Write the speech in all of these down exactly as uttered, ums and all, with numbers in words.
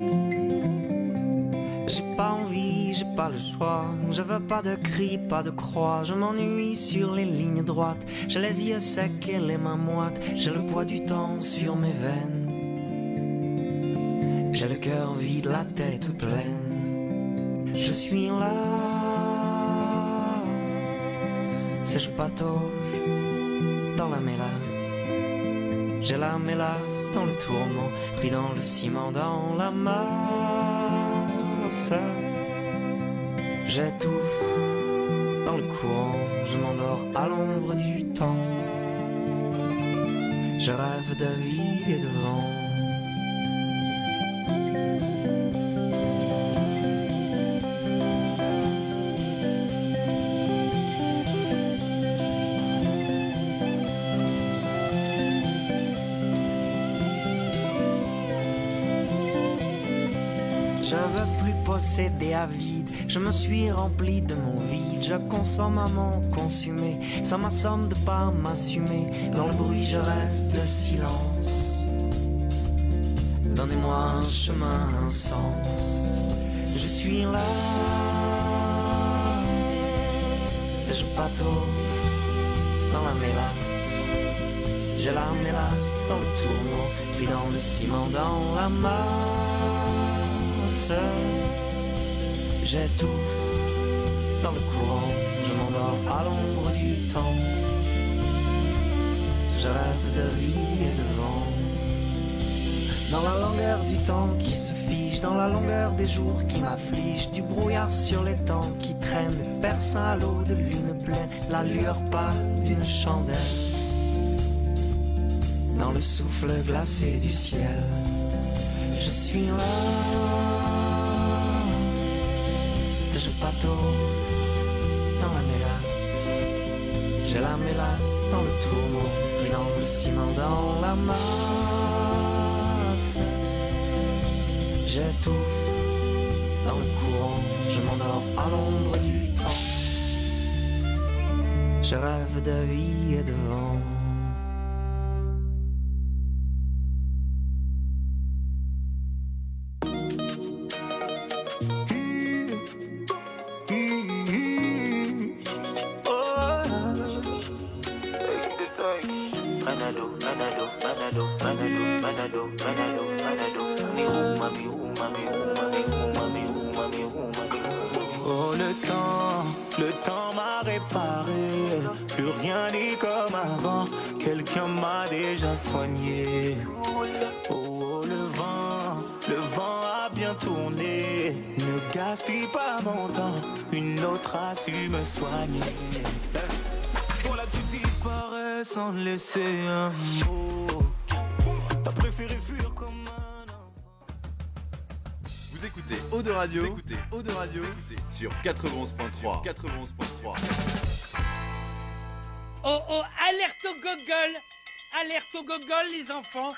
J'ai pas envie, j'ai pas le choix. Je veux pas de cris, pas de croix. Je m'ennuie sur les lignes droites. J'ai les yeux secs et les mains moites. J'ai le poids du temps sur mes veines. J'ai le cœur vide, la tête pleine. Je suis là. C'est je patauge dans la mélasse. J'ai la mélasse dans le tourment, pris dans le ciment, dans la masse. J'étouffe dans le courant, je m'endors à l'ombre du temps. Je rêve de vie et de vent. Je veux plus posséder à vide. Je me suis rempli de mon vide. Je consomme à m'en consumer. Ça m'assomme de pas m'assumer. Dans le bruit je rêve de silence. Donnez-moi un chemin, un sens. Je suis là. C'est je patauge dans la mélasse. J'ai la mélasse dans le tourment, puis dans le ciment, dans la masse. J'étouffe dans le courant, je m'endors à l'ombre du temps. Je rêve de vie et de vent. Dans la longueur du temps qui se fige, dans la longueur des jours qui m'affligent, du brouillard sur les temps qui traînent, perçant à l'eau de lune pleine, la lueur pâle d'une chandelle. Dans le souffle glacé du ciel, je suis là. C'est je patauge dans la mélasse. J'ai la mélasse dans le tourment, puis dans le ciment, dans la masse. J'étouffe dans le courant, je m'endors à l'ombre du temps. Je rêve de vie et de vent. Oh le temps, le temps m'a réparé. Plus rien n'est comme avant. Quelqu'un m'a déjà soigné. Oh le vent, le vent a bien tourné. Ne gaspille pas mon temps. Une autre a su me soigner. Toi là tu disparais sans laisser un mot. T'as préféré fuir comme un enfant. Vous écoutez Eau de Radio, vous écoutez Eau de Radio sur quatre-vingt-onze point trois. quatre-vingt-onze point trois. Oh oh, alerte au gogol! Alerte au gogol les enfants!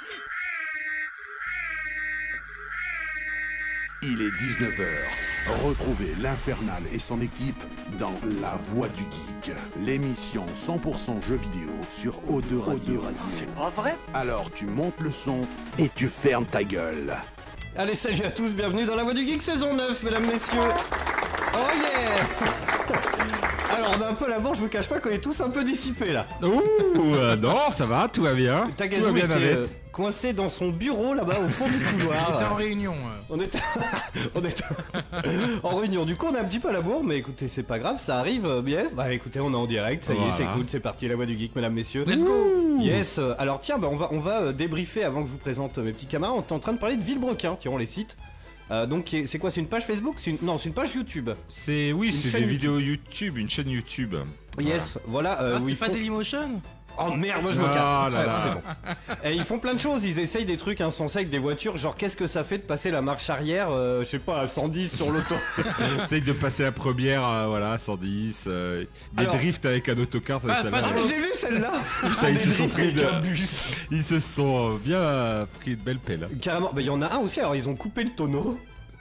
Il est dix-neuf heures. Retrouvez l'Infernal et son équipe dans La Voix du Geek, l'émission cent pour cent jeux vidéo sur O deux Radio. C'est pas vrai? Alors tu montes le son et tu fermes ta gueule. Allez, salut à tous, bienvenue dans La Voix du Geek saison neuf, mesdames, messieurs. Oh yeah. Alors, on a un peu la bourre, je vous cache pas qu'on est tous un peu dissipés là. Ouh, euh, non, ça va, tout va bien. Tagazu Tout va bien était avec. euh, coincé dans son bureau là-bas au fond du couloir. On était en réunion. euh. On était, on était en réunion. Du coup, on a un petit peu la bourre, mais écoutez, c'est pas grave, ça arrive euh, bien. Bah écoutez, on est en direct, ça y est, Voilà. c'est cool, c'est parti, La Voix du Geek, mesdames, messieurs. Let's go. Yes. euh, Alors tiens, bah, on va, on va euh, débriefer avant que je vous présente euh, mes petits camarades. On est en train de parler de Villebrequin. Tiens, on les cite. Euh, donc qui est- c'est quoi? C'est une page Facebook? C'est une... Non, c'est une page YouTube. C'est oui, Une c'est chaîne des vidéos YouTube, une chaîne YouTube. Yes, voilà. euh, Ah, où c'est ils pas font- Dailymotion? Oh merde, moi je me Ah casse. là Ouais, là. c'est bon. Et ils font plein de choses, ils essayent des trucs insensés avec des voitures, genre qu'est-ce que ça fait de passer la marche arrière, euh, je sais pas, à cent dix sur l'auto. Essaye de passer la première, euh, voilà, cent dix. euh, des Alors- drifts avec un autocar, ça, Ah, celle-là, pas Ah, sur- je l'ai vu celle-là. Putain, ils se sont pris avec de- un bus. Ils se sont euh, bien euh, pris de belles pelles. Carrément, bah il y en a un aussi, alors ils ont coupé le tonneau.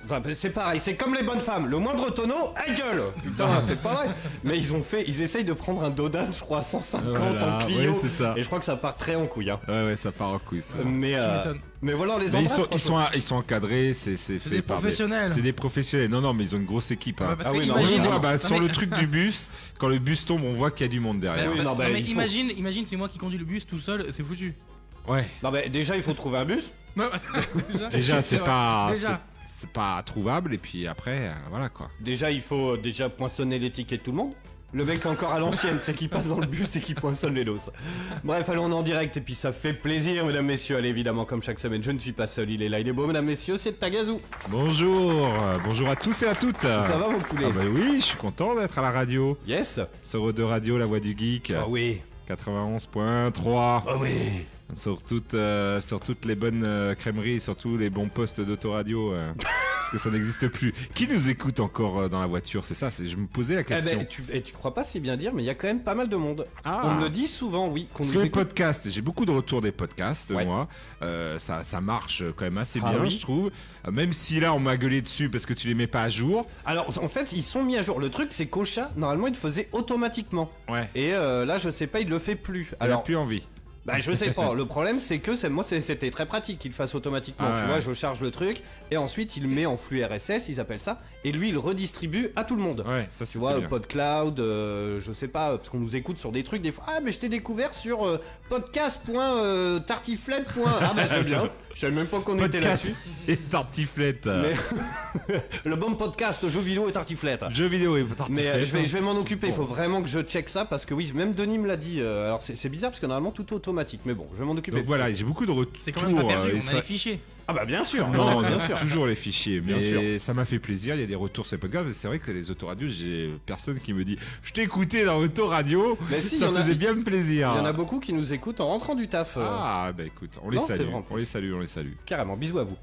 Enfin, c'est pareil, c'est comme les bonnes femmes, le moindre tonneau, elle gueule. Putain, c'est pas vrai. Mais ils ont fait, ils essayent de prendre un Dodan, je crois, à cent cinquante Voilà, en Clio. ouais, c'est ça. Et je crois que ça part très en couille. Hein. Ouais, ouais, ça part en couille. Ça. Mais, euh, mais voilà, on les mais ils, embrasse. sont, ils, sont, ils sont encadrés, c'est C'est fait des par professionnels. Des, c'est des professionnels. Non, non, mais ils ont une grosse équipe. Hein. Ouais, parce Ah que oui, non, On imagine, le voit, non, bah, non, sur mais- le truc du bus, quand le bus tombe, on voit qu'il y a du monde derrière. oui, non, non, bah, mais il faut- imagine, imagine, c'est moi qui conduis le bus tout seul, c'est foutu. Ouais. Non, mais déjà, il faut trouver un bus. Déjà, Déjà, c'est vrai. pas, Déjà. c'est- c'est pas trouvable. Et puis après, euh, voilà quoi. Déjà, il faut euh, déjà poinçonner les tickets de tout le monde. Le mec encore à l'ancienne, c'est qu'il passe dans le bus et qu'il poinçonne les doses. Bref, allez, on est en direct et puis ça fait plaisir, mesdames, messieurs. Allez, évidemment, comme chaque semaine, je ne suis pas seul, il est là, il est beau, mesdames, messieurs, c'est Tagazu. Bonjour, euh, bonjour à tous et à toutes. Ça va, mon poulet? Ah bah oui, je suis content d'être à la radio. Yes. Sur de radio, la voix du geek. Ah oui. quatre-vingt-onze point trois. Ah oui. Sur toutes, euh, sur toutes les bonnes euh, crèmeries, surtout les bons postes d'autoradio, euh, parce que ça n'existe plus. Qui nous écoute encore euh, dans la voiture? C'est ça, c'est, je me posais la Eh question. ben, tu, et tu crois pas si bien dire, mais il y a quand même pas mal de monde. Ah. On me le dit souvent, oui. Qu'on Parce nous que les écoute. podcasts, j'ai beaucoup de retours des podcasts, Ouais. moi. Euh, ça, ça marche quand même assez Ah bien, oui. je trouve. Euh, même si là, on m'a gueulé dessus parce que tu les mets pas à jour. Alors, en fait, ils sont mis à jour. Le truc, c'est qu'Ocha, normalement, il le faisait automatiquement. Ouais. Et euh, là, je sais pas, il le fait plus. Alors, Alors, plus envie. bah, je sais pas. Le problème, c'est que c'est, moi, c'est- c'était très pratique qu'il le fasse automatiquement. Ah tu ouais, vois, ouais. je charge le truc et ensuite, il le met en flux R S S, ils appellent ça. Et lui, il redistribue à tout le monde. Ouais, ça Tu c'est vois, bien. PodCloud, euh, je sais pas, parce qu'on nous écoute sur des trucs des fois. Ah, mais je t'ai découvert sur euh, podcast.tartiflette. Ah, bah c'est bien. Je savais même pas qu'on était Podcast là-dessus. et tartiflette. Mais le bon podcast jeux vidéo et tartiflette. Jeux vidéo et tartiflette. Mais euh, je vais, je vais m'en C'est occuper, il bon. faut vraiment que je check ça parce que oui, même Denis me l'a dit. euh, alors c'est c'est bizarre parce que normalement tout est automatique, mais bon, je vais m'en occuper. Donc voilà, j'ai beaucoup de retours. C'est quand même pas perdu, euh, et on a ça- les fichiers. Ah bah bien sûr, Non, bien non, sûr. toujours les fichiers, Bien mais sûr. ça m'a fait plaisir. Il y a des retours sur les podcasts, mais c'est vrai que les autoradios, j'ai personne qui me dit je t'ai écouté dans l'autoradio, Mais si, ça il y en a- faisait bien plaisir. Il y en a beaucoup qui nous écoutent en rentrant du taf. euh, Ah bah écoute, on les Non, c'est salue, vrai, en on les salue, on les salue. Carrément, bisous à vous.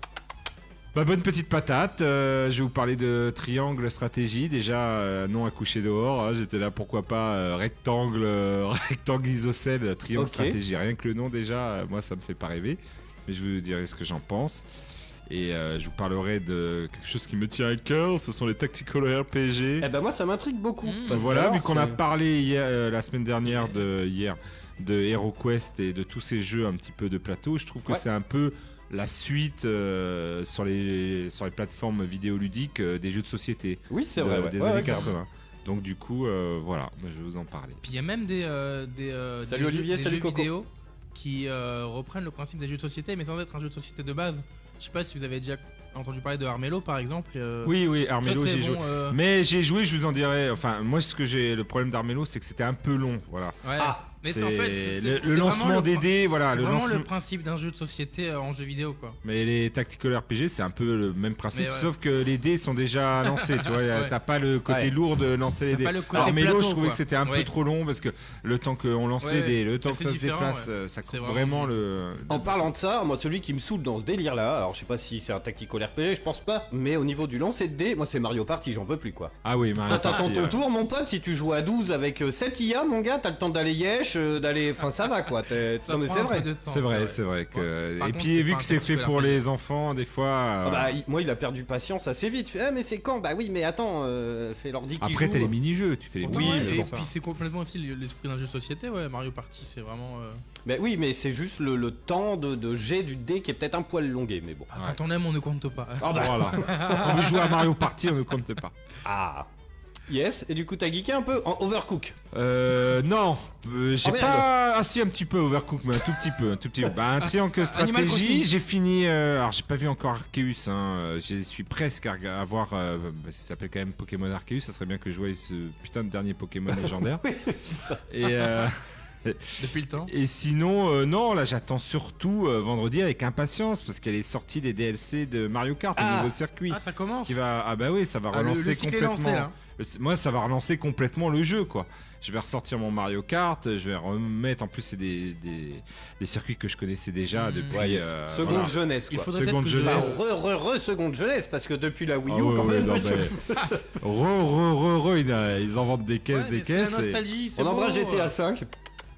Bah bonne petite patate. euh, je vais vous parler de triangle stratégie. Déjà euh, non à coucher dehors. hein, J'étais là pourquoi pas euh, rectangle, euh, rectangle isocèle, triangle Ok. stratégie. Rien que le nom déjà, euh, moi ça me fait pas rêver. Mais je vous dirai ce que j'en pense. Et euh, je vous parlerai de quelque chose qui me tient à cœur. Ce sont les tactical R P G. Eh ben moi ça m'intrigue beaucoup. Mmh. Parce que Voilà, alors, vu qu'on a c'est- parlé hier, euh, la semaine dernière de hier de HeroQuest et de tous ces jeux un petit peu de plateau, je trouve que Ouais. c'est un peu la suite euh, sur les sur les plateformes vidéoludiques euh, des jeux de société Oui, c'est de- vrai. ouais. des Ouais, années ouais, carrément. quatre-vingts. Donc du coup, euh, voilà, moi, je vais vous en parler. Puis il y a même des, euh, des, euh, Salut des Olivier, jeux, des salut jeux Coco. vidéo qui euh, reprennent le principe des jeux de société, mais sans être un jeu de société de base. Je sais pas si vous avez déjà entendu parler de Armello par exemple. euh, Oui, oui, très, Armello, très j'ai bon, joué. euh, Mais j'ai joué, je vous en dirai. Enfin, moi, ce que j'ai, le problème d'Armello, c'est que c'était un peu long, voilà. Ouais. Ah, mais c'est en fait c'est- le, c'est- le c'est vraiment lancement le des prin- dés, voilà, c'est le vraiment lancement. le principe d'un jeu de société euh, en jeu vidéo quoi. Mais les tactical R P G, c'est un peu le même principe, Mais ouais. sauf que les dés sont déjà lancés, tu vois. Ouais. T'as pas le côté Ouais. lourd de lancer les T'as dés. pas le côté Alors, Mélo, plateau, je trouvais quoi. que c'était un Ouais. peu trop long parce que le temps qu'on lance Ouais, les ouais. dés, le temps Mais que c'est ça se différent, déplace, ouais. euh, ça C'est coupe vraiment vraiment le. En parlant de ça, moi celui qui me saoule dans ce délire là, alors je sais pas si c'est un tactical R P G, je pense pas, mais au niveau du lancer de dés, moi c'est Mario Party, j'en peux plus quoi. Ah oui, Mario Quand t'attends Party, ton ouais. tour, mon pote, si tu joues à douze avec euh, sept I A, mon gars, t'as le temps d'aller yesh, euh, d'aller. Enfin, ça va quoi. t'es- Ça Non, mais prend c'est un vrai. peu de temps, C'est vrai, c'est vrai que. Ouais. Par Et contre, puis c'est vu pas que un c'est fait tactical pour R P G. les enfants, des fois. Ah euh, bah, il- moi, il a perdu patience assez vite. Fait, ah, mais c'est quand? Bah oui, mais attends, euh, c'est l'ordi qui Après, joue. t'as les mini-jeux, tu fais les Pourtant, mini ouais, mais et bon. puis c'est complètement aussi l'esprit d'un jeu de société, ouais. Mario Party, c'est vraiment. euh, Mais oui, mais c'est juste le, le temps de, de jet du dé qui est peut-être un poil longué, mais bon. Ouais. Quand on aime, on ne compte pas. Ah bah. Voilà. Quand on veut jouer à Mario Party, on ne compte pas. Ah. Yes, et du coup, t'as geeké un peu en Overcook. Euh, non, euh, j'ai Oh, merde. pas. Ah si, un petit peu Overcook, mais un tout petit peu, un tout petit peu. Bah, un triangle Animal stratégie. Crossing. J'ai fini. euh, alors, j'ai pas vu encore Arceus. Hein. euh, Je suis presque à, rega- à voir. Euh, bah, ça s'appelle quand même Pokémon Arceus. Ça serait bien que je voie ce putain de dernier Pokémon légendaire. Et. Euh, Depuis le temps. Et sinon, euh, non, là j'attends surtout euh, vendredi avec impatience parce qu'elle est sortie des D L C de Mario Kart Ah. au nouveau circuit. Ah, ça commence. Qui va, ah bah oui, ça va Ah, le- le relancer cycle est complètement. lancé, là. Le- Moi, ça va relancer complètement le jeu, quoi. Je vais ressortir mon Mario Kart, je vais remettre. En plus, c'est des, des, des circuits que je connaissais déjà Mmh. depuis. Ouais, yes. euh, Seconde voilà. jeunesse, Il quoi. faudrait peut-être Seconde que je- jeunesse. Enfin, re, re, re, seconde jeunesse, parce que depuis la Wii Ah U, ouais, quand ouais, même. non, je- mais- re, re, re, re, ils, ils en vendent des caisses, Ouais, des mais c'est la caisses. et- nostalgie, c'est On embrasse beau. G T A cinq.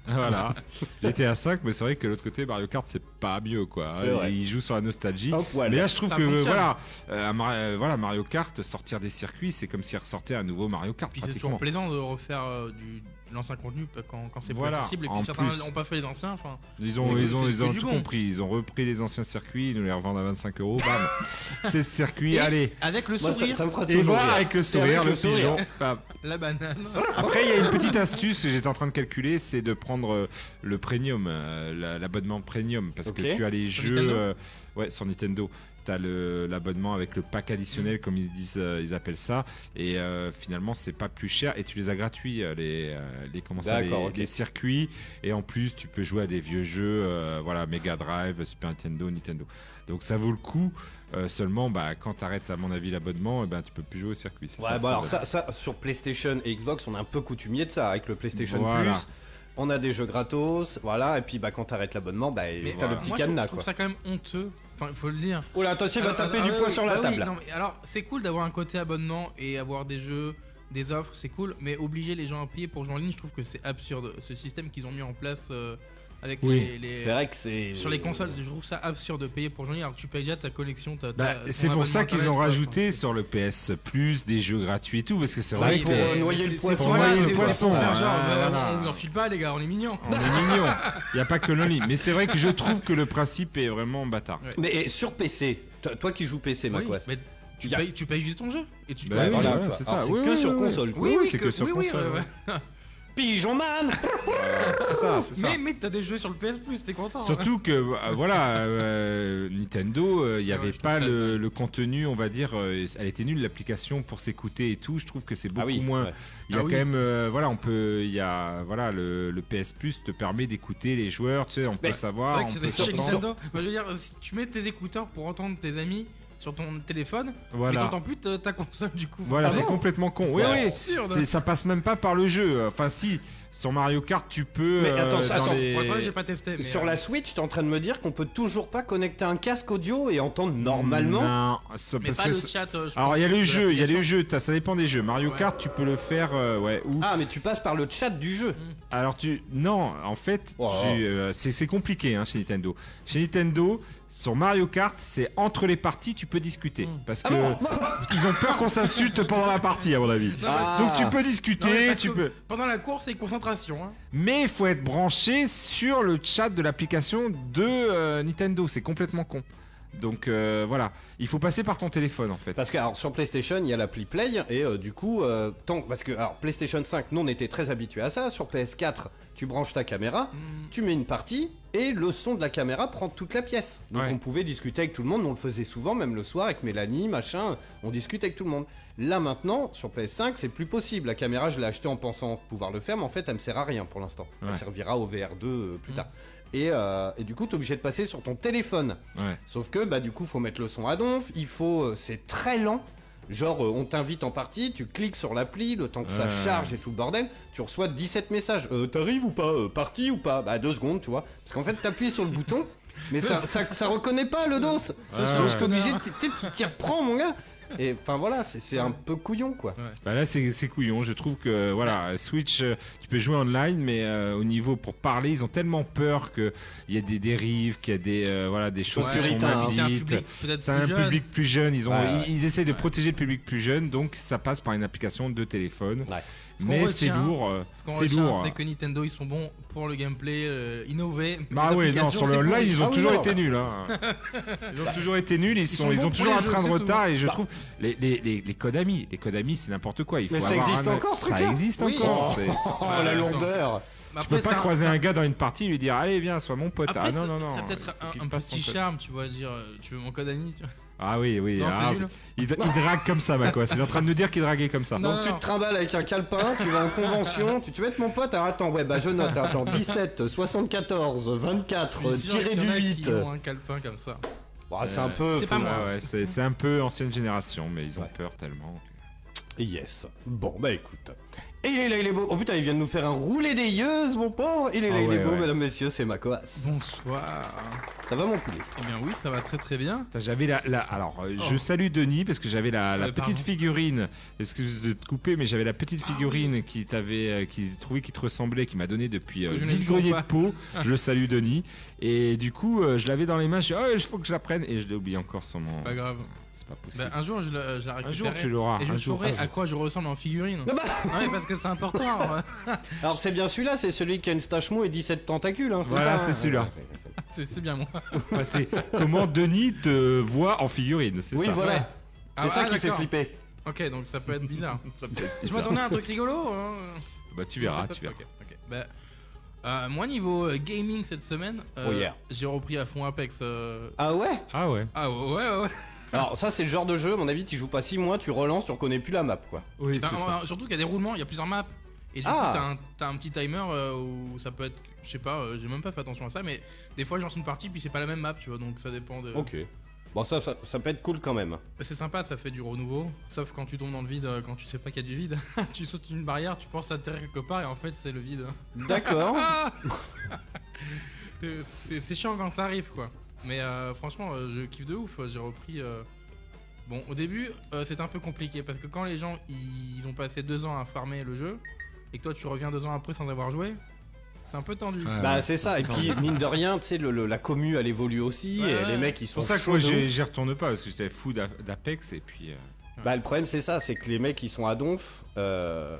Voilà. G T A cinq, mais c'est vrai que de l'autre côté, Mario Kart, c'est pas mieux, quoi. C'est vrai. Il joue sur la nostalgie. Hop, voilà. Mais là, je trouve Ça que fonctionne. voilà, euh, Mar- euh, voilà, Mario Kart, sortir des circuits, c'est comme s'il ressortait un nouveau Mario Kart. Puis c'est pratiquement. toujours plaisant de refaire euh, du, de l'ancien contenu quand, quand c'est Voilà, plus accessible. Et en puis certains plus. n'ont pas fait les anciens. Enfin, Ils ont, C'est que- ils ont, c'est ils que ont du tout bon. compris. Ils ont repris les anciens circuits, ils nous les revendent à vingt-cinq euros. Bam. C'est le circuit, et allez. avec le Moi, ça, sourire, ça me fera Et toujours voilà, rire. avec le Et sourire, avec le le sourire. pigeon. Bam. la banane. Après, il y a une petite astuce que j'étais en train de calculer, c'est de prendre euh, le premium, euh, la- l'abonnement premium, parce Ok. que tu as les Sur jeux, Nintendo euh, ouais, sur Nintendo. T'as le l'abonnement avec le pack additionnel, comme ils disent, euh, ils appellent ça, et euh, finalement c'est pas plus cher et tu les as gratuits euh, les euh, les comment ça, les, D'accord, ok. les circuits, et en plus tu peux jouer à des vieux jeux, euh, voilà, Mega Drive, Super Nintendo, Nintendo. Donc ça vaut le coup. euh, seulement, bah quand t'arrêtes à mon avis l'abonnement, eh ben tu peux plus jouer au circuit. c'est Ouais, ça, bon, le alors problème. ça, ça, sur PlayStation et Xbox, on est un peu coutumier de ça. Avec le PlayStation Voilà. Plus, on a des jeux gratos, voilà. Et puis, bah, quand t'arrêtes l'abonnement, bah, Mais t'as voilà. le petit moi, je, cadenas, je trouve quoi. ça quand même honteux. Enfin, il faut le dire. Oh là, attention, il va Alors, taper ah, du ah, poing oui, sur la bah oui, table. non, mais alors, c'est cool d'avoir un côté abonnement et avoir des jeux, des offres, c'est cool. Mais obliger les gens à payer pour jouer en ligne, je trouve que c'est absurde. Ce système qu'ils ont mis en place euh, avec Oui. les, les- C'est vrai que c'est. sur les consoles, je trouve ça absurde de payer pour jouer en ligne alors que tu payes déjà ta connexion. ta- Bah, ta- c'est ton pour ça abonnement qu'ils ont Internet, rajouté quoi. sur le P S Plus des jeux gratuits et tout, parce que c'est Bah, vrai pour, que euh, Mais noyer c'est- le c'est- poisson. c'est- Pour voilà, noyer le c'est- poisson, c'est pour faire genre, ouais, bah, voilà. on vous en file pas, les gars, on est mignons. on est mignon. Il n'y a pas que le ligne. Mais c'est vrai que je trouve que le principe est vraiment bâtard. Ouais. Mais et sur P C, toi, toi qui joues P C, Oui, Macquas. mais tu Y a- payes, tu payes juste ton jeu et tu Bah peux oui, voilà, voilà, tu vois. c'est Alors, ça. c'est Oui, que oui, sur oui, console, oui, quoi. oui, c'est que sur oui, oui, console. ouais, ouais. ouais. Pigeon Man. C'est ça, c'est ça. Mais, mais t'as des jeux sur le P S Plus, t'es content. hein. Surtout que euh, voilà, euh, Nintendo, euh, il n'y Ah avait ouais, je pas trouve ça- le, le contenu, on va dire, euh, elle était nulle l'application pour s'écouter et tout. Je trouve que c'est beaucoup Ah oui. moins. ouais. Il y a Ah quand oui. même, euh, voilà, on peut, il y a, voilà, le, le P S Plus te permet d'écouter les joueurs, tu sais, on peut Mais C'est savoir, vrai on que peut c'est chez s'entendre. Nintendo. Moi, je veux dire, si tu mets tes écouteurs pour entendre tes amis sur ton téléphone, mais Voilà, t'entends plus ta ta console du coup. voilà, Ah c'est bon complètement con. Oui, Voilà. oui. Absurde. C'est- Ça passe même pas par le jeu. Enfin, si, sur Mario Kart, tu peux. Mais euh, attends, dans attends, les- Pour être honnête, j'ai pas testé. Mais Sur euh, la Switch, t'es en train de me dire qu'on peut toujours pas connecter un casque audio et entendre normalement. Non, ça- mais parce pas que le c'est- chat. euh, je Alors pense, il y a de le jeu, il y a les l'application. jeux, t'as- ça dépend des jeux. Mario Ouais. Kart, tu peux le faire, euh, ouais. Ou Ah, mais tu passes par le chat du jeu. alors tu, non, en fait, Oh. tu, euh, c'est c'est compliqué hein, chez Nintendo. Chez Nintendo, sur Mario Kart, c'est entre les parties, tu peux discuter, Mm. parce Ah que bon ils ont peur qu'on s'insulte pendant la partie, à mon avis. Ah. Donc tu peux Non, mais discuter, parce tu que peux. Pendant la course, c'est concentration. Hein. Mais il faut être branché sur le chat de l'application de euh, Nintendo. C'est complètement con. Donc euh, voilà, il faut passer par ton téléphone en fait. Parce que alors, sur PlayStation, il y a l'appli Play et euh, du coup, euh, tant, parce que alors, PlayStation cinq, nous on était très habitués à ça. Sur P S quatre, tu branches ta caméra, Mm. tu mets une partie et le son de la caméra prend toute la pièce. Donc Ouais. on pouvait discuter avec tout le monde, on le faisait souvent, même le soir avec Mélanie, machin, on discute avec tout le monde. Là maintenant, sur P S cinq, c'est plus possible. La caméra, je l'ai achetée en pensant pouvoir le faire, mais en fait, elle me sert à rien pour l'instant. Elle Ouais. servira au V R deux euh, plus Mm. tard. Et, euh, et du coup, t'es obligé de passer sur ton téléphone. Ouais. Sauf que bah du coup faut mettre le son à donf, il faut euh, c'est très lent. Genre euh, on t'invite en partie, tu cliques sur l'appli, le temps que ça Ouais. charge et tout le bordel, tu reçois dix-sept messages. Euh, T'arrives ou pas euh, Parti ou pas Bah deux secondes tu vois. Parce qu'en fait t'appuies sur le bouton, mais ça, ça, ça reconnaît pas le dos. Ouais, Donc ouais. t'es obligé de tu sais, tu t'y reprends mon gars. Et enfin voilà, c'est c'est un peu couillon quoi. Bah là c'est c'est couillon, je trouve que voilà, Switch euh, tu peux jouer online mais euh, au niveau pour parler, ils ont tellement peur que il y a des dérives, qu'il y a des euh, voilà, des choses Ouais, qui sont puritains, mal hein. C'est un dites. public peut-être C'est plus un jeune. public plus jeune, ils ont Ouais, ouais. ils, ils essayent de protéger le public plus jeune, donc ça passe par une application de téléphone. Ouais. Ce qu'on Mais c'est retient, lourd, euh, Ce qu'on c'est retient, lourd. c'est que Nintendo ils sont bons pour le gameplay, euh, innover. mais Bah ouais, non, l'application, sur c'est le pour online, les- ils ont Ah oui, toujours non. été nuls. Hein. Ils ont toujours été nuls, ils, sont, sont ils bons ont pour toujours les un jeux, train de c'est tout. retard et je Bah. trouve les, les, les, les Konami, les Konami c'est n'importe quoi. Il faut Mais ça avoir existe un- encore, ce Ça truc-là existe Oui. encore. Oh, c'est- oh, Ouais, la attends. lourdeur. Mais Tu peux après, pas c'est croiser c'est un gars dans une partie et lui dire allez viens sois mon pote. Après, Ah non c'est- non non. c'est peut-être faut qu'il un, un passe ton petit code. charme, tu vois, dire euh, tu veux mon code ami. Tu vois. Ah oui oui. Non, ah, c'est nul. il, il drague comme ça bah quoi. C'est en train de nous dire qu'il draguait comme ça. Non, Donc non, tu non. te trimbales avec un calepin, tu vas en convention, tu, tu veux être mon pote, alors attends, ouais bah je note, attends, dix-sept, soixante-quatorze, vingt-quatre, Je suis sûr tiré qu'il y du en a qui huit. ont un calepin comme ça. Bon, c'est Euh, un peu... c'est pas faut- moi. Ouais, ouais, c'est c'est un peu ancienne génération mais ils ont Ouais. peur tellement. Yes. Bon, bah écoute. Et il est là, il est beau. Oh putain, il vient de nous faire un roulé des yeux, mon pauvre. Il est là, Ah il ouais, est beau, ouais. mesdames, messieurs, c'est Macoas. Bonsoir. Ça va, mon poulet? Eh bien oui, ça va très très bien. Putain, J'avais la, la- alors euh, je Oh. salue Denis parce que j'avais la, la Euh, petite pardon. figurine. Excuse de te couper, mais j'avais la petite Ah figurine qui t'avait, euh, qui trouvait qui te ressemblait, qui m'a donné depuis euh, Que je n'ai Vide toujours Grenier de pas. Pau. Je le salue Denis. Et du coup, euh, je l'avais dans les mains. Je dis, oh, il faut que je la prenne. Et je l'ai oublié encore sur mon. C'est pas grave. Putain, c'est pas possible. Bah, un jour je la, je la récupérerai. un jour tu l'auras. Et je un jour. saurai un à jour. quoi je ressemble en figurine. Ah bah. Non mais parce que c'est important. hein. Alors, c'est bien celui-là, c'est celui qui a une stache mou et dix-sept tentacules, hein, c'est Voilà, ça, c'est hein celui-là. C'est c'est bien moi. Enfin, c'est comment Denis te voit en figurine. C'est Oui, ça. voilà. Ouais. C'est Ah, ça ah, qui fait d'accord. flipper. Ok, donc ça peut être bizarre. Ça peut être Je bizarre. m'attendais à un truc rigolo. hein. Bah tu verras, tu verras. Ok, ok. Bah, euh, moi niveau euh, gaming cette semaine, euh, Oh yeah. j'ai repris à fond Apex. euh, Ah ouais? Ah ouais. Ah ouais ouais ouais. Alors, ça, c'est le genre de jeu, à mon avis, tu joues pas six mois, tu relances, tu reconnais plus la map, quoi. Oui, Bah, c'est ça. euh, surtout qu'il y a des roulements, il y a plusieurs maps. Et du Ah. coup, t'as un, t'as un petit timer euh, où ça peut être, je sais pas, euh, j'ai même pas fait attention à ça, mais des fois je lance une partie puis c'est pas la même map, tu vois, donc ça dépend de. Ok. Bon, ça, ça, ça peut être cool quand même. C'est sympa, ça fait du renouveau. Sauf quand tu tombes dans le vide, euh, quand tu sais pas qu'il y a du vide, tu sautes une barrière, tu penses atterrir quelque part et en fait c'est le vide. D'accord. c'est c'est chiant quand ça arrive quoi. Mais euh, franchement, euh, je kiffe de ouf. J'ai repris. euh, Bon, au début, euh, c'était un peu compliqué parce que quand les gens ils ont passé deux ans à farmer le jeu et que toi tu reviens deux ans après sans avoir joué, c'est un peu tendu. Ouais. Bah, c'est ça. Et puis, mine de rien, tu sais, le- le- la commu, elle évolue aussi. Ouais, et ouais. les mecs, ils C'est sont pour ça que chauds moi de j'y ouf. j'y retourne pas parce que j'étais fou d'A- d'Apex et puis. euh, Bah, le problème, c'est ça, c'est que les mecs, ils sont à donf. Euh...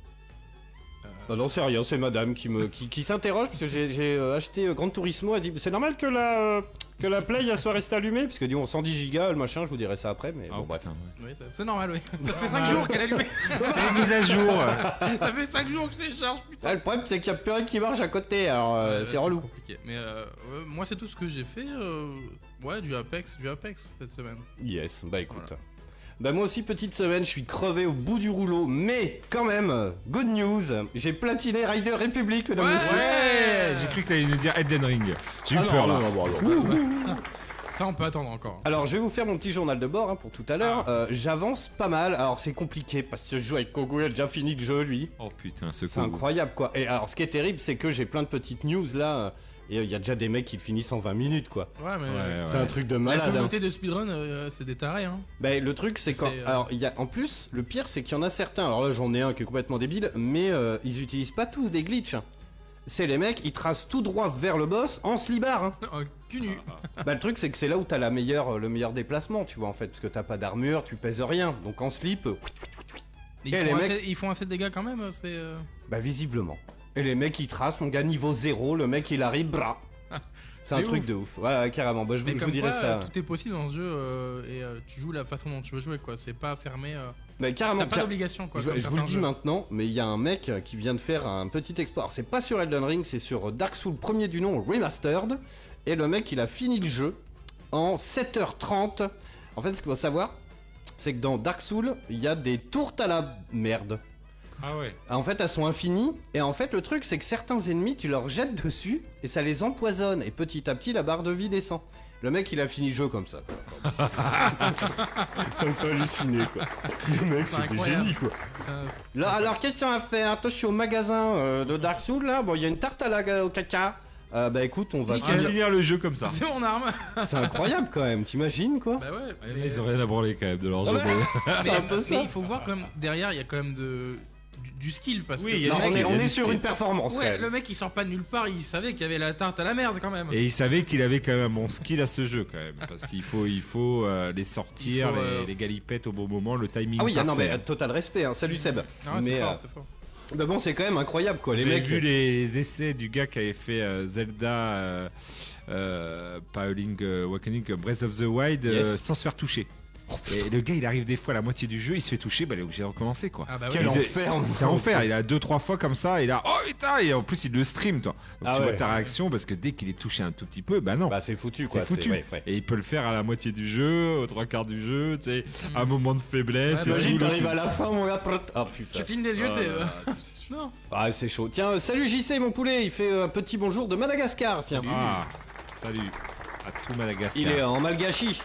Bah non, c'est rien, c'est madame qui me qui, qui s'interroge parce que j'ai j'ai, euh, acheté euh, Gran Turismo. Elle dit c'est normal que la euh, que la Play elle soit restée allumée parce que dit on cent dix gigas le machin. Je vous dirai ça après, mais Ah, bon bref. putain, ouais. Oui, ça- c'est normal, oui. Ça fait cinq jours qu'elle est allumée. Les mises à jour. Ça fait cinq jours que c'est charge, putain. Ah, le problème c'est qu'il y a plus rien qui marche à côté, alors euh, Ouais, c'est relou. compliqué. Mais euh, ouais, moi, c'est tout ce que j'ai fait. euh, Ouais, du Apex, du Apex cette semaine. Yes, bah écoute. Voilà. Bah moi aussi petite semaine, je suis crevé au bout du rouleau, mais quand même, good news, j'ai platiné Rider Republic, mesdames Ouais. messieurs. Ouais, j'ai cru que t'allais nous dire Elden Ring. J'ai eu Ah non, peur non, là. non, non, non. Ça, on peut attendre encore. Alors je vais vous faire mon petit journal de bord hein, pour tout à l'heure. Euh, J'avance pas mal, alors c'est compliqué parce que je joue avec Kogu, il a déjà fini le jeu lui. Oh putain, ce C'est coup. incroyable quoi. Et alors ce qui est terrible c'est que j'ai plein de petites news là, euh, et il y a déjà des mecs qui le finissent en vingt minutes quoi. Ouais, mais. Ouais, ouais. C'est un truc de La malade. hein. communauté de speedrun, euh, c'est des tarés, hein. Bah, le truc c'est quand... C'est, euh, Alors il y a... en plus, le pire c'est qu'il y en a certains, alors là j'en ai un qui est complètement débile, mais euh, ils utilisent pas tous des glitches. C'est les mecs, ils tracent tout droit vers le boss en slibard. Hein. Euh, cul nu. Bah le truc c'est que c'est là où t'as la meilleure, le meilleur déplacement tu vois en fait, parce que t'as pas d'armure, tu pèses rien, donc en slip, euh, Ils, Et font les assez, mecs- ils font assez de dégâts quand même, c'est. euh, bah visiblement. Et les mecs ils tracent, mon gars niveau zéro, le mec il arrive, bras. C'est un C'est truc ouf. de ouf, ouais, ouais, carrément, bah je vous, Mais je vous comme dirai quoi, ça. euh, tout est possible dans ce jeu euh, et euh, tu joues la façon dont tu veux jouer, quoi. C'est pas fermé. euh, Bah carrément, T'as pas tiens, d'obligation, quoi. je, comme je vous le certains dis jeux. maintenant, mais il y a un mec qui vient de faire un petit exploit. Alors, c'est pas sur Elden Ring, c'est sur Dark Souls premier du nom Remastered. Et le mec, il a fini le jeu en sept heures trente. En fait, ce qu'il faut savoir, c'est que dans Dark Souls, il y a des tourtes à la merde. Ah ouais. En fait, elles sont infinies. Et en fait, le truc, c'est que certains ennemis, tu leur jettes dessus et ça les empoisonne. Et petit à petit, la barre de vie descend. Le mec, il a fini le jeu comme ça. quoi. ça me fait halluciner, quoi. Le mec, C'est c'est des incroyable. génies, quoi. Ça- Là, alors, question à faire. Attends, je suis au magasin euh, de Dark Souls, là. Bon, il y a une tarte à la, au caca. Euh, bah écoute, on va On va finir. finir le jeu comme ça. C'est mon arme. C'est incroyable, quand même. T'imagines, quoi? Bah ouais. Les mais- mecs, ils ont rien à branler quand même de leur Ah jeu. ouais. mais- C'est mais, un peu mais ça. il faut voir comme derrière il y a quand même de du, du skill parce Oui, que il y a Non, du on skill, est, il y on a est du sur skill. une performance, quand ouais, même. le mec il sort pas de nulle part, il savait qu'il y avait la tarte à la merde quand même. Et il savait qu'il avait quand même un bon skill à ce jeu quand même. Parce qu'il faut, il faut euh, les sortir, Il faut, les, euh, les galipettes au bon moment, le timing. Ah oui, ah non, mais parfait. euh, total respect. Hein. Salut, Seb. Ah ouais, c'est mais fort, euh, c'est fort. bah bon, c'est quand même incroyable, quoi. Les J'ai mecs. vu les essais du gars qui avait fait euh, Zelda, euh, euh, pas A Link Awakening, euh, Breath of the Wild, euh, Yes. sans se faire toucher. Et le gars, il arrive des fois à la moitié du jeu, il se fait toucher, bah il est obligé de recommencer quoi. Ah bah Quel ouais. Il- enfer, mon C'est gars. enfer, il a deux trois fois comme ça, et là, oh putain, et en plus il le stream toi. Donc Ah tu ouais. vois ta réaction parce que dès qu'il est touché un tout petit peu, bah non. Bah, c'est foutu, quoi. c'est foutu. ouais, ouais. Et il peut le faire à la moitié du jeu, aux trois quarts du jeu, tu sais, à un moment de faiblesse. Ouais, et bah, tout, Imagine, le t'arrives truc. à la fin, mon gars. prrrt. Ah putain. Tu clignes des yeux, Oh t'es. là euh, Non. Ah, c'est chaud. Tiens, euh, salut J C, mon poulet. Il fait euh, un petit bonjour de Madagascar. Tiens. Ah, salut à tout Madagascar. Il est en malgachi.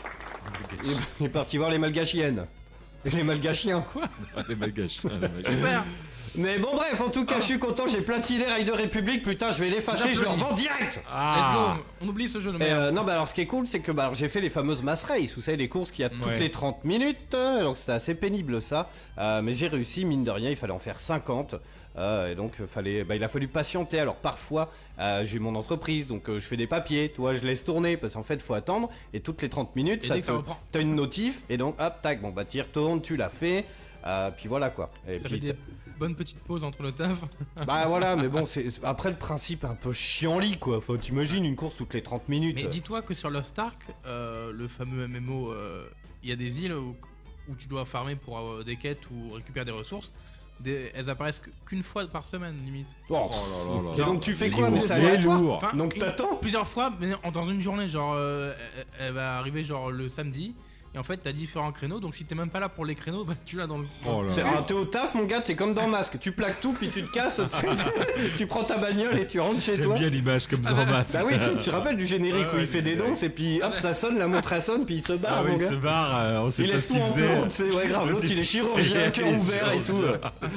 Il est parti voir les malgachiennes. Et les malgachiens. Quoi? les malgaches. les malgaches. Super. Mais bon, bref, en tout cas, je suis content, j'ai platiné Rider Republic, putain, je vais l'effacer, je le revends direct. Ah. Let's go, on oublie ce jeu de Et merde. euh, non, bah alors ce qui est cool, c'est que bah, alors, j'ai fait les fameuses mass race, vous savez, les courses qu'il y a toutes Ouais. les trente minutes, euh, donc c'était assez pénible ça, euh, mais j'ai réussi, mine de rien, il fallait en faire cinquante. Euh, et donc euh, fallait, bah, il a fallu patienter. Alors parfois euh, j'ai mon entreprise, donc euh, je fais des papiers, toi je laisse tourner parce qu'en fait faut attendre et toutes les trente minutes Et ça dès te, que ça reprend. t'as une notif et donc hop tac bon bah t'y retournes, tu l'as fait, euh, puis voilà quoi. Et Ça puis, fait des bonnes petites pauses entre le taf. bah voilà, mais bon c'est après le principe est un peu chiant-lit quoi. Faut t'imagines une course toutes les trente minutes. Mais dis-toi que sur Lost Ark, euh, le fameux M M O, euh, il y a des îles où, où tu dois farmer pour avoir des quêtes ou récupérer des ressources. Des, elles apparaissent qu'une fois par semaine limite. Oh, là là et donc tu fais C'est quoi? Mais lourd. c'est Ouais, aléatoire. lourd. Enfin, Donc une- t'attends. Plusieurs fois, mais en- dans une journée, genre euh, elle, elle va arriver genre le samedi. Et en fait, t'as différents créneaux, donc si t'es même pas là pour les créneaux, bah tu l'as dans le. Oh là C'est- là. ah, t'es au taf mon gars, t'es comme dans Masque, tu plaques tout puis tu te casses, tu, tu- tu prends ta bagnole et tu rentres chez J'aime toi. bien l'image comme dans Masque. Bah oui, tu, tu te rappelles du générique Ouais, où ouais, il fait des c'est vrai. danses et puis hop ça sonne, la montre elle sonne puis il se barre Ah oui, mon il gars. se barre, euh, on sait Il pas laisse ce tout qu'il en faisait. plan, c'est ouais, grave, l'autre il est chirurgien, cœur ouvert et tout.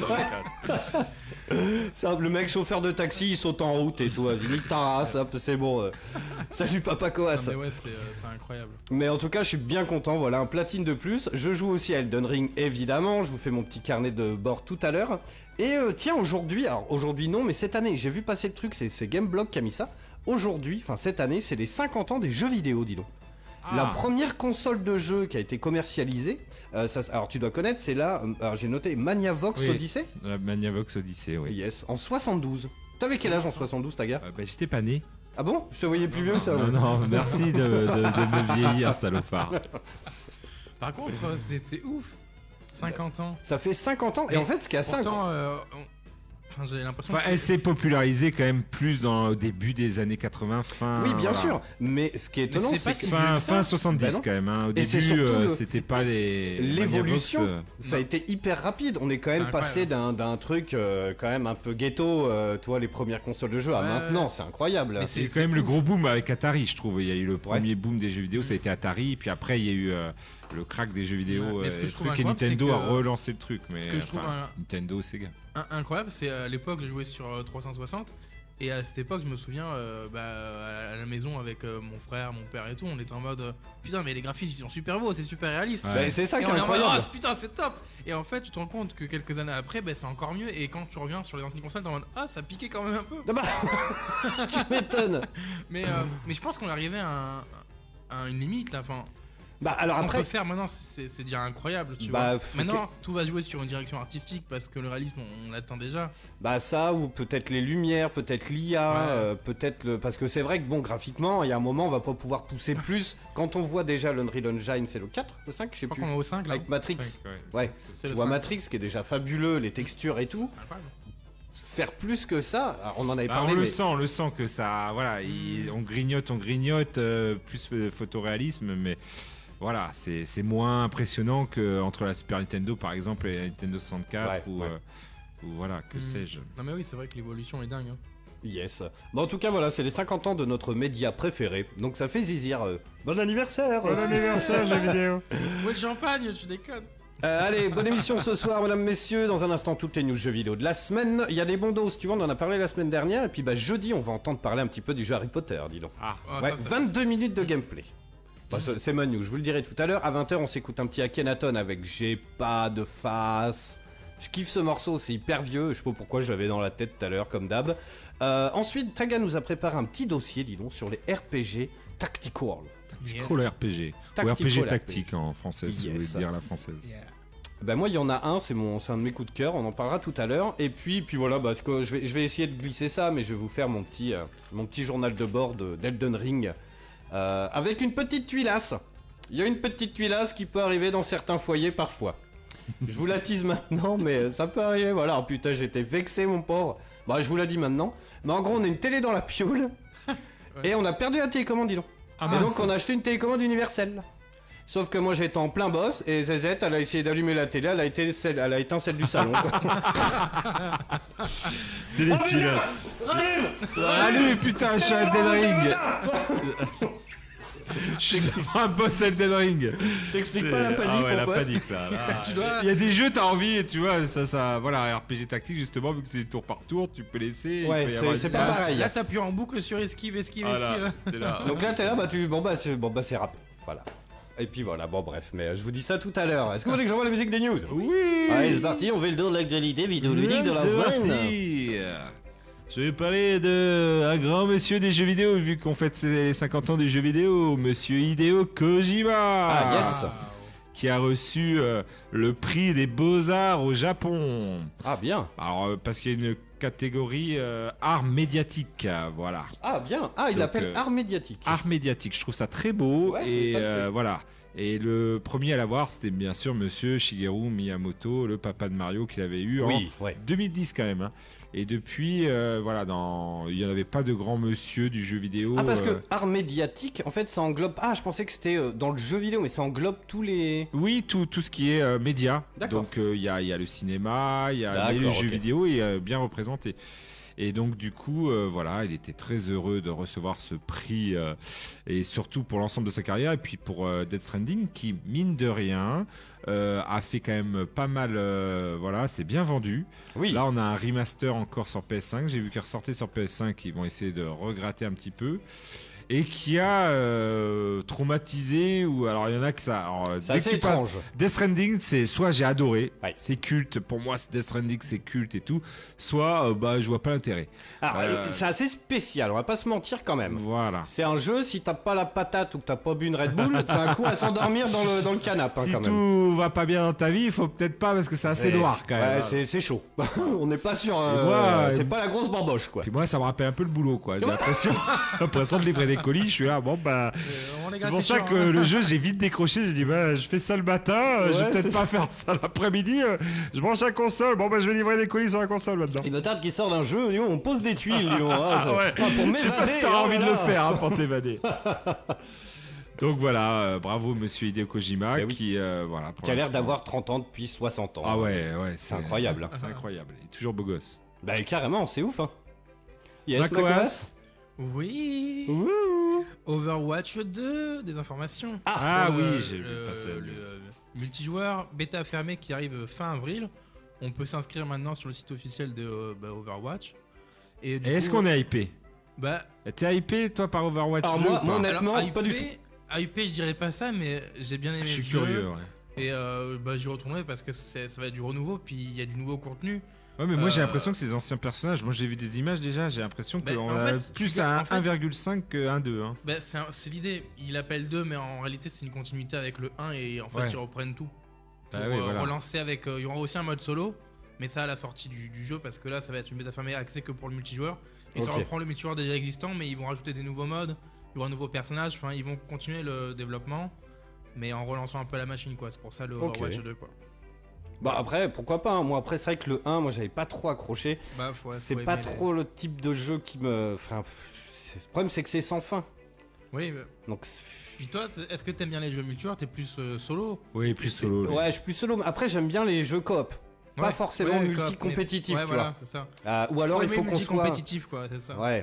C'est un- le mec chauffeur de taxi, il saute en route et tout, vas-y, nique ta race, hop, c'est bon. euh. Salut papa Ah, Coas. mais ouais, c'est euh, c'est incroyable. Mais en tout cas, je suis bien content, voilà, un platine de plus. Je joue aussi à Elden Ring, évidemment, je vous fais mon petit carnet de bord tout à l'heure. Et euh, tiens, aujourd'hui, alors aujourd'hui non, mais cette année, j'ai vu passer le truc, c'est c'est Gameblog qui a mis ça. Aujourd'hui, enfin cette année, c'est les cinquante ans des jeux vidéo, dis donc. La Ah. première console de jeu qui a été commercialisée, euh, ça, alors tu dois connaître, c'est là, euh, alors j'ai noté Maniavox Oui. Odyssey. La Maniavox Odyssey, oui. Yes, en soixante-douze. T'avais quel âge en soixante-douze, ta gars? Euh, bah, j'étais pas né. Ah bon? Je te voyais plus vieux, ça. Non, ouais. non, merci de, de- de me vieillir, salopard. Par contre, euh, c'est c'est ouf. cinquante ans. Ça fait cinquante ans, et, Et en fait, ce qui est assez Pourtant, euh, on- enfin, j'ai l'impression Enfin, que elle s'est popularisée quand même plus dans, au début des années quatre-vingts, fin. Oui, bien voilà. sûr, mais ce qui est étonnant, c'est c'est pas que si vieux Fin, que ça. fin soixante-dix Bah non. quand même. Hein. Au Et c'est début, surtout euh, le- c'était pas les. l'évolution, Maniavox, euh, ça a été hyper rapide. On est quand C'est même passé incroyable. d'un d'un truc euh, quand même un peu ghetto, euh, toi, les premières consoles de jeu, à Ouais, maintenant, ouais. c'est incroyable. Mais C'est c'est- quand même le ouf. gros boom avec Atari, je trouve. Il y a eu le premier boom des jeux vidéo, ça a été Atari, puis après il y a eu euh, le crack des jeux vidéo. Ouais, mais ce que euh, je trouve truc, et incroyable, Nintendo c'est a que- relancé le truc. Mais ce que je trouve enfin, un- Nintendo, Sega. In- incroyable, c'est à l'époque je jouais sur euh, trois cent soixante et à cette époque je me souviens euh, bah, à la maison avec euh, mon frère, mon père et tout, on était en mode euh, putain mais les graphismes ils sont super beaux, c'est super réaliste. Ouais. Bah, c'est ça Et qui on est est en mode incroyable. oh putain c'est top. Et en fait tu te rends compte que quelques années après bah, c'est encore mieux et quand tu reviens sur les anciennes consoles t'es en mode ah ça piquait quand même un peu. Ah bah, tu m'étonnes. Mais, euh, mais je pense qu'on est arrivé à, un- à une limite là. Enfin, Bah, ce- alors ce qu'on après- peut faire maintenant c'est c'est déjà incroyable tu Bah, vois. f- Maintenant tout va jouer sur une direction artistique parce que le réalisme on, on l'atteint déjà. Bah ça, ou peut-être les lumières, peut-être l'I A, Ouais. euh, peut-être le... Parce que c'est vrai que bon, graphiquement, il y a un moment, on va pas pouvoir pousser plus. Quand on voit déjà l'Unreal Engine, c'est le quatre, le cinq, je sais Je crois plus. qu'on est au cinq là. Avec Matrix. Ouais. Ouais, C'est tu le vois cinq. Matrix qui est déjà fabuleux, les textures et tout. C'est incroyable. Faire plus que ça, alors, on en avait Bah, parlé, on le mais- sent, on le sent que ça, voilà, il- on grignote, on grignote, euh, plus euh, photoréalisme, mais voilà, c'est c'est moins impressionnant que entre la Super Nintendo par exemple et la Nintendo soixante-quatre Ouais, ou, ouais. euh, ou voilà, que Mm. sais-je. Non mais oui c'est vrai que l'évolution est dingue. hein. Yes. Bon, en tout cas, voilà, c'est les cinquante ans de notre média préféré. Donc ça fait zizir. euh. Bon anniversaire. anniversaire, jeux vidéo. Où est le champagne tu déconnes. Euh, allez, bonne émission ce soir, mesdames, messieurs. Dans un instant, toutes les news jeux vidéo de la semaine. Il y a des bons dos, tu vois, on en a parlé la semaine dernière. Et puis, bah, jeudi, on va entendre parler un petit peu du jeu Harry Potter, dis donc. Ah, Ah, Ouais, ça, ça- vingt-deux minutes de gameplay. Bah, c'est- c'est ma news, je vous le dirai tout à l'heure. À vingt heures, on s'écoute un petit Akhenaton avec J'ai pas de face. Je kiffe ce morceau, c'est hyper vieux. Je sais pas pourquoi je l'avais dans la tête tout à l'heure, comme d'hab. Euh, ensuite, Taga nous a préparé un petit dossier, dis donc, sur les R P G Tactical. Tactical R P G. Ou Tactical R P G R P G. tactique en français, si vous Yes. voulez dire la française. Ben moi il y en a un, c'est mon, c'est un de mes coups de cœur, on en parlera tout à l'heure. Et puis, puis voilà, parce que je vais, je vais essayer de glisser ça, mais je vais vous faire mon petit, euh, mon petit journal de bord de- d'Elden Ring euh, avec une petite tuilasse. Il y a une petite tuilasse qui peut arriver dans certains foyers parfois. Je vous la tease maintenant, mais ça peut arriver. Voilà, oh, putain, j'étais vexé, mon pauvre. Bah, je vous la dis maintenant. Mais en gros, on a une télé dans la pioule et on a perdu la télécommande, dis donc. Ah, et mince. donc, on a acheté une télécommande universelle. Sauf que moi j'étais en plein boss et Zezette elle a essayé d'allumer la télé, elle a, été celle, elle a éteint celle du salon. quoi. C'est les tuiles. Allez, putain, je suis à Elden Ring. Je suis devant un boss Elden Ring. Je t'explique C'est- pas la panique, Ah ouais, mon la pote. panique là. là. Tu dois- Il y a des jeux, t'as envie, et tu vois, ça, ça, voilà, R P G tactique justement, vu que c'est tour par tour, tu peux laisser. Ouais, il peut y c'est- avoir c'est une- pas Là, pareil. là, t'appuies en boucle sur esquive, esquive, Voilà, esquive. t'es là. Donc là, t'es là, bah tu, bon bah c'est, bon bah c'est rap, voilà. Et puis voilà, bon bref, mais euh, je vous dis ça tout à l'heure. Est-ce que vous voulez que j'envoie la musique des news? Oui. Allez, c'est parti, on fait le tour de l'actualité vidéoludique de la C'est semaine. parti. Je vais parler de un grand monsieur des jeux vidéo, vu qu'on fête les cinquante ans des jeux vidéo, monsieur Hideo Kojima. Ah yes. Qui a reçu euh, le prix des Beaux-Arts au Japon. Ah bien. Alors, euh, parce qu'il y a une catégorie euh, art médiatique, euh, voilà. Ah bien. Ah, il Donc, l'appelle euh, art médiatique. Art médiatique, je trouve ça très beau. Ouais, c'est et ça le euh, fait. voilà. Et le premier à l'avoir, c'était bien sûr monsieur Shigeru Miyamoto, le papa de Mario qu'il avait eu Oui, en ouais. deux mille dix quand même. hein. Et depuis, euh, voilà, dans... il n'y en avait pas de grand monsieur du jeu vidéo. Ah parce euh, que art médiatique, en fait, ça englobe. Ah, je pensais que c'était euh, dans le jeu vidéo, mais ça englobe tous les. Oui, tout, tout ce qui est euh, média. D'accord. Donc euh, il y, a, il y a le cinéma, il y a mais le D'accord, jeu ok. vidéo est euh, bien représenté. Et donc du coup, euh, voilà, il était très heureux de recevoir ce prix euh, et surtout pour l'ensemble de sa carrière et puis pour euh, Death Stranding qui, mine de rien, euh, a fait quand même pas mal. euh, voilà, c'est bien vendu. Oui. Là, on a un remaster encore sur P S cinq. J'ai vu qu'il ressortait sur P S cinq. Ils vont essayer de regratter un petit peu. Et qui a euh, traumatisé, ou alors il y en a que ça. alors, C'est dès assez que tu parles- étrange. Death Stranding, c'est soit j'ai adoré, Ouais. c'est culte, pour moi Death Stranding c'est culte et tout, soit euh, bah je vois pas l'intérêt. Alors, Euh, c'est assez spécial, on va pas se mentir quand même. Voilà. C'est un jeu, si t'as pas la patate ou que t'as pas bu une Red Bull, c'est un coup à s'endormir dans le, dans le canapé hein, Si quand même. tout va pas bien dans ta vie, il faut peut-être pas parce que c'est assez C'est- noir quand même. Ouais, c'est, c'est chaud. On n'est pas sur. euh, Et moi, c'est euh, pas la grosse bamboche quoi. Puis moi ça me rappelle un peu le boulot quoi. J'ai l'impression, l'impression de livrer des colis. Je suis là, bon bah. Euh, bon, les gars, C'est pour ça chiant, que hein. le jeu j'ai vite décroché. J'ai dit bah je fais ça le matin, euh, je Ouais, vais peut-être c'est pas faire ça l'après-midi. euh, je branche la console. Bon bah je vais livrer des colis sur la console maintenant. Il me tarde qu'il sort d'un jeu, dis donc, on pose des tuiles, dis donc, hein, Ah ça- ouais. ah, pour Je sais pas m'évader, si t'auras oh envie là de le là. faire hein, pour t'évader. Donc voilà, euh, bravo monsieur Hideo Kojima Eh oui. qui euh, voilà pour Qui a l'air l'instant- d'avoir trente ans depuis soixante ans. Ah ouais ouais C'est incroyable. hein. C'est incroyable. Il est toujours beau gosse. Bah carrément, c'est ouf hein. Yes, Macoas. Macoas. Oui. Ouh. Overwatch deux, des informations. Ah Pour oui, le- j'ai vu le- passer la le, news. euh, multijoueur bêta fermé qui arrive fin avril. On peut s'inscrire maintenant sur le site officiel de euh, bah, Overwatch. Et, du Et est-ce coup, qu'on est hypé? Bah, T'es hypé toi par Overwatch Alors deux moi- ou pas moi, honnêtement, alors, pas du hypé- hypé, je dirais pas ça, mais j'ai bien aimé Je suis le jeu. curieux. Ouais. Et euh, bah, j'y retournerai parce que c'est- ça va être du renouveau, puis il y a du nouveau contenu. Ouais, mais moi j'ai Euh, l'impression que ces anciens personnages, moi j'ai vu des images déjà, j'ai l'impression Ben, qu'on en a fait, je plus suis- à en fait- un virgule cinq que un deux. Hein. Bah, c'est un- c'est l'idée, il appelle deux, mais en réalité c'est une continuité avec le un et en fait Ouais. ils reprennent tout. Bah Pour oui, euh, voilà. relancer avec. euh, il y aura aussi un mode solo, mais ça à la sortie du, du jeu parce que là ça va être une bêta fermée axée que pour le multijoueur. Et ça Ok. reprend le multijoueur déjà existant, mais ils vont rajouter des nouveaux modes, il y aura un nouveau personnage, enfin ils vont continuer le développement, mais en relançant un peu la machine quoi. C'est pour ça le Ok. Overwatch deux quoi. Bah après, pourquoi pas hein. Moi après, c'est vrai que le un, moi j'avais pas trop accroché. Bah, faut- c'est faut pas aimer les- trop le type de jeu qui me... Enfin, pff, le problème c'est que c'est sans fin. Oui, bah, Donc... c'est- puis toi, t- est-ce que t'aimes bien les jeux multijoueurs? T'es plus euh, solo? Oui, plus solo. lui. Ouais, je suis plus solo. mais Après, j'aime bien les jeux coop. Pas Ouais, forcément ouais, coop, multi-compétitif, mais- tu ouais, voilà, vois. c'est ça. Euh, ou alors il aimer faut le qu'on soit... multi-compétitif quoi, c'est ça. Ouais.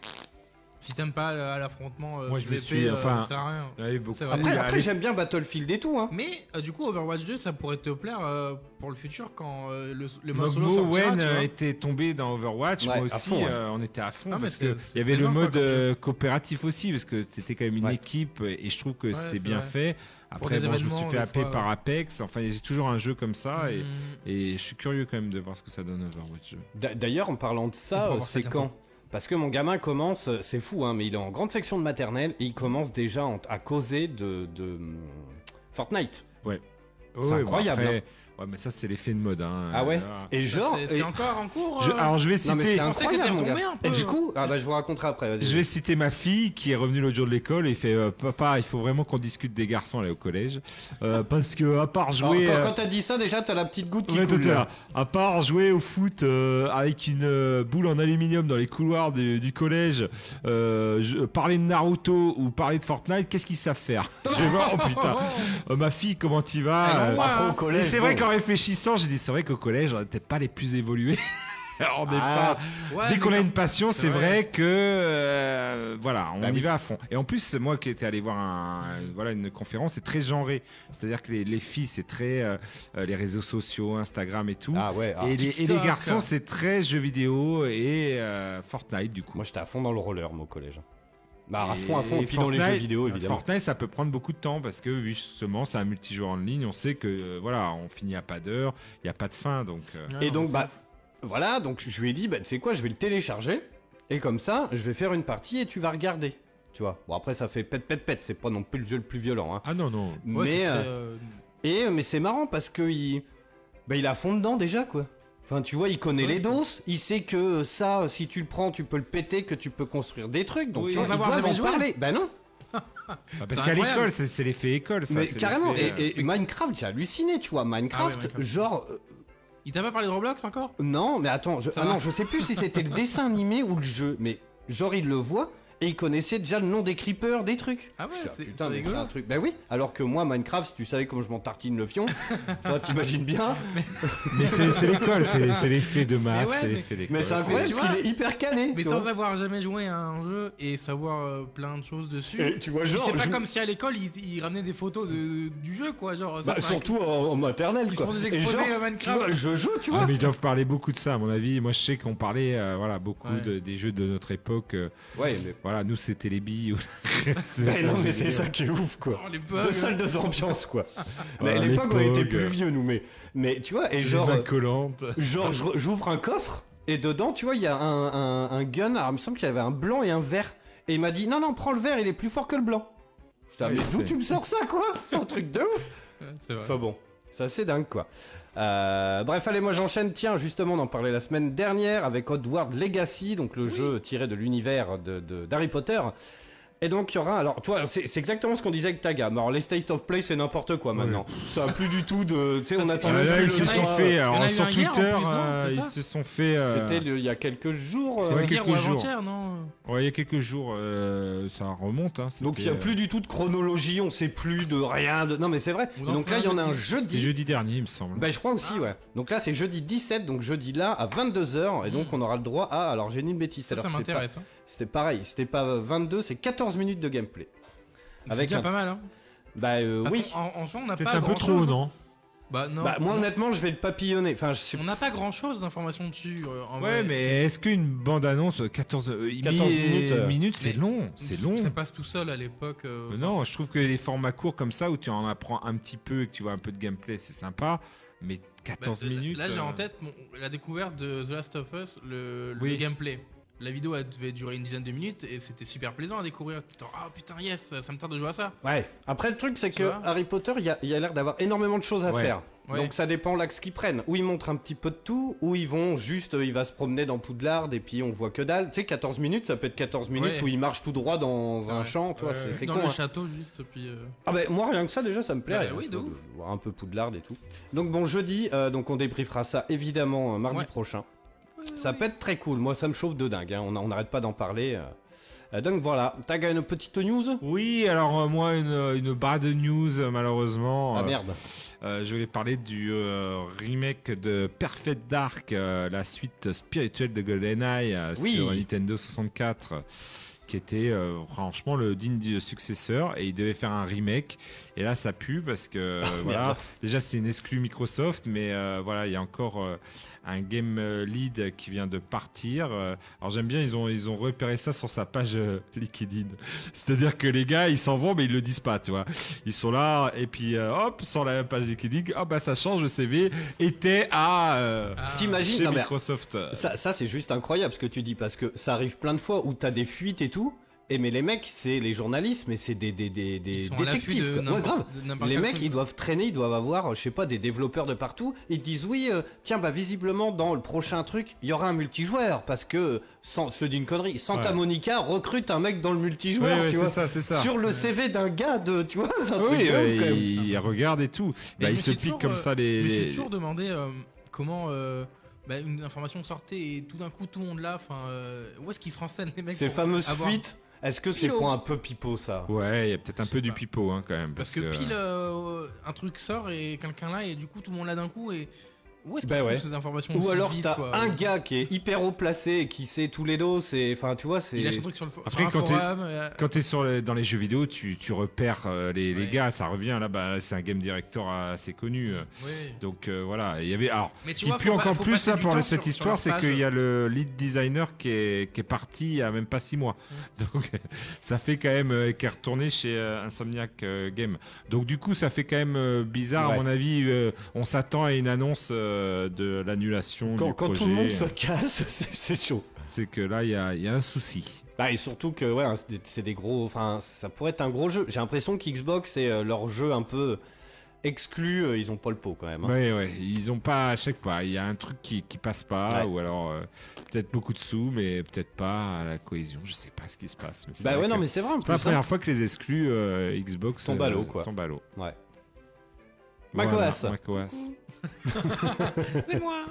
Si t'aimes pas le- à l'affrontement, euh, Moi, je me P V P, suis- euh, enfin, ça sert à rien. Il y avait beaucoup. C'est vrai. Après, Il y a après les- j'aime bien Battlefield et tout, hein. Mais euh, du coup, Overwatch deux, ça pourrait te plaire euh, pour le futur quand euh, le, le mode solo Mogmo sortira, Wen tu vois. euh, était tombé dans Overwatch, Ouais, moi à aussi, fond, ouais. euh, on était à fond Non, mais parce c'est- que c'est il y avait le plaisant, quoi, mode comme jeu. euh, coopératif aussi parce que c'était quand même une Ouais. équipe et je trouve que Ouais, c'était c'est bien vrai. fait. Après, des bon, je me suis événements, fait des happer fois, par ouais. Apex. Enfin, j'ai toujours un jeu comme ça et, Mm. et je suis curieux quand même de voir ce que ça donne Overwatch. D'a- D'ailleurs, en parlant de On ça, pourra euh, voir ça c'est bientôt. quand? Parce que mon gamin commence, euh, c'est fou, hein, mais il est en grande section de maternelle et il commence déjà en- à causer de, de hum, Fortnite. C'est incroyable, ouais, mais ça, c'est l'effet de mode. Hein. Ah ouais? Euh, Et Ça, genre... c'est- C'est et- encore en cours je- euh alors, je vais Non mais citer. c'est Je pensais que c'était incroyable, mon retombé gars. un peu. Et du coup, ah bah je vous raconterai après. vas-y. Je vais citer ma fille qui est revenue l'autre jour de l'école et il fait euh, papa, il faut vraiment qu'on discute des garçons là au collège euh, parce que à part Alors, jouer, quand, euh, quand t'as dit ça, déjà t'as la petite goutte qui ouais, coule. tout est là. là. À part jouer au foot euh, avec une euh, boule en aluminium dans les couloirs du, du collège, euh, je- parler de Naruto ou parler de Fortnite, qu'est-ce qu'ils savent faire? Je vais voir, oh putain, Euh, ma fille, comment tu vas? Ah non, Euh, moi, Après, au hein. et collège, c'est vrai bon. qu'en réfléchissant, j'ai dit c'est vrai qu'au collège, on n'était pas les plus évolués. on n'est Ah, pas. Ouais, Dès mais qu'on a quand- une passion, c'est vrai. vrai que euh, voilà, on Bah y oui. va à fond. Et en plus, moi qui étais allé voir un, voilà une conférence, c'est très genré. C'est-à-dire que les, les filles, c'est très euh, euh, les réseaux sociaux, Instagram et tout. Ah ouais, ah, et, les, et les TikTok. garçons, c'est très jeux vidéo et euh, Fortnite du coup. moi j'étais à fond dans le roller, moi au collège. Bah à Et fond, à fond, et puis dans les jeux Fortnite- vidéo évidemment. Fortnite, ça peut prendre beaucoup de temps parce que justement, c'est un multijoueur en ligne. On sait que euh, voilà, on finit à pas d'heure, il y a pas de fin, donc. euh, Ouais, Et non, donc c'est- bah voilà, donc je lui ai dit, bah tu sais quoi, je vais le télécharger, et comme ça, je vais faire une partie et tu vas regarder. Tu vois, bon après ça fait pète pète pète, c'est pas non plus le jeu le plus violent, hein. Ah non non. Ouais, mais c'est très, euh, euh, et mais c'est marrant parce que il, bah il est à fond dedans déjà quoi. Enfin tu vois, il connaît Ouais, les c'est- doses, il sait que ça, si tu le prends, tu peux le péter, que tu peux construire des trucs, donc Oui, tu vois, sans ils avoir doivent jamais en joué. parler. Bah non. Ah, parce C'est qu'à incroyable. l'école, c'est, c'est l'effet école, ça. Mais c'est carrément, l'effet, et, et Minecraft, j'ai halluciné, tu vois, Minecraft, Ah ouais, Minecraft. genre, euh, Il t'a pas parlé de Roblox encore? non, mais attends, je, Ça ah va. non, je sais plus si c'était le dessin animé ou le jeu, mais genre il le voit et il connaissait déjà le nom des creepers, des trucs. Ah ouais, Je suis, ah, c'est putain, c'est mais c'est rigolo. un truc. Bah oui, alors que moi, Minecraft, si tu savais comment je m'en tartine le fion, toi t'imagines bien. Mais c'est, c'est l'école, c'est, c'est l'effet de masse, Mais ouais, c'est mais- l'effet d'école. Mais c'est incroyable tu parce vois. qu'il est hyper calé. Mais tu sans vois. avoir jamais joué à un jeu et savoir euh, plein de choses dessus. Et tu vois, Puis genre. c'est pas je- comme si à l'école il, il ramenait des photos de, du jeu quoi, genre. ça, Bah, c'est un- surtout en, en maternelle, Ils quoi. font des Et exposés genre, à tu vois, Minecraft. je joue, tu Ah, vois. mais ils doivent parler beaucoup de ça, à mon avis. Moi, je sais qu'on parlait, euh, voilà, beaucoup Ouais. de- des jeux de notre époque. euh, Ouais, mais. voilà, nous, c'était les billes. ou- Ouais, non, mais c'est ça qui est ouf, quoi. Oh, les bugs. Deux salles, deux ambiances, quoi. Mais à Ah, l'époque, on les était pogs. plus vieux, nous, mais. Mais tu vois, et Les genre. mains euh, collantes. Genre, je re- j'ouvre un coffre et dedans, tu vois, il y a un, un, un gun. Alors, il me semble qu'il y avait un blanc et un vert. Et il m'a dit non, non, prends le vert, il est plus fort que le blanc. Putain, mais Ouais, d'où c'est- tu me sors ça, quoi? C'est un truc de ouf. Ouais, c'est vrai. Enfin bon, ça c'est dingue, quoi. Euh, bref, allez, moi j'enchaîne. Tiens, justement, on en parlait la semaine dernière avec Hogwarts Legacy, donc le jeu tiré de l'univers de, de- d'Harry Potter. Et donc il y aura, alors tu vois, c'est c'est exactement ce qu'on disait avec ta gamme. Alors les State of Play c'est n'importe quoi maintenant. Ça a plus du tout de, tu sais, on attend Ah, même là, plus ils le se soir. sont fait, Il y en a alors eu sur un hier, en Twitter, plus, non euh, C'est ils ça se sont fait. euh, C'était le- il y a quelques jours. euh, Ouais, Hier quelques ou jours. avant-hier, non? Ouais, il y a quelques jours, euh, ça remonte. Hein, Donc il c'était, n'y a plus du tout de chronologie, on sait plus de rien. De... Non mais c'est vrai. On Et en donc fera là il y en a un un jeudi. C'était jeudi. jeudi dernier, il me semble. Bah je crois aussi ouais. Donc là c'est jeudi dix-sept, donc jeudi là à vingt-deux heures. Et donc on aura le droit à... Alors j'ai dit une bêtise. Ça, Alors, ça c'était pas- m'intéresse. hein. C'était pareil, c'était pas vingt-deux, c'est quatorze minutes de gameplay. C'est Avec déjà un- pas mal, hein. Bah euh, Parce oui. qu'en- En soi, on n'a Peut-être pas un peu grand trop, chose. non? Bah non. Bah moi on- honnêtement je vais le papillonner. Enfin je sais On n'a pas grand chose d'informations dessus. euh, en Ouais, vrai. mais est-ce qu'une bande-annonce quatorze, euh, quatorze mi- minutes, euh, minutes, c'est mais- long, c'est long. Ça passe tout seul à l'époque. euh, Mais non, je trouve que les formats courts comme ça, où tu en apprends un petit peu et que tu vois un peu de gameplay, c'est sympa. Mais quatorze Bah, minutes. Là, j'ai euh, en tête mon- la découverte de The Last of Us, le, le Oui. gameplay. La vidéo elle devait durer une dizaine de minutes et c'était super plaisant à découvrir. Putain, ah putain, yes, ça me tarde de jouer à ça. Ouais. Après le truc c'est Tu que vois Harry Potter il y a, il y a l'air d'avoir énormément de choses à Ouais. faire. Ouais. Donc ça dépend l'axe qu'ils prennent. Ou ils montrent un petit peu de tout, ou ils vont juste, euh, il va se promener dans Poudlard et puis on voit que dalle. Tu sais, quatorze minutes, ça peut être quatorze minutes Ouais. où il marche tout droit dans C'est un vrai. champ, tu vois, Ouais, c'est- ouais. c'est Dans con. le hein. château juste, puis. euh, Ah bah moi rien que ça déjà ça me plairait. Bah oui, hein, de tu vois, ouf. voir un peu Poudlard et tout. Donc bon jeudi, euh, donc on débriefera ça évidemment euh, mardi Ouais. prochain. Ça peut être très cool, moi ça me chauffe de dingue, hein. on on n'arrête pas d'en parler. euh. Euh, donc voilà, t'as une petite news? Oui, alors euh, moi, une, une bad news, euh, malheureusement. Ah Euh, merde. euh, je vais parler du euh, remake de Perfect Dark, euh, la suite spirituelle de GoldenEye euh, Oui. sur Nintendo soixante-quatre. Qui était euh, franchement le digne du successeur, et il devait faire un remake, et là ça pue parce que voilà, merde. déjà c'est une exclue Microsoft, mais euh, voilà, il y a encore euh, un game euh, lead qui vient de partir. Euh, alors j'aime bien, ils ont ils ont repéré ça sur sa page euh, LinkedIn, c'est-à-dire que les gars ils s'en vont mais ils le disent pas, tu vois, ils sont là et puis euh, hop sur la page LinkedIn, ah bah ça change, le C V était à euh, Ah. T'imagines? chez Non, mais Microsoft. Ça, ça c'est juste incroyable ce que tu dis parce que ça arrive plein de fois où t'as des fuites et tout. Et mais les mecs, c'est les journalistes, mais c'est des, des, des, des Ils sont à l'affût détectives. de quoi. Ouais, n'importe- grave. de n'importe Les quel mecs, truc, ils quoi. doivent traîner, ils doivent avoir, je sais pas, des développeurs de partout. Ils te disent oui, euh, tiens, bah visiblement dans le prochain truc, il y aura un multijoueur parce que, sans, je te dis une connerie, Santa Ouais. Monica recrute un mec dans le Oui, multijoueur, oui, tu c'est vois. ça, c'est ça. Sur le C V d'un gars de, tu vois, c'est un truc Oui, de ouais, ouf, quand même. il, il regarde et tout. Mais Bah, je il me se suis pique toujours, comme euh, ça les. Je me suis les- toujours demandé euh, comment euh, bah, une information sortait et tout d'un coup tout le monde là. Enfin, euh, où est-ce qu'ils se renseignent les mecs Ces pour fameuses avoir- fuites, est-ce que c'est Pilo. pas un peu pipeau ça? Ouais, il y a peut-être un Je peu sais du pas. pipeau hein, quand même. Parce Parce, que pile euh, un truc sort et quelqu'un là et du coup tout le monde là d'un coup et Où est-ce que Bah tu trouves ouais. ces informations Ou aussi alors vite, t'as quoi un gars qui est hyper haut placé et qui sait tous les dos, c'est, enfin tu vois, c'est. Il a son truc sur le fo- Après, sur un quand t'es- forum. euh, Quand tu es dans les jeux vidéo, tu, tu repères euh, les, les Ouais. gars, ça revient là, bah, c'est un game director assez connu. euh, Oui. Donc euh, voilà, il y avait alors Mais tu ce qui vois, pue faut pas- encore faut plus passer là du pour temps cette sur- sur histoire, leur c'est page. qu'il y a le lead designer qui est, qui est parti il y a même pas six mois. Donc ça fait quand même euh, qui est retourné chez euh, Insomniac euh, Game. Donc du coup, ça fait quand même euh, bizarre Ouais. à mon avis. euh, on s'attend à une annonce euh, de l'annulation Quand, du quand projet. tout le monde se casse, c'est, c'est chaud. C'est que là, il y a, il y a un souci. Bah et surtout que ouais, c'est des- c'est des gros, enfin ça pourrait être un gros jeu. J'ai l'impression qu'Xbox c'est euh, leur jeu un peu exclu, euh, ils ont pas le pot quand même. hein. Ouais, ouais, ils ont pas à chaque fois. Il y a un truc qui, qui passe pas, Ouais. ou alors euh, peut-être beaucoup de sous, mais peut-être pas à la cohésion. Je sais pas ce qui se passe. Mais c'est Bah vrai ouais non que mais c'est vrai en c'est pas la plus. hein. première fois que les exclus euh, Xbox Tombent à l'eau, quoi. tombent à l'eau. Ouais. Voilà, macOS. macOS. C'est moi.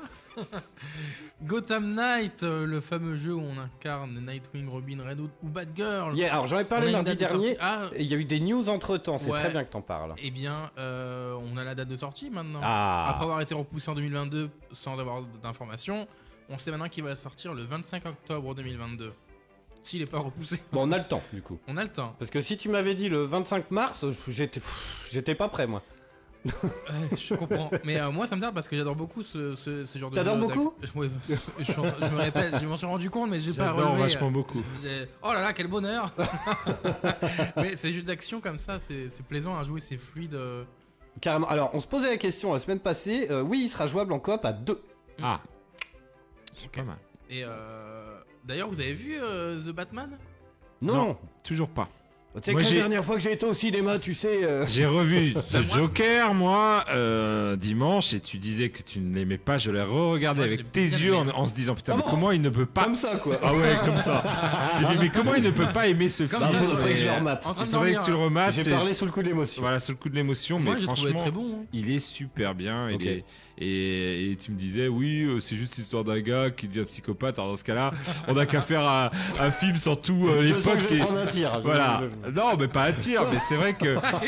Gotham Knight, euh, le fameux jeu où on incarne Nightwing, Robin, Red Hood ou Batgirl. Yeah, alors j'en ai parlé On a une lundi date de dernier. sortie. Ah, et Il y a eu des news entre temps, c'est Ouais. très bien que t'en parles. eh bien, euh, on a la date de sortie maintenant. Ah. Après avoir été repoussé en deux mille vingt-deux sans avoir d'informations, on sait maintenant qu'il va sortir le vingt-cinq octobre deux mille vingt-deux. S'il n'est pas repoussé, Bon on a le temps du coup. on a le temps. Parce que si tu m'avais dit le vingt-cinq mars, j'étais, pff, j'étais pas prêt moi. Ouais, je comprends. Mais euh, moi, ça me sert parce que j'adore beaucoup ce, ce, ce genre de T'adores jeu beaucoup d'action. Ouais, je, je, je me répète, je m'en suis rendu compte, mais j'ai pas J'adore relevé. vachement beaucoup. J'ai- Oh là là, quel bonheur. Mais ces jeux d'action comme ça, c'est c'est plaisant à jouer, c'est fluide. euh. Carrément. Alors on se posait la question la semaine passée. euh, oui, il sera jouable en coop à deux. Ah, c'est Ok. pas mal. Et euh, d'ailleurs, vous avez vu euh, The Batman? Non. Non. Toujours pas. Tu sais Moi, que la j'ai- dernière fois que j'ai été au cinéma, tu sais. euh, J'ai revu Bah, The moi- Joker, moi, euh, dimanche, et tu disais que tu ne l'aimais pas. Je l'ai re-regardé Moi, je l'ai avec tes bien yeux en, aimé. en se disant putain, Ah mais bon comment il ne peut pas. Comme ça quoi. Ah ouais, comme ça. J'ai dit, mais comment il ne peut pas aimer ce Comme film Bah, ça, faut- faudrait j'aurais- que je le remate. En train Il de faudrait dormir, que tu le hein. remates. J'ai et- parlé sous le coup de l'émotion. Voilà, sur le coup de l'émotion, Moi, mais j'ai trouvé franchement, très bon. hein. il est super bien. il Ok. est- et, et tu me disais, oui, euh, c'est juste l'histoire d'un gars qui devient psychopathe. Alors dans ce cas-là, on n'a qu'à faire un, un film sur tout euh, Je sens que l'époque. je vais et- prendre un tir. je- Voilà. je- Non, mais pas un tir, mais c'est vrai que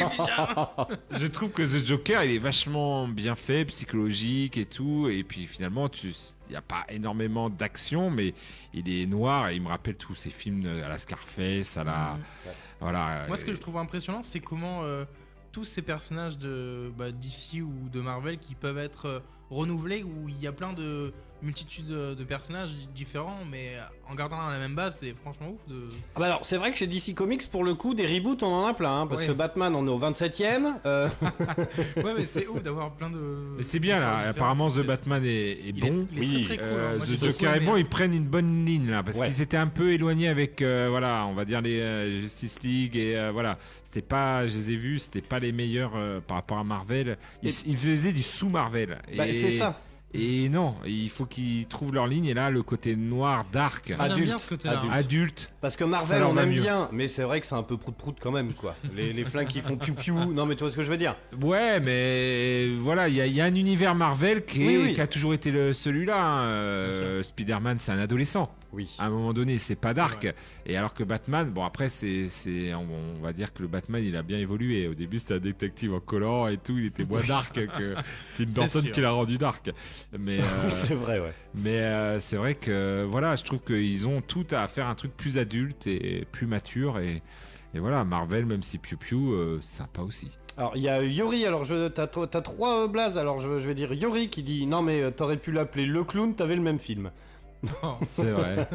je trouve que The Joker, il est vachement bien fait, psychologique et tout. Et puis finalement, tu, il n'y a pas énormément d'action, mais il est noir et il me rappelle tous ces films à la Scarface, à la, Mhm. voilà. Moi, ce que je trouve impressionnant, c'est comment euh, tous ces personnages de bah, D C ou de Marvel qui peuvent être euh, renouvelés, où il y a plein de multitudes de personnages différents, mais en gardant la même base, c'est franchement ouf. De... Ah bah alors, c'est vrai que chez D C Comics, pour le coup, des reboots, on en a plein. hein, parce Ouais. que Batman, on est au vingt-septième. euh, Ouais, mais c'est ouf d'avoir plein de. Mais c'est bien là. différents. Apparemment, The Batman est, est Il bon. il est Oui, très, très cool. Euh, hein. Moi, The j'ai beaucoup Joker est aimé, bon, hein. ils prennent une bonne ligne là parce Ouais. qu'ils étaient un peu éloignés avec euh, voilà, on va dire les euh, Justice League et euh, voilà, c'était pas, je les ai vus, c'était pas les meilleurs euh, par rapport à Marvel. Ils, Et- ils faisaient du sous Marvel. bah, c'est ça. Et non, il faut qu'ils trouvent leur ligne et là le côté noir, dark, Moi, j'aime bien Adulte, ce côté-là. adulte. adulte. Parce que Ça Marvel, leur on va aime mieux. bien, mais c'est vrai que c'est un peu prout-prout quand même, quoi. Les, les flingues qui font piou-piou. Non, mais tu vois ce que je veux dire. Ouais, mais voilà, il y, a- il y a un univers Marvel qui, est- Oui, oui. qui a toujours été le- celui-là. hein. Euh, Spider-Man, c'est un adolescent. Oui. À un moment donné, c'est pas dark. vrai. Et alors que Batman, bon après, c'est, c'est, on, on va dire que le Batman, il a bien évolué. Au début, c'était un détective en collant et tout, il était moins dark que Tim Burton sûr. qui l'a rendu dark. Mais, euh, c'est vrai, ouais. mais euh, c'est vrai que voilà, je trouve qu'ils ont tout à faire un truc plus adulte et plus mature. Et, et voilà, Marvel, même si Piu Piu, euh, sympa aussi. Alors, il y a Yori, alors je, t'as, t'as trois euh, blazes, alors je, je vais dire Yori qui dit non, mais euh, t'aurais pu l'appeler Le Clown, t'avais le même film. C'est vrai.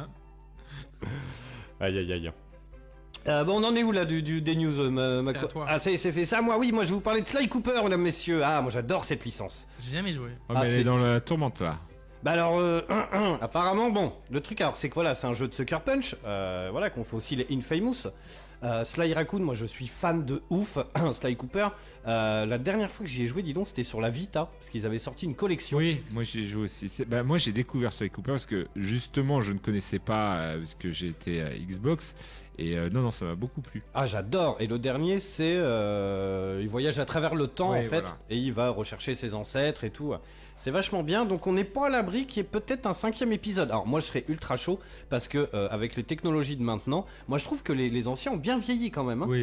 Aïe, aïe, aïe. Euh, bon, on en est où là du, du- des news euh, ma- ma- C'est à toi. Ah, c'est, c'est fait ça, moi, oui, moi je vais vous parler de Sly Cooper, mesdames, messieurs. Ah, moi j'adore cette licence. J'ai jamais joué. Oh, Ah, mais elle c'est- est dans la tourmente là. Bah alors, euh, apparemment, bon, le truc, alors, c'est que voilà, c'est un jeu de Sucker Punch, euh, voilà, qu'on fait aussi les Infamous. Euh, Sly Raccoon, moi je suis fan de ouf, Sly Cooper. Euh, la dernière fois que j'y ai joué, dis donc, c'était sur la Vita, parce qu'ils avaient sorti une collection. Oui, moi j'ai joué aussi. C'est- bah, moi j'ai découvert Sly Cooper parce que justement je ne connaissais pas euh, parce que j'étais à Xbox et euh, non non ça m'a beaucoup plu. Ah, j'adore. Et le dernier, c'est euh, il voyage à travers le temps Ouais, en fait, voilà. et il va rechercher ses ancêtres et tout. C'est vachement bien. Donc on n'est pas à l'abri qu'il y ait peut-être un cinquième épisode. Alors moi, je serais ultra chaud parce que euh, avec les technologies de maintenant, moi je trouve que les, les anciens ont bien vieilli quand même. hein. Oui.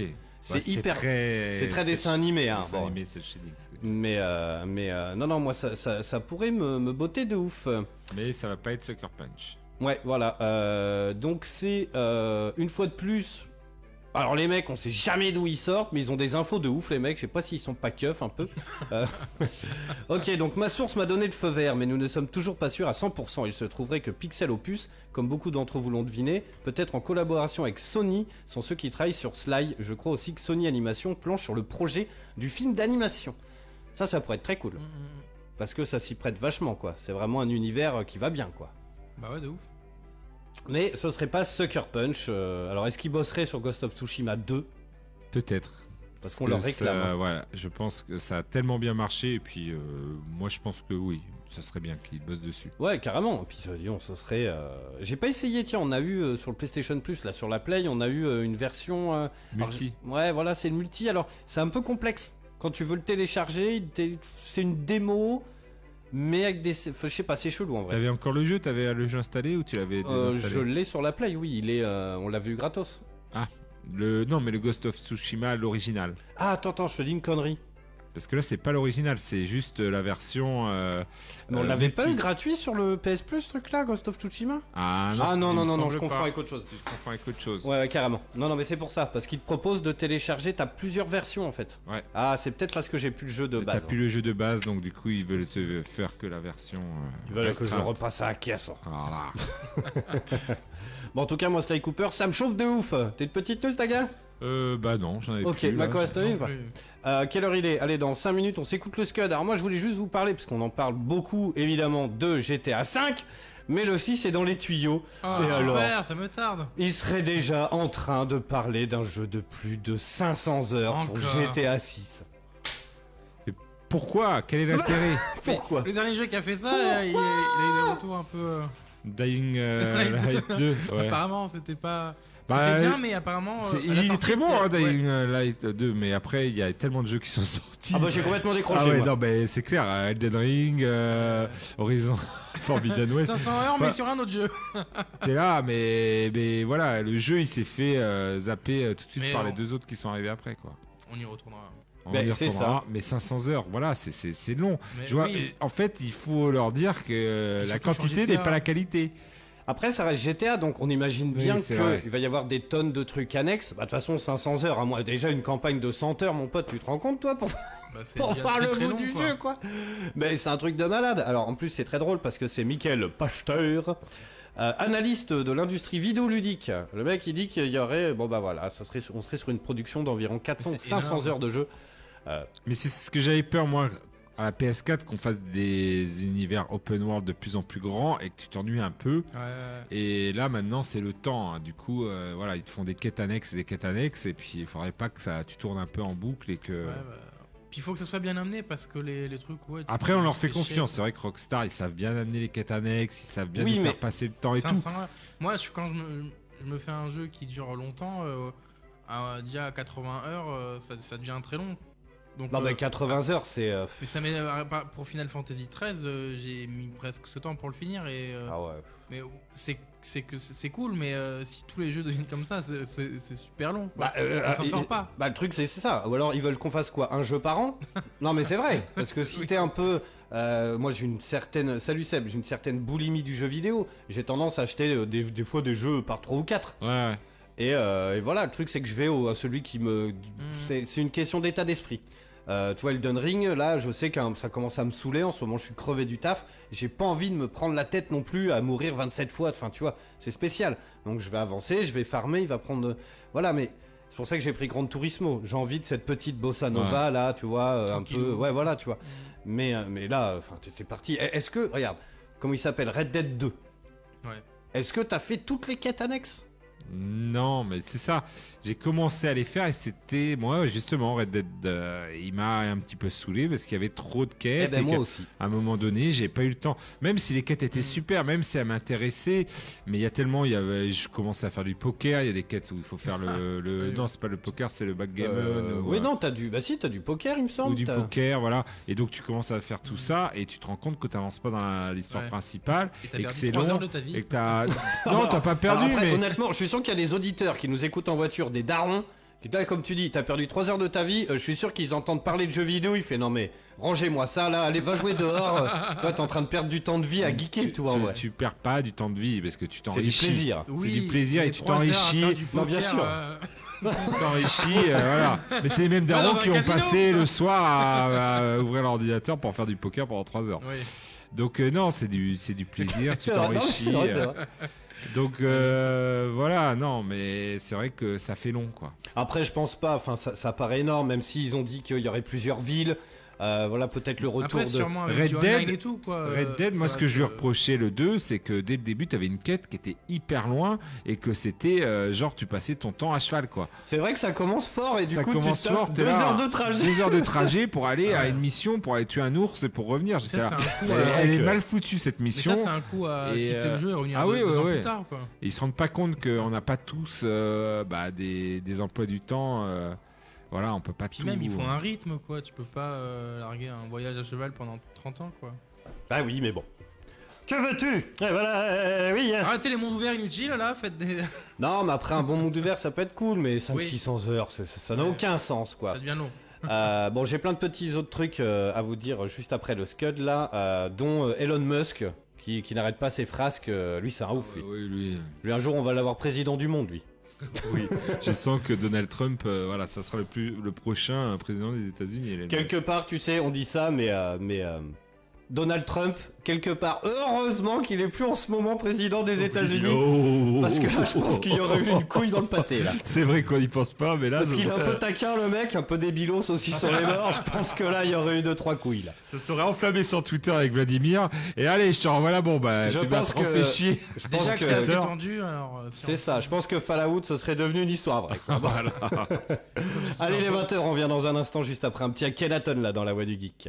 C'est c'était hyper. très- C'est très dessin animé, hein. Dessin bon. animé, c'est le shading, c'est- Mais, euh, mais euh, non, non, moi ça, ça, ça pourrait me, me botter de ouf. Mais ça va pas être Sucker Punch. Ouais, voilà. euh, donc c'est euh, une fois de plus. Alors les mecs, on sait jamais d'où ils sortent, mais ils ont des infos de ouf, les mecs. Je sais pas s'ils sont pas keufs un peu. Euh, ok, donc ma source m'a donné le feu vert, mais nous ne sommes toujours pas sûrs à cent pour cent. Il se trouverait que Pixel Opus, comme beaucoup d'entre vous l'ont deviné, peut-être en collaboration avec Sony, sont ceux qui travaillent sur Sly. Je crois aussi que Sony Animation planche sur le projet du film d'animation. Ça, ça pourrait être très cool. Parce que ça s'y prête vachement, quoi. C'est vraiment un univers qui va bien, quoi. Bah ouais, de ouf. Mais ce serait pas Sucker Punch. euh, alors est-ce qu'ils bosseraient sur Ghost of Tsushima deux? Peut-être. Parce qu'on leur que réclame. ça- hein. voilà, je pense que ça a tellement bien marché et puis euh, moi je pense que oui, ça serait bien qu'ils bossent dessus. Ouais, carrément. Et puis euh, disons, ce serait. euh, J'ai pas essayé. Tiens, on a eu euh, sur le PlayStation Plus, là, sur la Play, on a eu euh, une version euh, alors, Multi. j'ai- ouais, voilà, c'est le multi. Alors, c'est un peu complexe. Quand tu veux le télécharger, il t'est- c'est une démo, mais avec des. Enfin, je sais pas, c'est chelou en vrai. T'avais encore le jeu, t'avais le jeu installé ou tu l'avais Euh, désinstallé je l'ai sur la Play, oui. Il est. euh, on l'a vu gratos. Ah, le non mais le Ghost of Tsushima l'original. Ah, attends, attends, je te dis une connerie. Parce que là c'est pas l'original, c'est juste la version. Euh, Mais on euh, l'avait pas eu multi. gratuit sur le P S Plus, ce truc-là, Ghost of Tsushima? Ah non, Ah non, il non, me non, non, semble je confonds pas. avec autre chose. Je confonds avec autre chose. Ouais, ouais, carrément. Non, non, mais c'est pour ça, parce qu'il te propose de télécharger, t'as plusieurs versions en fait. Ouais. Ah, c'est peut-être parce que j'ai plus le jeu de Mais base. T'as plus le jeu de base, donc du coup ils veulent te faire que la version. Euh, Ils veulent que je restreinte. repasse à la caisse. Voilà. Bon, en tout cas, moi, Sly Cooper, ça me chauffe de ouf. T'es une petite news, ta gueule? Euh, bah non, j'en avais Ok, plus. là, Mako j'ai- Astonine, Non quoi. plus. Euh, quelle heure il est? Allez, dans cinq minutes, on s'écoute le Scud. Alors moi, je voulais juste vous parler, parce qu'on en parle beaucoup, évidemment, de G T A cinq, mais le six est dans les tuyaux. Ah, Et super, alors ça me tarde. Il serait déjà en train de parler d'un jeu de plus de cinq cents heures pour Encore. G T A six. Pourquoi? Quel est l'intérêt? Pourquoi? Le dernier jeu qui a fait ça, euh, il, il a eu des retours un peu. euh, Dying euh, Light Light deux. Ouais. Apparemment, c'était pas. Bah, C'était bien, mais apparemment. C'est- euh, à il la est sortie, très bon, c'était- hein, ouais. Dying Light deux, mais après, il y a tellement de jeux qui sont sortis. Ah bah j'ai complètement décroché, Ah ouais, moi. non, mais c'est clair, euh, Elden Ring, euh, Horizon Forbidden West. cinq cents heures, mais Enfin, sur un autre jeu. T'es là, mais, mais voilà, le jeu il s'est fait euh, zapper euh, tout de suite Mais par on- les deux autres qui sont arrivés après, quoi. On y retournera. On Ben, y c'est retournera, mais cinq cents heures, voilà, c'est- c'est c'est long. Mais Je vois, oui. et en fait, il faut leur dire que euh, la Surtout sur quantité G T A. n'est pas la qualité. Après, ça reste G T A, donc on imagine Oui, bien c'est vrai. qu'il va y avoir des tonnes de trucs annexes. Bah, de toute façon, cinq cents heures, à moi, déjà une campagne de cent heures, mon pote, tu te rends compte, toi, pour, Bah, c'est pour déjà voir très, le très bout long, du quoi. jeu, quoi. Mais c'est un truc de malade. Alors, en plus, c'est très drôle parce que c'est Michael Pachter, euh, analyste de l'industrie vidéoludique. Le mec, il dit qu'il y aurait, bon bah voilà, ça serait, on serait sur une production d'environ quatre cents, C'est cinq cents énorme. heures de jeu. Mais c'est ce que j'avais peur, moi, à la P S quatre, qu'on fasse des univers open world de plus en plus grands et que tu t'ennuies un peu. Ouais, ouais. Et là, maintenant, c'est le temps. hein. Du coup, euh, voilà, ils te font des quêtes annexes, des quêtes annexes, et puis il faudrait pas que ça, tu tournes un peu en boucle et que. Ouais, bah. Puis il faut que ça soit bien amené parce que les, les trucs, ouais. tu- Après, on leur fait tu fais confiance. chier. C'est vrai que Rockstar, ils savent bien amener les quêtes annexes, ils savent bien Oui, nous mais faire passer le temps et cinq tout. cents heures. Moi, je, quand je me, je me fais un jeu qui dure longtemps, euh, à, déjà à quatre-vingts heures, euh, ça, ça devient très long. Donc, Non, euh, mais quatre-vingts heures, c'est. euh, mais ça met, euh, par- pour Final Fantasy treize, euh, j'ai mis presque ce temps pour le finir et. euh, Ah ouais. Mais c'est c'est que c'est c'est cool, mais euh, si tous les jeux deviennent comme ça, c'est- c'est c'est super long. quoi. Bah, euh, On s'en euh, sort il- pas. Bah, le truc, c'est c'est ça. Ou alors, ils veulent qu'on fasse quoi? Un jeu par an? Non, mais c'est vrai. Parce que si Oui. t'es un peu. euh, moi, j'ai une certaine. Salut Seb, j'ai une certaine boulimie du jeu vidéo. J'ai tendance à acheter euh, des, des fois des jeux par trois ou quatre. Ouais, ouais. Et, euh, et voilà, le truc, c'est que je vais au, à celui qui me. Mm. C'est c'est une question d'état d'esprit. Euh, tu vois, Elden Ring, là, je sais que ça commence à me saouler. En ce moment, je suis crevé du taf. J'ai pas envie de me prendre la tête non plus à mourir vingt-sept fois. Enfin, tu vois, c'est spécial. Donc, je vais avancer, je vais farmer, il va prendre. Voilà, mais c'est pour ça que j'ai pris Gran Turismo. J'ai envie de cette petite bossa nova, là, tu vois, euh, un peu. Tranquillou. Ouais, voilà, tu vois. Mais, euh, mais là, enfin, t'es parti. Est-ce que, regarde, comment il s'appelle? Red Dead deux. Ouais. Est-ce que t'as fait toutes les quêtes annexes? Non, mais c'est ça. J'ai commencé à les faire et c'était. Moi, justement, Red Dead, euh, il m'a un petit peu saoulé parce qu'il y avait trop de quêtes. Eh ben, et moi qu'à- aussi. À un moment donné, j'ai pas eu le temps. Même si les quêtes étaient super, même si elles m'intéressaient, mais il y a tellement. Il y avait, je commençais à faire du poker. Il y a des quêtes où il faut faire le. le Oui. non, c'est pas le poker, c'est le backgammon. Euh, ou, oui, euh, non, t'as du. Bah si, t'as du poker, il me semble. ou du t'as- poker, voilà. Et donc tu commences à faire tout ça et tu te rends compte que tu n'avances pas dans la- l'histoire Ouais. principale Et t'as et que perdu c'est trois long heures de ta vie. et que t'as. Non, t'as pas perdu, Alors après, mais. honnêtement, je suis sûr qu'il y a des auditeurs qui nous écoutent en voiture, des darons, Là, comme tu dis, t'as perdu trois heures de ta vie, euh, je suis sûr qu'ils entendent parler de jeux vidéo, il fait non mais rangez-moi ça là, allez va jouer dehors. euh, toi t'es en train de perdre du temps de vie à geeker, tu vois. tu, Ouais. tu perds pas du temps de vie parce que tu C'est du t'enrichis. plaisir. C'est du plaisir et tu t'enrichis. Non, bien sûr. Tu t'enrichis, euh, voilà. Mais c'est les mêmes Ah, darons dans un qui ont casino, passé quoi. le soir à, à ouvrir l'ordinateur pour faire du poker pendant trois heures. Oui. Donc euh, non, c'est du, c'est du plaisir, tu C'est vrai, non, mais t'enrichis. c'est vrai, c'est euh, vrai. Donc euh, voilà, non, mais c'est vrai que ça fait long, quoi. Après, je pense pas, enfin, ça, ça paraît énorme, même s'ils ont dit qu'il y aurait plusieurs villes. Euh, voilà, peut-être le retour Après, de. sûrement avec Red du online Dead- et tout, quoi. Red euh, Dead, moi ça ce que je lui reste, euh, reprochais le deux, c'est que dès le début, tu avais une quête qui était hyper loin et que c'était euh, genre tu passais ton temps à cheval, quoi. C'est vrai que ça commence fort et du Ça coup, commence tu tapes fort, t'es deux là, heures de trajet. Deux heures de trajet pour aller à une mission, pour aller tuer un ours et pour revenir. J'étais Ça, là, c'est un coup, c'est- euh, elle est que- mal foutue cette Mais mission. ça, c'est un coup à Et, quitter euh, le jeu et revenir ah deux, oui, deux ouais, ans ouais. plus tard, quoi. Et ils se rendent pas compte qu'on n'a pas tous euh, bah, des, des emplois du temps. euh, voilà, on peut pas Puis tout. même, il faut un rythme, quoi. Tu peux pas euh, larguer un voyage à cheval pendant trente ans, quoi. Bah oui, mais bon. Que veux-tu? Et voilà, euh, oui. hein. Arrêtez les mondes ouverts inutiles, là. Faites des. Non, mais après un bon monde ouvert, ça peut être cool, mais cinq Oui. six cents heures, ça ça- ça n'a Ouais. aucun sens, quoi. Ça devient long. Euh, bon, j'ai plein de petits autres trucs euh, à vous dire juste après le Scud là, euh, dont euh, Elon Musk qui, qui n'arrête pas ses frasques. euh, lui, c'est un ouf. Lui. Euh, oui, lui. lui, un jour, on va l'avoir président du monde, lui. Oui, je sens que Donald Trump, euh, voilà, ça sera le, plus, le prochain euh, président des États-Unis. Elon Quelque Musk. part, tu sais, on dit ça, mais euh, mais euh, Donald Trump, quelque part, heureusement qu'il est plus en ce moment président des États-Unis, Oh, parce que là, je pense qu'il y aurait eu une couille dans le pâté là. C'est vrai qu'on n'y pense pas, mais là, Parce ça, qu'il est un peu taquin le mec, un peu débilos aussi sur les bords. Je pense que là, il y aurait eu deux trois couilles là. ça serait enflammé sur Twitter avec Vladimir. Et allez, je te renvoie la bombe. bah, Je tu m'as pense trop que- fait chier. Je pense Déjà que que c'est assez heures. tendu, alors. euh, si c'est on- ça. Je pense que Fallout, ce serait devenu une histoire vraie. quoi. Voilà. Allez les vingt heures, on revient dans un instant juste après un petit Akhenaton là dans la voie du geek.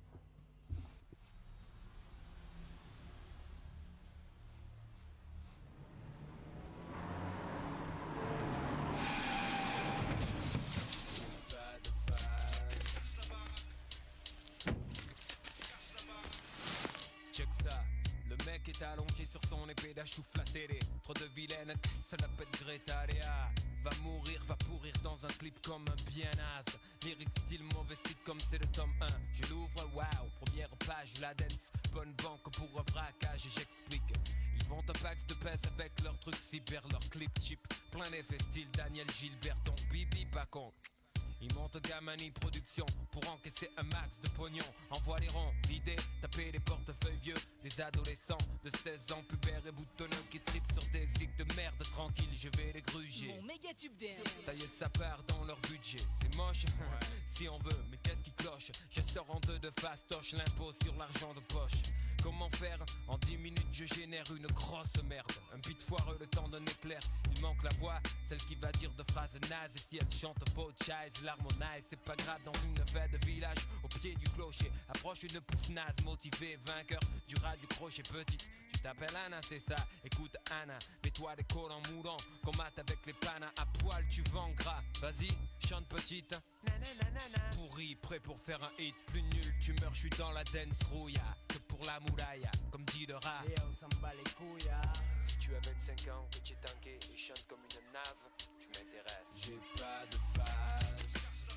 Check ça, le mec est allongé sur son épée d'achouf la télé. Trop de vilaines, casse la pète Greta Léa. Va mourir, va pourrir dans un clip comme un bien naze. Lyric style mauvais site comme c'est le tome un. Je l'ouvre, waouh, première page, la dance. Bonne banque pour un braquage et j'explique. Ils font un pax de pèse avec leurs trucs cyber, leurs clips cheap. Plein d'effets style Daniel Gilbert, donc Bibi pas con. Ils montent Gamani Production pour encaisser un max de pognon. Envoie les ronds, l'idée, taper les portefeuilles vieux. Des adolescents de seize ans, pubères et boutonneux qui tripent sur des zigs de merde. Tranquille, je vais les gruger. Mon méga tube dance. Ça y est, ça part dans leur budget. C'est moche, si on veut, mais qu'est-ce qui cloche? Gesteur en deux de fastoche, l'impôt sur l'argent de poche. Comment faire? En dix minutes je génère une grosse merde. Un beat foireux, le temps d'un éclair. Il manque la voix, celle qui va dire de phrases nazes. Et si elle chante Pochise, l'harmonise, c'est pas grave dans une fête de village. Au pied du clocher, approche une pouffe naze, motivé, vainqueur du rat du crochet petite. Tu t'appelles Anna, c'est ça? Écoute Anna, mets-toi des collants moulants. Combatte avec les panas, à poil tu vends gras. Vas-y, chante petite. Pourri, prêt pour faire un hit. Plus nul, tu meurs, je suis dans la dance rouille. Que pour la moulaille, comme dit le rat. Et on s'en bat les couilles. Si tu as vingt-cinq ans, que tu es tanké et chante comme une nave, tu m'intéresses. J'ai pas de phase.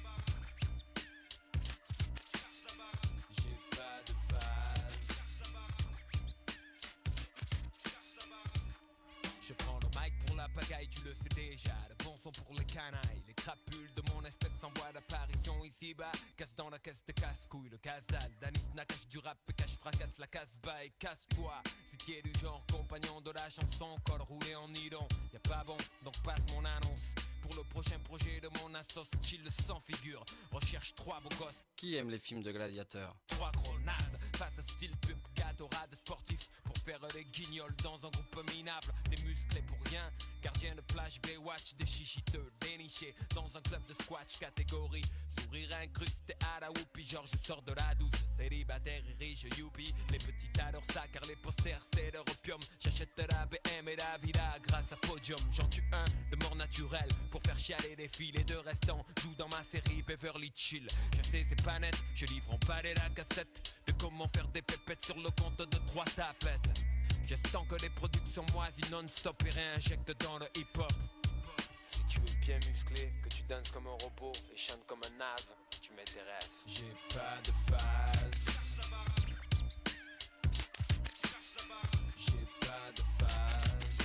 J'ai pas de phase. Je prends le mic pour la pagaille, tu le sais déjà. Le bon son pour les canailles. Les crapules de mon espèce sans voie d'apparition ici-bas. Casse dans la caisse de casse-couille, le casse-dalle. Danis Nakache du rap et cache fracasse la casse-bas et casse-toi. Si tu es du genre compagnon de la chanson, col roulé en nylon. Y'a pas bon, donc passe mon annonce. Pour le prochain projet de mon assos, chill sans figure. Recherche trois beaux gosses. Qui aime les films de gladiateurs? Trois grenades, face à style pub, gatorade sportif. Pour faire les guignols dans un groupe minable. Les musclés pour rien, gardien de plage, Baywatch. Des chichiteux dénichés dans un club de squash catégorie. Sourire incrusté à la whoopie, genre je sors de la douce. Célibataire et riche, youpi. Les petits adorent ça car les posters c'est leur opium. J'achète la B M et la Villa grâce à Podium. J'en tue un de mort naturelle pour faire chialer des filles. Les deux restants jouent dans ma série Beverly Chill. Je sais c'est pas net, je livre en palais la cassette de comment faire des pépettes sur le compte de trois tapettes. J'estends que les productions moisies non-stop et réinjecte dans le hip-hop. Si tu es bien musclé, que tu danses comme un robot et chantes comme un naze, tu m'intéresses. J'ai pas de phase. J'ai pas de phase.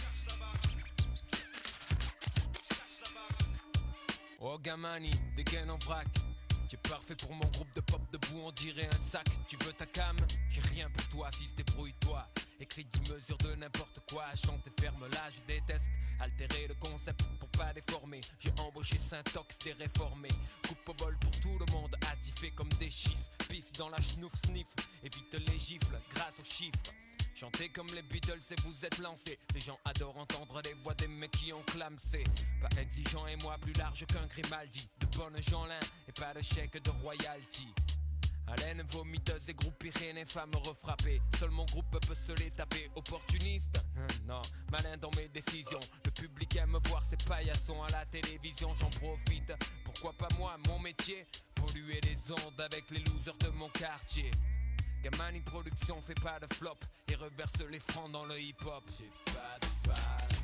Oh Gamani, dégaine en vrac. Tu es parfait pour mon groupe de pop debout, on dirait un sac. Tu veux ta cam? J'ai rien pour toi, fils, débrouille-toi. Écrit dix mesures de n'importe quoi, chante et ferme là, je déteste altérer le concept pour pas déformer. J'ai embauché Saint-Ox, des réformés. Coupe au bol pour tout le monde, attifé comme des chiffres. Pif dans la schnouf sniff, évite les gifles grâce aux chiffres. Chantez comme les Beatles et vous êtes lancés. Les gens adorent entendre les voix des mecs qui ont clamsé. Pas exigeant et moi plus large qu'un Grimaldi. De bonnes Jeanlin et pas de chèque de royalty. Haleine vomiteuse et groupe Pyrénées, femmes refrappées. Seul mon groupe peut se les taper. Opportuniste hum, non, malin dans mes décisions. Le public aime voir ces paillassons à la télévision. J'en profite, pourquoi pas moi, mon métier. Polluer les ondes avec les losers de mon quartier. Gamani Production fait pas de flop et reverse les francs dans le hip-hop. J'ai pas de phase.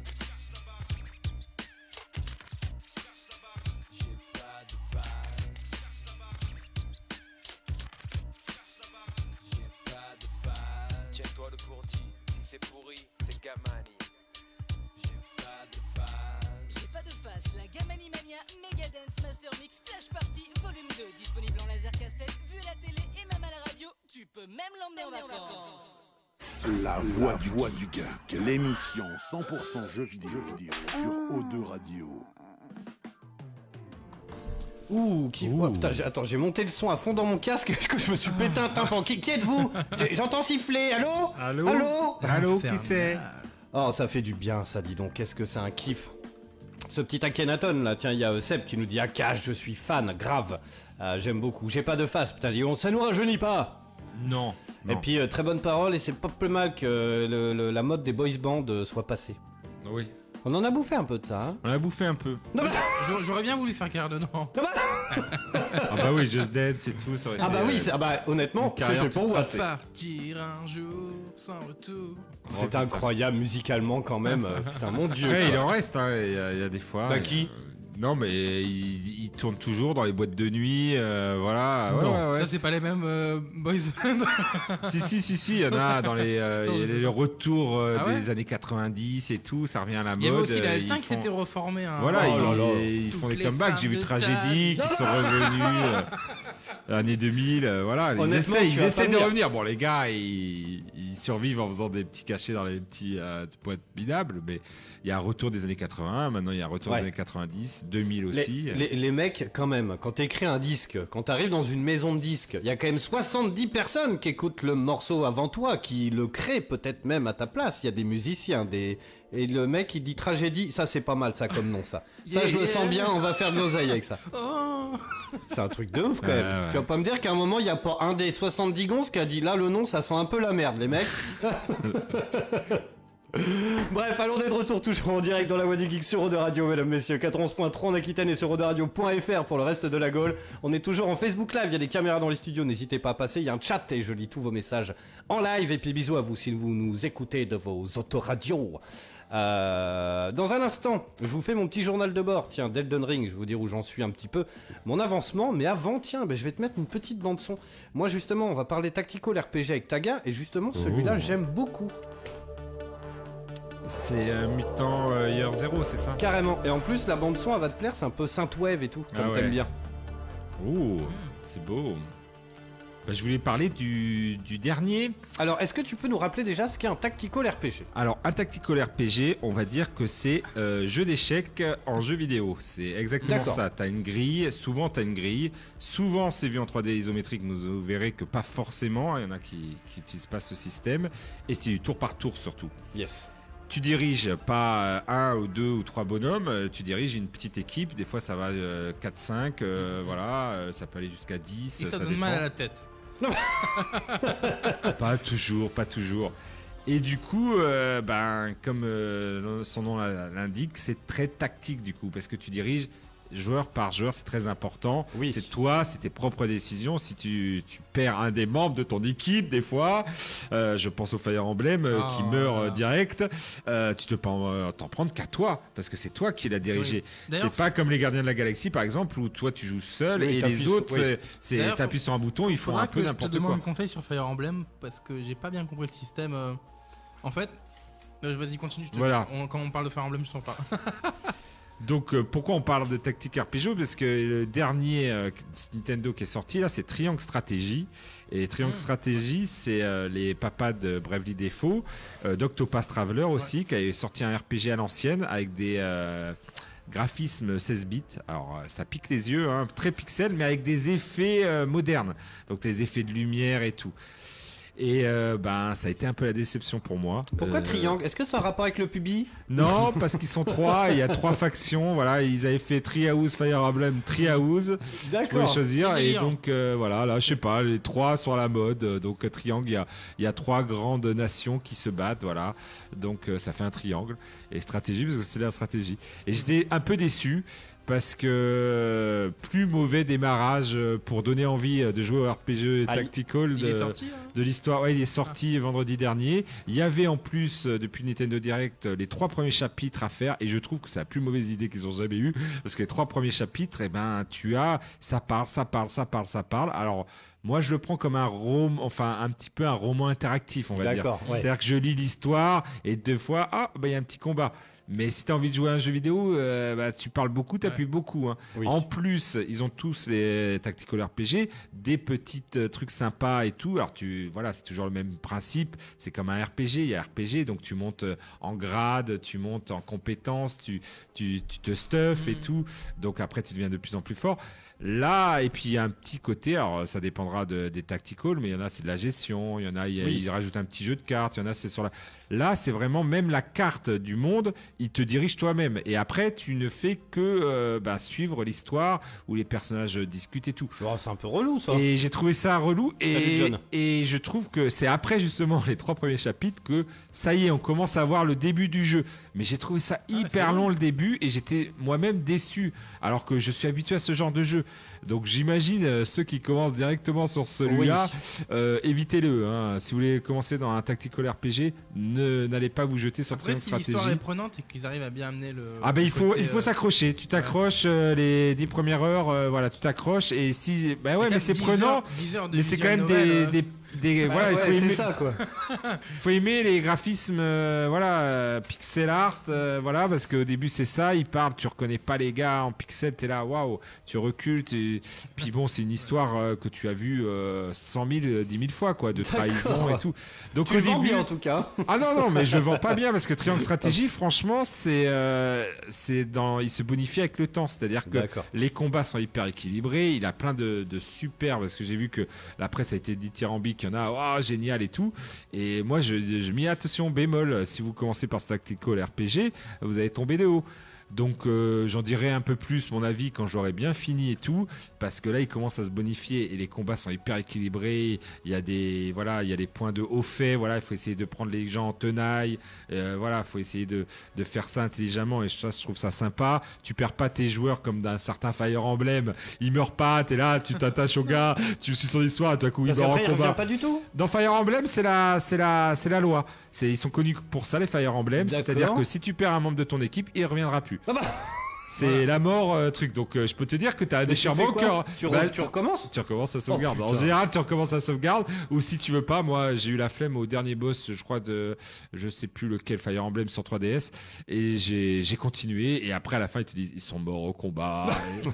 J'ai pas de phase. J'ai pas de phase. Tiens-toi le pourdi, si c'est pourri, c'est Gamani. J'ai pas de phase. J'ai pas de face, la Gamani Mania, Megadance, Master Mix, Flash Party, volume deux, disponible en laser cassette, vu à la télé et même à la radio, tu peux même l'emmener en vacances. La voix du, voix du geek, l'émission cent pour cent jeux vidéo, jeux vidéo sur O deux Radio. Ouh, qui... Oh, putain, j'ai... attends, j'ai monté le son à fond dans mon casque que je me suis pété un tympan. Qui, qui êtes-vous? j'ai... J'entends siffler, allô? Allô? Allô? Allô, qui c'est? Oh, ça fait du bien, ça, dis donc, qu'est-ce que c'est un kiff. Ce petit Akhenaton là, tiens, il y a euh, Seb qui nous dit Akash, je suis fan, grave, euh, j'aime beaucoup. J'ai pas de face, putain, dis, on ça nous rajeunit pas. Non. non. Et puis euh, très bonne parole, et c'est pas plus mal que le, le, la mode des boys bands euh, soit passée. Oui. On en a bouffé un peu de ça. Hein. On a bouffé un peu. Non, mais... J'aurais bien voulu faire carrière dedans. Ah bah oui, Just Dance et tout, ça aurait Ah été, bah oui, euh, c'est, ah bah honnêtement, c'est fait pour moi. Partir un jour sans retour. C'est oh, incroyable musicalement quand même. euh, putain, mon dieu. Ouais, il en reste, hein, il y, a, il y a des fois. Bah qui euh, Non, mais il, il tourne toujours dans les boîtes de nuit, euh, voilà. Non, ouais, ouais, ouais. Ça c'est pas les mêmes euh, boys band. si, si, si, si, il y en a dans les, euh, Attends, il y a les le retour euh, ah ouais des années quatre-vingt-dix et tout, ça revient à la mode. Il y avait aussi la L cinq font... qui s'était reformée. Hein. Voilà, oh ils, là là. ils font des Toutes comebacks. les J'ai vu femmes de Tragédie ta qui sont revenus. Euh, Années deux mille, euh, voilà, ils Honnêtement, essaient, tu ils vas essaient pas de venir. revenir. Bon, les gars, ils, ils survivent en faisant des petits cachets dans les petits euh, boîtes minables, mais il y a un retour des années quatre-vingts, maintenant il y a un retour Ouais. des années quatre-vingt-dix, deux mille aussi. Les, les, les mecs, quand même, quand t'écris un disque, quand t'arrives dans une maison de disques, il y a quand même soixante-dix personnes qui écoutent le morceau avant toi, qui le créent peut-être même à ta place. Il y a des musiciens, des... Et le mec, il dit Tragédie, ça c'est pas mal, ça comme nom, ça. Ça, je le sens bien, on va faire de l'oseille avec ça. Oh. C'est un truc de ouf, quand Ouais, même. ouais. Tu vas pas me dire qu'à un moment, il y a pas un des soixante-dix gonzes qui a dit là, le nom, ça sent un peu la merde, les mecs. Bref, allons d'être retour toujours en direct dans la voix du geek sur O deux Radio, mesdames, messieurs, quatre-vingt-onze point trois en Aquitaine et sur O deux radio point F R pour le reste de la Gaule. On est toujours en Facebook Live, il y a des caméras dans les studios, n'hésitez pas à passer, il y a un chat et je lis tous vos messages en live. Et puis bisous à vous si vous nous écoutez de vos autoradios. Euh, dans un instant, je vous fais mon petit journal de bord, tiens, d'Elden Ring, je vais vous dire où j'en suis un petit peu, mon avancement, mais avant, tiens, ben, je vais te mettre une petite bande son. Moi justement, on va parler tactical R P G avec Taga, et justement, celui-là, Oh. j'aime beaucoup. C'est euh, Mutant euh, Year Zero, c'est ça? Carrément, et en plus, la bande son, elle va te plaire, c'est un peu synthwave et tout, comme Ah ouais. t'aimes bien. Oh, c'est beau. Bah, je voulais parler du, du dernier. Alors, est-ce que tu peux nous rappeler déjà ce qu'est un tactical R P G? Alors, un tactical R P G, on va dire que c'est euh, jeu d'échecs en jeu vidéo. C'est exactement D'accord. ça. Tu as une grille, souvent tu as une grille. Souvent, c'est vu en trois D isométrique, mais vous verrez que pas forcément. Il y en a qui n'utilisent pas ce système. Et c'est du tour par tour surtout. Yes. Tu diriges pas un ou deux ou trois bonhommes, euh, tu diriges une petite équipe. Des fois, ça va euh, quatre cinq, euh, voilà. euh, ça peut aller jusqu'à dix. Et ça, ça donne dépend. mal à la tête. Pas toujours, pas toujours. Et du coup, euh, ben, comme euh, son nom l'indique, c'est très tactique du coup, parce que tu diriges joueur par joueur, c'est très important. Oui. C'est toi, c'est tes propres décisions. Si tu, tu perds un des membres de ton équipe, des fois, euh, je pense au Fire Emblem euh, Oh, qui meurt euh, voilà. direct, euh, tu te peux en- euh, t'en prendre qu'à toi, parce que c'est toi qui l'as dirigé. vrai. D'ailleurs- C'est pas comme les Gardiens de la Galaxie, par exemple, où toi tu joues seul Oui, et t'appuies les sur- autres, oui. c'est- c'est D'ailleurs, t'appuies sur un bouton, ils font Faudra un peu que je te n'importe demande quoi. conseil sur Fire Emblem parce que j'ai pas bien compris le système. euh. En fait, euh, vas-y continue. Je te... Voilà. on- quand on parle de Fire Emblem, je t'en parle. Donc euh, pourquoi on parle de tactique R P G? Parce que le dernier euh, Nintendo qui est sorti là, c'est Triangle Strategy. Et Triangle Mm. Strategy, c'est euh, les papas de Bravely Default, euh, d'Octopath Traveler aussi, qui a sorti un R P G à l'ancienne avec des euh, graphismes seize bits. Alors euh, ça pique les yeux, hein, très pixel, mais avec des effets euh, modernes. Donc des effets de lumière et tout. Et euh, ben ça a été un peu la déception pour moi. Pourquoi Euh, Triangle? Est-ce que ça a un rapport avec le pubis? Non, parce qu'ils sont trois, il y a trois factions. Voilà, ils avaient fait Treehouse, Fire Emblem, Treehouse. Vous pouvez D'accord. choisir. C'est Et délire. donc euh, voilà, là, je sais pas, les trois sont à la mode. Euh, Donc euh, triangle, il y a, il y a trois grandes nations qui se battent. Voilà, donc euh, ça fait un triangle. Et stratégie, parce que c'est la stratégie. Et j'étais un peu déçu. Parce que euh, plus mauvais démarrage euh, pour donner envie euh, de jouer au R P G Ah, il- tactical Il de, est sorti hein de l'histoire. Ouais, il est sorti vendredi dernier. Il y avait en plus, euh, depuis le Nintendo Direct, euh, les trois premiers chapitres à faire. Et je trouve que c'est la plus mauvaise idée qu'ils ont jamais eue. Parce que les trois premiers chapitres, eh ben, tu as, ça parle, ça parle, ça parle, ça parle. Alors, moi, je le prends comme un roman, enfin, un petit peu un roman interactif, on va dire. D'accord, ouais. C'est-à-dire que je lis l'histoire et deux fois, ah, bah, il y a un petit combat. Mais si tu as envie de jouer à un jeu vidéo, euh, bah, tu parles beaucoup, tu appuies beaucoup. Hein. Oui. En plus, ils ont tous les Tactical R P G, des petits euh, trucs sympas et tout. Alors, tu, voilà, c'est toujours le même principe. C'est comme un R P G. Il y a R P G, donc tu montes euh, en grade, tu montes en compétences, tu, tu, tu te stuffes et tout. Donc après, tu deviens de plus en plus fort. Là, et puis il y a un petit côté, alors ça dépendra de, des tacticals, mais il y en a c'est de la gestion, il y en a, il, y a- Oui. il rajoute un petit jeu de cartes, il y en a c'est sur la. Là, c'est vraiment même la carte du monde, il te dirige toi-même. Et après, tu ne fais que euh, bah, suivre l'histoire où les personnages discutent et tout. Oh, c'est un peu relou ça. Et j'ai trouvé ça relou. Salut, Et, John. et je trouve que c'est après justement les trois premiers chapitres que ça y est, on commence à voir le début du jeu. Mais j'ai trouvé ça hyper c'est long le début et j'étais moi-même déçu. Alors que je suis habitué à ce genre de jeu. Donc j'imagine euh, ceux qui commencent directement sur celui-là, euh, évitez-le. Hein. Si vous voulez commencer dans un tactical R P G, ne n'allez pas vous jeter sur Après, Triangle si l'histoire Strategy. est prenante et qu'ils arrivent à bien amener le. Ah ben le il faut côté, il faut euh, s'accrocher. Tu t'accroches euh, les dix premières heures, euh, voilà, tu t'accroches et si bah ouais quand mais c'est dix prenant. heures- dix heures de Mais c'est quand visual même des, novel, euh, des, des- Bah voilà, il ouais, faut c'est aimer, ça quoi. faut aimer les graphismes, euh, voilà, euh, pixel art, euh, voilà, parce qu'au début c'est ça, ils parlent, tu reconnais pas les gars en pixel, t'es là, waouh, tu recules, tu- puis bon, c'est une histoire euh, que tu as vue euh, cent mille, dix mille fois, quoi, de trahison et tout. Donc Tu au le vends début, bien en tout cas. ah non, non, mais je le vends pas bien parce que Triangle Strategy, franchement, c'est euh, c'est dans, il se bonifie avec le temps. C'est-à-dire que D'accord. les combats sont hyper équilibrés. Il a plein de, de super, parce que j'ai vu que la presse a été dithyrambique. Il y en a, oh, génial et tout. Et moi, je, je m'y ai attention, bémol. Si vous commencez par ce tactical R P G, vous allez tomber de haut. Donc euh, j'en dirai un peu plus mon avis quand j'aurai bien fini et tout, parce que là il commence à se bonifier et les combats sont hyper équilibrés. Il y a des voilà, il y a des points de haut fait. Voilà, il faut essayer de prendre les gens en tenaille. Euh, voilà, il faut essayer de, de faire ça intelligemment et ça, je trouve ça sympa. Tu perds pas tes joueurs comme d'un certain Fire Emblem. Ils meurent pas. T'es là, tu t'attaches au gars, tu suis son histoire et tout à coup il Parce meurt en qu'après il revient combat. pas du tout. Dans Fire Emblem, c'est la, c'est la, c'est la loi. C'est, ils sont connus pour ça, les Fire Emblem. D'accord. C'est-à-dire que si tu perds un membre de ton équipe, il reviendra plus. Ah bah. C'est Voilà. la mort, euh, truc. Donc, euh, je peux te dire que t'as un Mais tu déchirement fais au quoi cœur. tu, re- Bah, tu recommences. tu recommences à sauvegarde. Oh, en putain. général, tu recommences à sauvegarde. Ou si tu veux pas, moi, j'ai eu la flemme au dernier boss, je crois, de. Je sais plus lequel, Fire Emblem sur trois D S. Et j'ai, j'ai continué. Et après, à la fin, ils te disent ils sont morts au combat.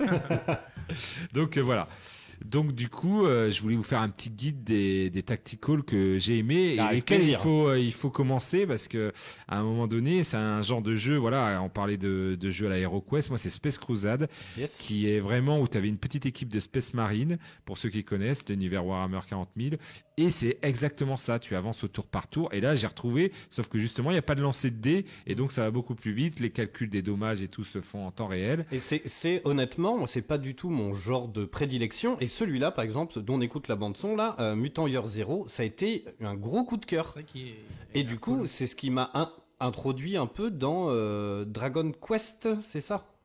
Donc, euh, voilà. Donc du coup, euh, je voulais vous faire un petit guide des, des tacticals que j'ai aimés et Avec lesquels il plaisir. faut, euh, il faut commencer parce que à un moment donné, c'est un genre de jeu. Voilà, on parlait de, de jeu à la HeroQuest. Moi, c'est Space Crusade, Yes. qui est vraiment où tu avais une petite équipe de Space Marine, pour ceux qui connaissent l'univers Warhammer quarante mille. Et c'est exactement ça. Tu avances au tour par tour. Et là, j'ai retrouvé, sauf que justement, il n'y a pas de lancer de dés et donc ça va beaucoup plus vite. Les calculs des dommages et tout se font en temps réel. Et c'est, c'est honnêtement, moi, c'est pas du tout mon genre de prédilection. Et celui-là, par exemple, dont on écoute la bande son là, euh, Mutant Year Zero, ça a été un gros coup de cœur. C'est vrai qu'il est- Et il a du l'air coup, cool. c'est ce qui m'a in- introduit un peu dans euh, Dragon Quest, c'est ça?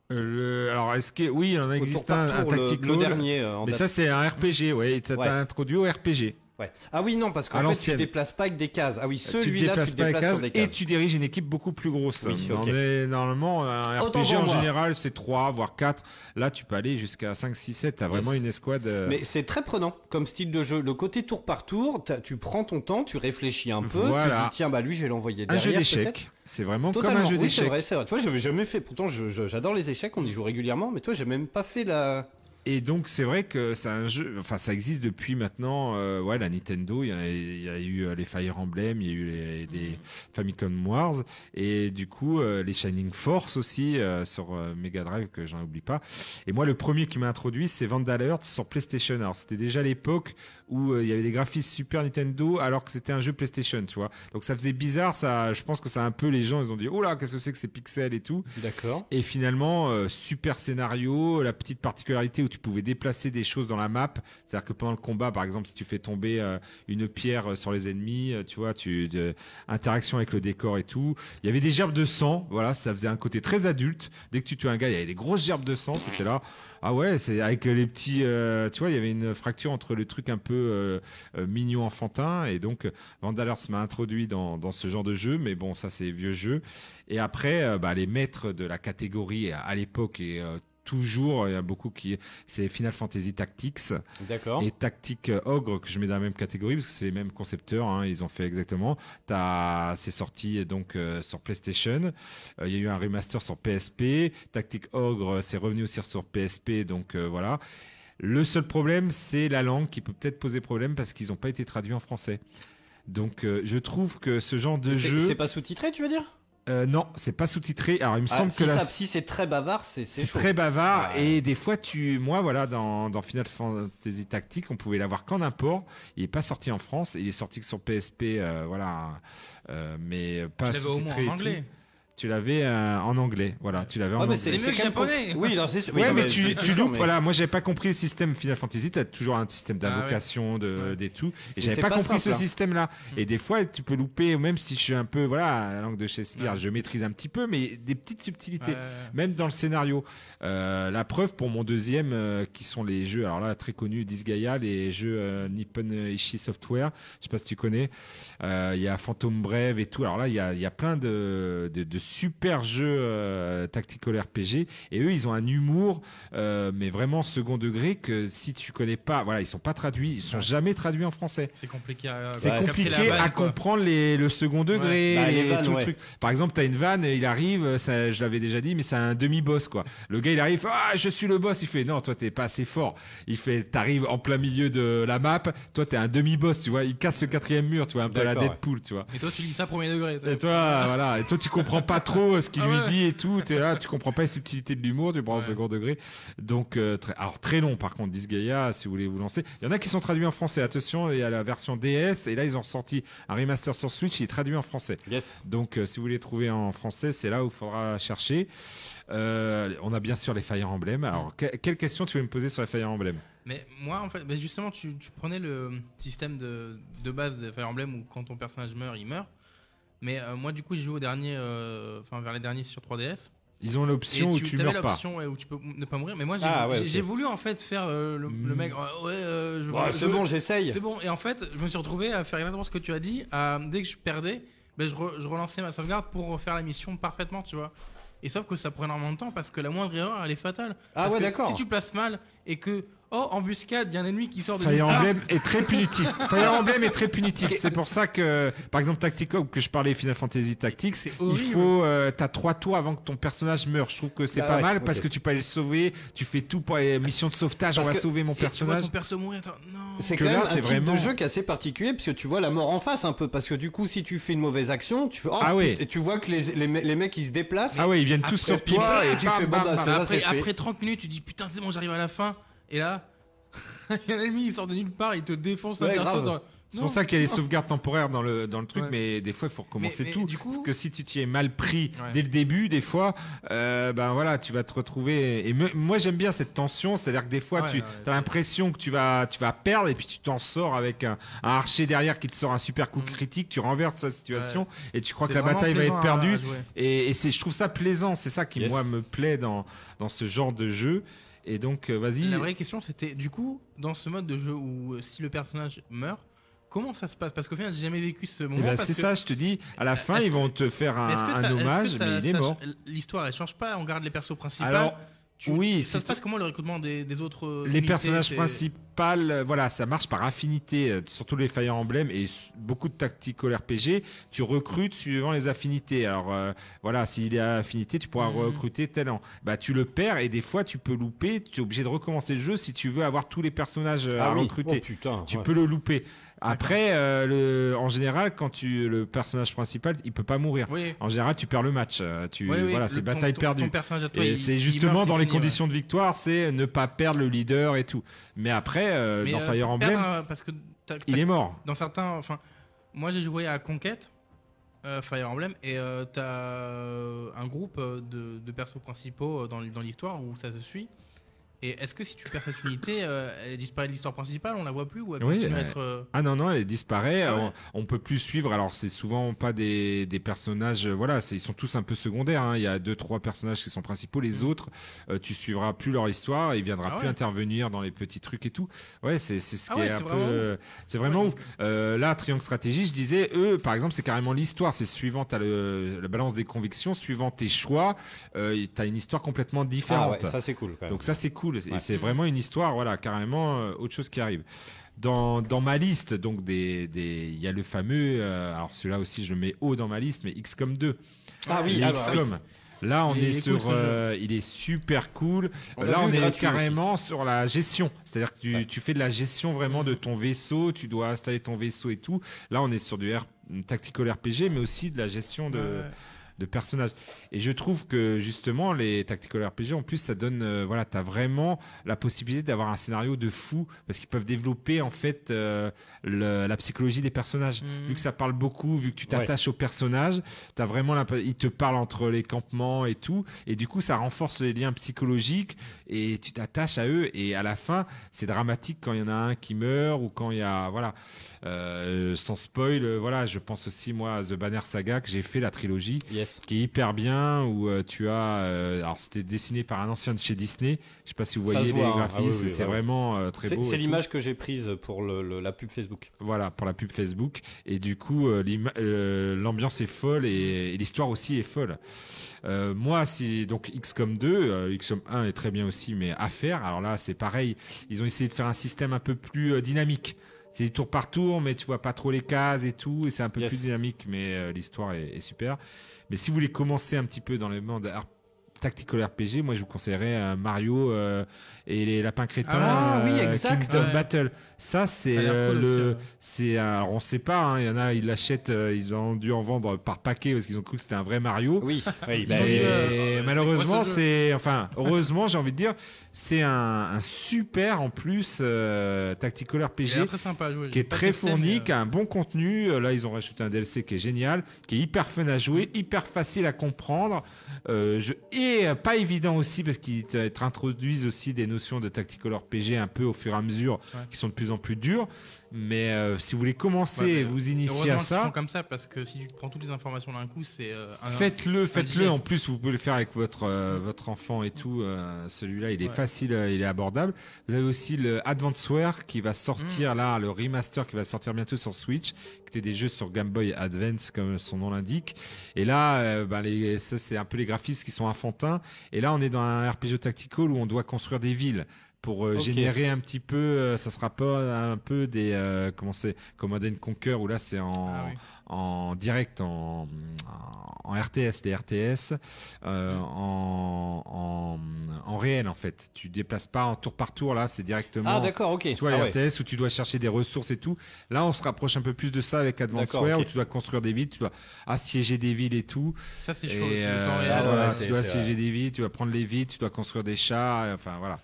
Euh, le... Alors, est-ce que oui, il en existe Tour un, par un tour, le- tactical, le dernier, euh, en mais date. ça c'est un R P G, ouais. T'as Ouais. t'as introduit au R P G. Ouais. Ah oui, non, parce qu'en À fait, tu l'ancienne. te déplaces pas avec des cases. Ah oui, Tu te celui-là, déplaces tu te pas les déplaces sur cases des et cases. tu diriges une équipe beaucoup plus grosse. Oui, Dans ok. les- Normalement, un Autant R P G pour en moi. général, c'est trois, voire quatre. Là, tu peux aller jusqu'à cinq, six, sept. T'as vraiment Yes. une escouade. euh, Mais c'est très prenant comme style de jeu. Le côté tour par tour, t'as- tu prends ton temps, tu réfléchis un peu, Voilà. tu dis tiens, bah lui, je vais l'envoyer Un derrière. jeu peut-être. d'échecs. C'est vraiment Totalement. comme un jeu Oui, c'est d'échecs. vrai, c'est vrai. Toi, j'avais jamais fait. Pourtant, je- je- j'adore les échecs, on y joue régulièrement, mais toi, j'ai même pas fait la. Et donc c'est vrai que c'est un jeu, enfin ça existe depuis maintenant, euh, ouais la Nintendo, il y, a, il y a eu euh, les Fire Emblem, il y a eu les, les Famicom Wars et du coup euh, les Shining Force aussi euh, sur euh, Mega Drive que j'en oublie pas. Et moi le premier qui m'a introduit c'est Vandal Hearts sur PlayStation. Alors c'était déjà l'époque où euh, il y avait des graphismes Super Nintendo alors que c'était un jeu PlayStation, tu vois. Donc ça faisait bizarre, ça, je pense que ça a un peu les gens ils ont dit oh là qu'est-ce que c'est que ces pixels et tout. D'accord. Et finalement, euh, super scénario, la petite particularité où tu pouvais déplacer des choses dans la map, c'est-à-dire que pendant le combat, par exemple, si tu fais tomber euh, une pierre sur les ennemis, euh, tu vois, tu de, interaction avec le décor et tout. Il y avait des gerbes de sang, voilà, ça faisait un côté très adulte. Dès que tu tues un gars, il y avait des grosses gerbes de sang, tu étais là. Ah ouais, c'est avec les petits, euh, tu vois, il y avait une fracture entre le truc un peu euh, euh, mignon enfantin et donc euh, Vandal Hearts m'a introduit dans, dans ce genre de jeu, mais bon, ça c'est vieux jeu. Et après, euh, bah, les maîtres de la catégorie à, à l'époque et euh, toujours, il y a beaucoup qui, c'est Final Fantasy Tactics D'accord. et Tactic Ogre que je mets dans la même catégorie parce que c'est les mêmes concepteurs, hein, ils ont fait exactement. T'as, c'est sorti donc euh, sur PlayStation. Euh, Il y a eu un remaster sur P S P. Tactic Ogre, c'est revenu aussi sur P S P, donc euh, voilà. Le seul problème, c'est la langue qui peut peut-être poser problème parce qu'ils n'ont pas été traduits en français. Donc, euh, je trouve que ce genre de C'est- jeu. C'est pas sous-titré, tu veux dire? Euh, non, c'est pas sous-titré. Alors, il me Ah, semble si que la- ça- si c'est très bavard, c'est c'est c'est chaud. très bavard Ouais. et des fois tu, moi voilà dans, dans Final Fantasy Tactics on pouvait l'avoir qu'en import. Il est pas sorti en France, il est sorti que sur P S P, euh, voilà, euh, mais pas Tu l'avais au moins sous-titré en et tout. anglais. Tu l'avais euh, en anglais, voilà, tu l'avais en Ouais, mais anglais. C'est mieux que quand même japonais. com- Oui, non, c'est sûr. Ouais, Oui, non, mais tu, bien tu sûr, loupes, mais- voilà, moi j'avais pas compris le système Final Fantasy, t'as toujours un système d'invocation, de, des tout, et C'est- j'avais c'est pas, pas compris simple, ce hein. système-là. Et des fois, tu peux louper, même si je suis un peu, voilà, la langue de Shakespeare, Ouais. je maîtrise un petit peu, mais des petites subtilités, Ouais. même dans le scénario. Euh, la preuve pour mon deuxième, euh, qui sont les jeux, alors là, très connus, Disgaea, les jeux euh, Nippon Ichi Software, je sais pas si tu connais, Euh, il y a Phantom Brave et tout, alors là, il y a, il y a plein de, de, de super jeux euh, tactical R P G, et eux, ils ont un humour, euh, mais vraiment second degré, que si tu connais pas, voilà, ils sont pas traduits, ils sont jamais traduits en français. C'est compliqué à, C'est à capter compliqué la vanne, à quoi. comprendre les, le second degré, Bah, les et vannes, tout le ouais. truc. Par exemple, tu as une vanne, il arrive, ça, je l'avais déjà dit, mais c'est un demi-boss, quoi. Le gars, il arrive, ah, je suis le boss. Il fait, non, toi, t'es pas assez fort. Il fait, t'arrives en plein milieu de la map, toi, t'es un demi-boss, tu vois. Il casse le quatrième mur, tu vois, un peu à la D'accord, Deadpool, tu vois. Et toi, tu lis ça premier degré. toi. Et toi, voilà. Et toi, tu comprends pas trop ce qu'il Ah lui ouais. dit et tout. T'es là, tu comprends pas les subtilités de l'humour, tu prends au Ouais. second degré. Donc, euh, très, alors très long, par contre, Disgaea, si vous voulez vous lancer. Il y en a qui sont traduits en français. Attention, il y a la version D S, et là, ils ont sorti un remaster sur Switch, il est traduit en français. Yes. Donc, euh, si vous voulez trouver en français, c'est là où il faudra chercher. Euh, on a bien sûr les Fire Emblem. Alors, que- quelle question tu veux me poser sur les Fire Emblem? Mais moi, en fait, mais justement, tu, tu prenais le système de, de base de Fire Emblem où quand ton personnage meurt, il meurt. Mais euh, moi, du coup, j'ai joué au dernier, euh, enfin vers les derniers sur trois D S. Ils ont l'option Et où tu t'avais meurs pas. l'option ouais, où tu peux ne pas mourir. Mais moi, j'ai Ah, ouais, j'ai- ok. j'ai voulu en fait faire euh, le, le mec. euh, ouais, euh, je, Bon, je- c'est bon, j'essaye. C'est bon. Et en fait, je me suis retrouvé à faire exactement ce que tu as dit. À, dès que je perdais, ben, je, re- je relançais ma sauvegarde pour faire la mission parfaitement, tu vois. Et sauf que ça prend énormément de temps parce que la moindre erreur, elle est fatale. Ah Parce ouais, que d'accord. Si tu places mal et que, oh, embuscade, il y a un ennemi qui sort de Fire nulle part. Emblem est très punitif. Fire Emblem est très punitif. C'est pour ça que, par exemple, Tactical, que je parlais Final Fantasy Tactics, il horrible. faut, euh, t'as trois tours avant que ton personnage meure. Je trouve que c'est Bah pas ouais, mal ok. parce que tu peux aller le sauver. Tu fais tout pour les missions de sauvetage. Parce on va que sauver mon Si tu vois personnage. ton perso mourir, attends, non. C'est Que quand là, même un c'est type vraiment- de jeu qui est assez particulier parce que tu vois la mort en face un peu parce que du coup si tu fais une mauvaise action tu fais oh, Ah ouais. putain, et tu vois que les, les, me- les mecs ils se déplacent. Ah ouais, ils viennent Après, tous sur puis toi bam, et tu bam, fais, bon, bam, bah, bam. ça, après, c'est fait. après trente minutes, tu dis putain, c'est bon, j'arrive à la fin. Et là, il y a un ennemi, il sort de nulle part, il te défonce un Ouais, perso. grave. dans- C'est Non. pour ça qu'il y a des sauvegardes temporaires dans le, dans le truc, Ouais. mais des fois, il faut recommencer Mais- mais tout. du coup- Parce que si tu t'y es mal pris Ouais. dès le début, des fois, euh, ben voilà, tu vas te retrouver. Et me- moi, j'aime bien cette tension, c'est-à-dire que des fois, Ouais, tu ouais, as l'impression que tu vas, tu vas perdre, et puis tu t'en sors avec un, un archer derrière qui te sort un super coup critique, tu renverses la situation, et tu crois C'est que la vraiment bataille va plaisant être à- perdue. à jouer. Et, et c'est, je trouve ça plaisant, c'est ça qui, Yes. moi, me plaît dans, dans ce genre de jeu. Et donc, euh, vas-y. La vraie question, c'était du coup, dans ce mode de jeu où euh, si le personnage meurt, comment ça se passe? Parce qu'au final, j'ai jamais vécu ce Eh moment. ben, parce c'est que- ça, je te dis. À la fin, Est-ce ils que- vont te faire Mais est-ce un, que un ça- est-ce que hommage, ça- mais il est ça- mort. L'histoire, elle change pas. On garde les persos principaux. Alors, Tu- oui, ça si se passe comment le recrutement des, des autres euh, Les unités, personnages c'est- principaux, euh, voilà, ça marche par affinité, euh, surtout les Fire Emblem et s- beaucoup de tactical R P G, tu recrutes suivant les affinités. Alors euh, voilà, s'il est à affinité, tu pourras Mhm. recruter tel an. Bah tu le perds et des fois tu peux louper, tu es obligé de recommencer le jeu si tu veux avoir tous les personnages euh, Ah à oui. recruter. Oh, putain, tu ouais. peux le louper. Après, euh, le, en général, quand tu le personnage principal, il peut pas mourir. Oui. En général, tu perds le match. Euh, Tu, Oui, oui, voilà, le- c'est ton- bataille ton- perdue. ton personnage à toi, Et il- c'est il justement meurt, c'est dans les fini, ouais. conditions de victoire, c'est ne pas perdre le leader et tout. Mais après, euh, Mais, dans euh, Fire Emblem, perdre, euh, parce que t'as- il t'as- est mort. Dans certains, enfin, moi j'ai joué à Conquête, euh, Fire Emblem, et euh, t'as euh, un groupe euh, de, de persos principaux euh, dans, l- dans l'histoire où ça se suit. Et est-ce que si tu perds cette unité, euh, elle disparaît de l'histoire principale, on la voit plus ou elle Oui, continue à euh, être euh, Ah non, non, elle disparaît. Ah ouais. on, on peut plus suivre. Alors, c'est souvent pas des, des personnages. euh, Voilà, c'est- ils sont tous un peu secondaires. hein. Il y a deux, trois personnages qui sont principaux. Les autres, euh, tu suivras plus leur histoire. Ils viendra Ah plus ouais. intervenir dans les petits trucs et tout. Ouais, c'est c'est ce Ah qui ouais, est un c'est peu. vraiment euh, C'est vraiment ouf. Euh, là, Triangle Stratégie, je disais, eux, par exemple, c'est carrément l'histoire. C'est suivant, t'as le, la balance des convictions, suivant tes choix, euh, t'as une histoire complètement différente. Ah ouais, ça c'est cool quand même. Donc ça c'est cool et Ouais. c'est vraiment une histoire, voilà, carrément euh, autre chose qui arrive. Dans, dans ma liste, donc des, des, il y a le fameux, euh, alors celui-là aussi je le mets haut dans ma liste, mais X COM deux. Ah oui, Les alors, X COM. Là, on Il est, est sur, cool, ce jeu. euh, il est super cool. On Là, l'a on vu est gratuit carrément sur la gestion. C'est-à-dire que tu, Ouais. tu fais de la gestion vraiment de ton vaisseau. Tu dois installer ton vaisseau et tout. Là, on est sur du R- tactical R P G, mais aussi de la gestion de, Ouais. de personnages. Et je trouve que justement, les tactical R P G, en plus, ça donne, euh, voilà, t'as vraiment la possibilité d'avoir un scénario de fou parce qu'ils peuvent développer en fait euh, le- la psychologie des personnages. Mhm. Vu que ça parle beaucoup, vu que tu t'attaches aux personnages, t'as vraiment l'imp- ils te parlent entre les campements et tout, et du coup, ça renforce les liens psychologiques et tu t'attaches à eux. Et à la fin, c'est dramatique quand il y en a un qui meurt ou quand il y a, voilà, euh, sans spoil, euh, voilà, je pense aussi moi à The Banner Saga que j'ai fait la trilogie Yes. qui est hyper bien où euh, tu as euh, alors c'était dessiné par un ancien de chez Disney, je sais pas si vous Ça voyez se les voit, hein. graphismes, Ah oui, oui, c'est ouais, ouais. vraiment euh, très C'est beau c'est et tout. l'image que j'ai prise pour le, le- la pub Facebook. Voilà, pour la pub Facebook. Et du coup, euh, l'ima- euh, l'ambiance est folle et, et l'histoire aussi est folle. Euh, moi, si donc X COM deux, euh, X COM un est très bien aussi, mais à faire. Alors là, c'est pareil. Ils ont essayé de faire un système un peu plus euh, dynamique. C'est du tour par tour, mais tu vois pas trop les cases et tout, et c'est un peu Yes. plus dynamique, mais euh, l'histoire est, est super. Mais si vous voulez commencer un petit peu dans le monde R- tactical R P G, moi je vous conseillerais euh, Mario euh, et les lapins crétins, Ah oui, euh, exact. Kingdom Ouais. Battle. Ça c'est Ça a l'air euh, cool aussi, le, ouais. c'est un- alors on sait pas, hein, il y en a ils l'achètent, euh, ils ont dû en vendre par paquet parce qu'ils ont cru que c'était un vrai Mario. Oui, oui, Ils bah, ont dit, Et euh, c'est malheureusement, quoi ce jeu c'est enfin heureusement, j'ai envie de dire, c'est un, un super en plus euh, tactical R P Il a G l'air très sympa à jouer. qui j'ai est pas très testé, mais, fourni, euh, qui a un bon contenu. Euh, Là, ils ont rajouté un D L C qui est génial, qui est hyper fun à jouer, hyper facile à comprendre, euh, je... et euh, pas évident aussi parce qu'ils te- te introduisent aussi des notions de tactical R P G un peu au fur et à mesure, Ouais. qui sont de plus en plus dures. Mais euh, si vous voulez commencer Ouais, et mais vous initier heureusement à qu'ils font ça, comme ça parce que si tu prends toutes les informations d'un coup, c'est euh, un- faites-le, faites-le. digeste. En plus, vous pouvez le faire avec votre euh, votre enfant et tout. euh, Celui-là, il est Ouais. facile, euh, il est abordable. Vous avez aussi le Advanceware qui va Mm. sortir là, le remaster qui va sortir bientôt sur Switch, qui était des jeux sur Game Boy Advance comme son nom l'indique. Et là, euh, ben, les, ça c'est un peu les graphismes qui sont enfantins. Et là, on est dans un R P G tactical où on doit construire des villes. Pour euh, Ok. générer un petit peu, euh, ça sera pas un peu des euh, comment c'est Command and Conquer où là c'est en Ah oui. en direct en, en R T S, les R T S euh, en, en, en réel en fait. Tu déplaces pas en tour par tour là, c'est directement. Ah d'accord, ok. Tu vois Ah les ouais. R T S où tu dois chercher des ressources et tout. Là, on se rapproche un peu plus de ça avec Advanceware D'accord, ok. où tu dois construire des villes, tu dois assiéger des villes et tout. Ça, c'est Et, chaud aussi, le euh, temps réel. Ah ouais, voilà, c'est- tu dois c'est assiéger vrai. des villes, tu dois prendre les villes, tu dois construire des chars, et enfin voilà.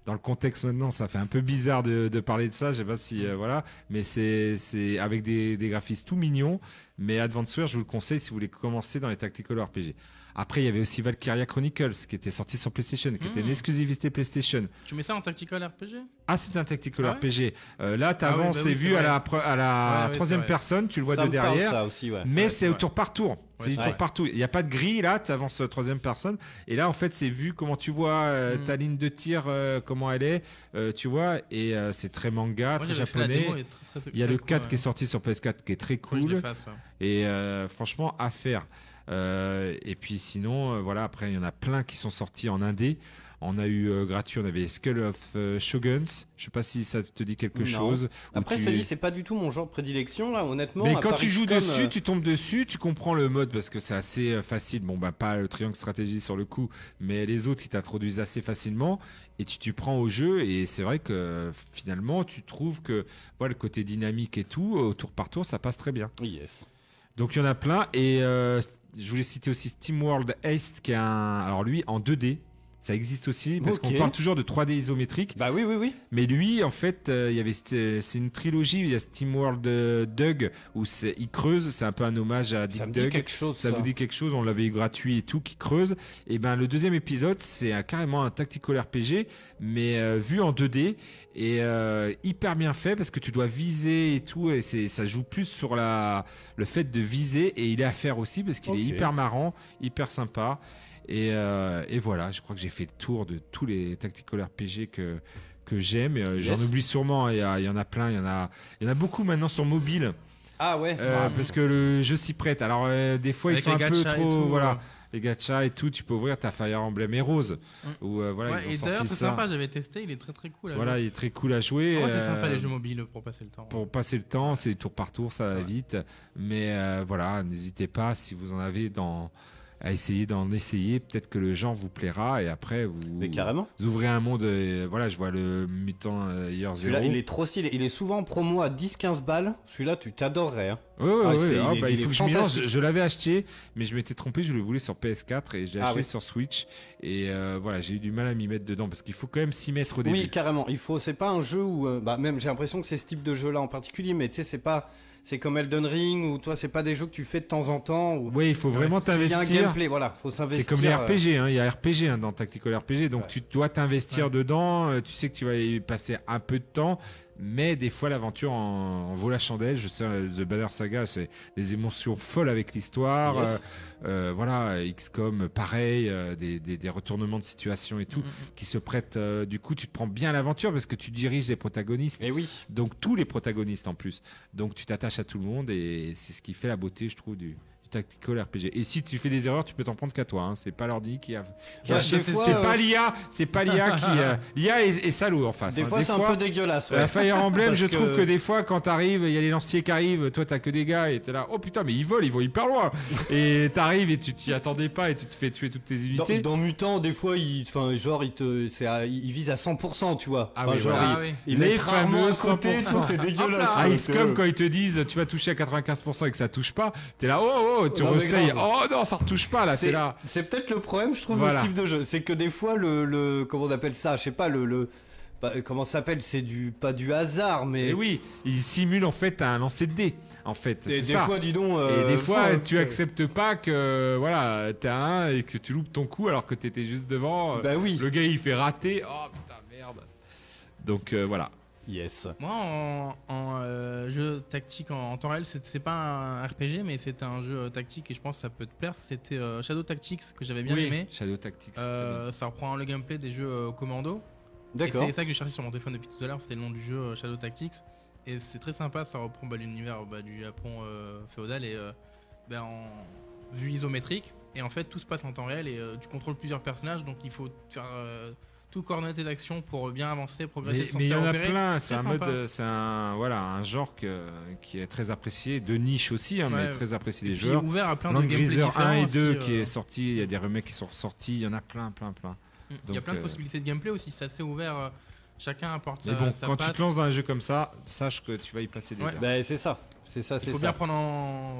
dans le contexte maintenant, ça fait un peu bizarre de, de parler de ça. Je sais pas si euh, voilà, mais c'est c'est avec des, des graphismes tout mignons. Mais Advanced Wars, je vous le conseille si vous voulez commencer dans les tactical R P G. Après, il y avait aussi Valkyria Chronicles qui était sorti sur PlayStation, qui mmh. était une exclusivité PlayStation. Tu mets ça en tactical R P G? Ah, c'est un tactical ah ouais R P G. Euh, là, tu avances, ah oui, bah oui, c'est vu à la, à la ouais, troisième ouais, personne, tu le vois ça de derrière. Ça aussi, ouais. Mais ouais, c'est au tour par tour. C'est ouais, du tour ouais. par tour. Il n'y a pas de grille là, tu avances troisième personne. Et là, en fait, c'est vu comment tu vois euh, mmh. ta ligne de tir, euh, comment elle est, euh, tu vois. Et euh, c'est très manga, Moi, très japonais. Démo, très, très, il y a très le quatre cool, qui ouais. est sorti sur P S quatre qui est très cool. Ouais, fasse, ouais. Et euh, franchement, à faire. Euh, et puis sinon, euh, voilà, après il y en a plein qui sont sortis en indé. On a eu euh, gratuit, on avait Skull of euh, Shoguns. Je sais pas si ça te dit quelque non. chose. Après, tu... je te dis, c'est pas du tout mon genre de prédilection là, honnêtement. Mais quand tu joues comme, dessus, euh... tu tombes dessus, tu comprends le mode parce que c'est assez euh, facile. Bon, bah pas le triangle stratégie sur le coup, mais les autres qui t'introduisent assez facilement et tu tu prends au jeu. Et c'est vrai que finalement, tu trouves que voilà, le côté dynamique et tout, au tour par tour, ça passe très bien. Yes. Donc il y en a plein et euh, je voulais citer aussi SteamWorld Heist qui est un, alors lui en deux D. Ça existe aussi parce okay. qu'on parle toujours de trois D isométrique. Bah oui, oui, oui. Mais lui, en fait, euh, il y avait c'est une trilogie. Il y a SteamWorld euh, Doug où il creuse. C'est un peu un hommage à Dick ça me Doug. Dit quelque chose, ça, ça vous dit quelque chose. On l'avait eu gratuit et tout, qui creuse. Et ben le deuxième épisode, c'est un, carrément un tactical R P G, mais euh, vu en deux D et euh, hyper bien fait parce que tu dois viser et tout. Et c'est ça joue plus sur la le fait de viser et il est à faire aussi parce qu'il okay. est hyper marrant, hyper sympa. Et, euh, et voilà, je crois que j'ai fait le tour de tous les tactical R P G que, que j'aime. Yes. J'en oublie sûrement, il y, a, il y en a plein, il y en a, il y en a beaucoup maintenant sur mobile. Ah ouais euh, ah, Parce que le jeu s'y prête. Alors euh, des fois, Avec ils sont un peu trop... Tout, voilà. Ouais. Les gachas et tout, tu peux ouvrir ta Fire Emblem Heroes. Mm. Où, euh, voilà, ouais, ils ont et sorti d'ailleurs, c'est ça. sympa, j'avais testé, il est très très cool à voilà, jouer. il est très cool à jouer. Ouais, c'est euh, sympa les jeux mobiles pour passer le temps. Pour passer le temps, c'est tour par tour, ça va ouais. vite. Mais euh, voilà, n'hésitez pas si vous en avez dans... à essayer d'en essayer, peut-être que le genre vous plaira et après vous, mais carrément. vous ouvrez un monde. Euh, voilà, je vois le Mutant euh, Year Zero. Celui-là, il est trop stylé. Il est souvent en promo à dix quinze balles. Celui-là, tu t'adorerais. Hein. Oui, oui, ah, oui. Ah, il, bah, il, il faut il que je m'y lance. Je, je l'avais acheté, mais je m'étais trompé. Je le voulais sur P S quatre et je l'ai ah, acheté oui. sur Switch. Et euh, voilà, j'ai eu du mal à m'y mettre dedans parce qu'il faut quand même s'y mettre au début. Oui, carrément. Il faut. C'est pas un jeu où, euh, bah, même j'ai l'impression que c'est ce type de jeu-là en particulier, mais tu sais, c'est pas. C'est comme Elden Ring ou toi, c'est pas des jeux que tu fais de temps en temps. Ou... Oui, il faut vraiment ouais. t'investir. Il y a un gameplay, voilà, faut s'investir. C'est comme les R P G, hein. Il y a R P G hein, dans Tactical R P G, donc ouais. tu dois t'investir ouais. dedans. Tu sais que tu vas y passer un peu de temps, mais des fois l'aventure en, en vaut la chandelle. Je sais, The Banner Saga, c'est des émotions folles avec l'histoire. Yes. Euh, euh, voilà, X COM, pareil, euh, des, des, des retournements de situation et tout, mm-hmm. qui se prêtent. Euh, du coup, tu te prends bien l'aventure parce que tu diriges les protagonistes. Et oui. Donc tous les protagonistes en plus. Donc tu t'attaches à tout le monde et c'est ce qui fait la beauté, je trouve, du, du tactical R P G. Et si tu fais des erreurs, tu peux t'en prendre qu'à toi. Hein. C'est pas l'ordi qui a. Qui ouais, a c'est fois, c'est euh... pas l'I A, c'est pas l'I A qui. Euh... L'I A est, est salaud en face. Des hein. fois, des c'est fois, un peu dégueulasse. Ouais. La Fire Emblem, je que... trouve que des fois, quand t'arrives, il y a les lanciers qui arrivent, toi t'as que des gars et t'es là, oh putain, mais ils volent, ils vont hyper loin. Et t'arrives et tu t'y attendais pas et tu te fais tuer toutes tes unités. Dans, dans Mutant, des fois, il, enfin, genre, il te, c'est à, il vise à cent pour cent, tu vois. Ah enfin, oui, genre, voilà. il, ah il les met rarement à côté, ça, c'est dégueulasse. Ah, X COM, quand ils te disent, tu vas toucher à quatre-vingt-quinze pour cent et que ça touche pas, t'es là, oh, oh, tu resayes, oh non, ça retouche pas là, c'est là. C'est peut-être le problème, je trouve, voilà. de ce type de jeu. C'est que des fois, le, le comment on appelle ça, je sais pas, le, le bah, comment ça s'appelle, c'est du, pas du hasard, mais. Et oui, il simule en fait un lancer de dés, en fait. Et c'est des ça. fois, dis donc. Euh, et des fois, enfin, tu euh... acceptes pas que, voilà, t'as un et que tu loupes ton coup alors que t'étais juste devant. Bah oui. Le gars, il fait rater. Oh putain, merde. Donc euh, voilà. Yes. Moi, en, en euh, jeu tactique en, en temps réel, c'est, c'est pas un R P G, mais c'était un jeu euh, tactique et je pense que ça peut te plaire. C'était euh, Shadow Tactics que j'avais bien oui, aimé. Shadow Tactics. Euh, ça reprend le gameplay des jeux euh, Commando. D'accord. Et c'est ça que j'ai cherché sur mon téléphone depuis tout à l'heure. C'était le nom du jeu euh, Shadow Tactics. Et c'est très sympa. Ça reprend bah, l'univers bah, du Japon euh, féodal et euh, bah, en vue isométrique. Et en fait, tout se passe en temps réel et euh, tu contrôles plusieurs personnages. Donc il faut faire. Euh, tout coordonner tes actions pour bien avancer, progresser sans mais il y en a repérer. plein, c'est, c'est un sympa. mode, c'est un voilà, un genre que, qui est très apprécié, de niche aussi, hein, ouais, mais très apprécié des puis joueurs. Ouvert à plein Land de Griser un et deux aussi, qui euh... est sorti, il y a des remakes qui sont ressortis, il y en a plein, plein, plein. Il Donc, y a plein de euh... possibilités de gameplay aussi, c'est assez ouvert. Euh, chacun apporte mais sa, bon, sa quand patte. tu te lances dans un jeu comme ça, sache que tu vas y passer des ouais. heures. Bah, c'est ça. C'est ça, c'est il faut ça. bien prendre en, ouais, en main les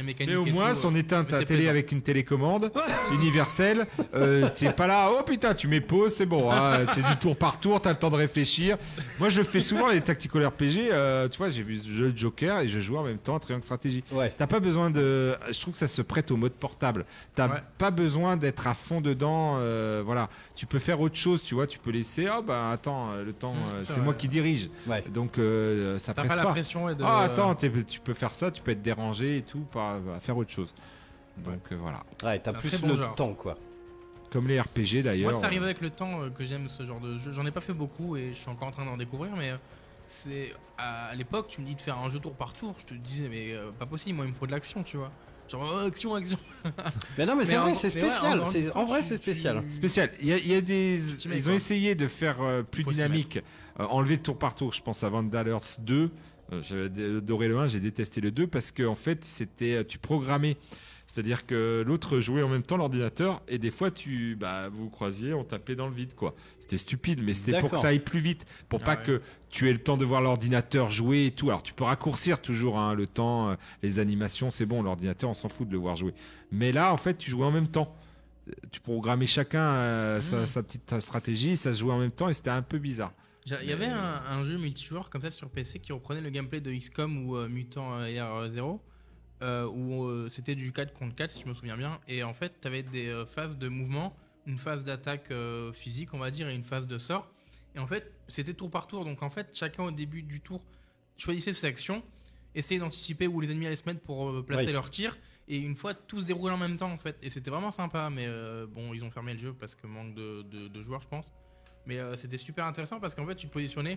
les mécaniques. Mais au et moins, tout, si on euh, éteint mais ta c'est télé plaisant. avec une télécommande universelle, euh, t'es pas là, oh putain, tu mets pause, c'est bon, hein, c'est du tour par tour, t'as le temps de réfléchir. Moi, je fais souvent les tactical R P G, euh, tu vois, j'ai vu ce jeu de Joker et je joue en même temps à Triangle Stratégie. Ouais. T'as pas besoin de. Je trouve que ça se prête au mode portable. T'as Ouais. pas besoin d'être à fond dedans, euh, voilà. Tu peux faire autre chose, tu vois, tu peux laisser, oh bah attends, euh, le temps, Mmh, euh, c'est c'est moi vrai. qui dirige. Ouais. Donc euh, ça T'as presse pas pas. la pression et de. Ah attends, t'es- tu peux faire ça, tu peux être dérangé et tout, pas à faire autre chose. Donc euh, voilà. Ouais, t'as C'est un plus très bon le genre. temps, quoi. Comme les R P G d'ailleurs. Moi, ça arrive avec le temps euh, que j'aime ce genre de jeu. J'en ai pas fait beaucoup et je suis encore en train d'en découvrir, mais euh, c'est à, à l'époque, tu me dis de faire un jeu tour par tour, je te disais mais euh, pas possible, moi il me faut de l'action, tu vois. Genre oh, action, action. Mais non, mais c'est Mais vrai, en- c'est mais ouais, spécial. en c'est- grandissant, En vrai, tu- c'est spécial. tu- Spécial. Il y a, il y a des. Tu mets, Ils quoi. ont essayé de faire euh, plus Faut s'y dynamique, euh, enlever le tour par tour. Je pense à Vandal Hearts deux. Euh, J'avais dé- adoré le un, j'ai détesté le deux parce que en fait, c'était euh, tu programmais. C'est-à-dire que l'autre jouait en même temps l'ordinateur et des fois tu bah, vous croisiez, on tapait dans le vide quoi. C'était stupide, mais c'était pour que D'accord. ça aille plus vite, pour Ah pas ouais. que tu aies le temps de voir l'ordinateur jouer et tout. Alors tu peux raccourcir toujours hein, le temps, euh, les animations, c'est bon, l'ordinateur on s'en fout de le voir jouer. Mais là en fait tu jouais en même temps. Tu programmais chacun euh, sa, Mmh. sa petite stratégie, ça se jouait en même temps et c'était un peu bizarre. J'a- Il y avait un, un jeu multijoueur comme ça sur P C qui reprenait le gameplay de X COM ou euh, Mutant R zéro, euh, où euh, c'était du quatre contre quatre si je me souviens bien, et en fait tu avais des euh, phases de mouvement, une phase d'attaque euh, physique on va dire et une phase de sort, et en fait c'était tour par tour, donc en fait chacun au début du tour choisissait ses actions, essayait d'anticiper où les ennemis allaient se mettre pour euh, placer Oui. leur tir, et une fois tout se déroule en même temps en fait, et c'était vraiment sympa, mais euh, bon ils ont fermé le jeu parce que manque de, de, de joueurs je pense. Mais euh, c'était super intéressant parce qu'en fait, tu te positionnais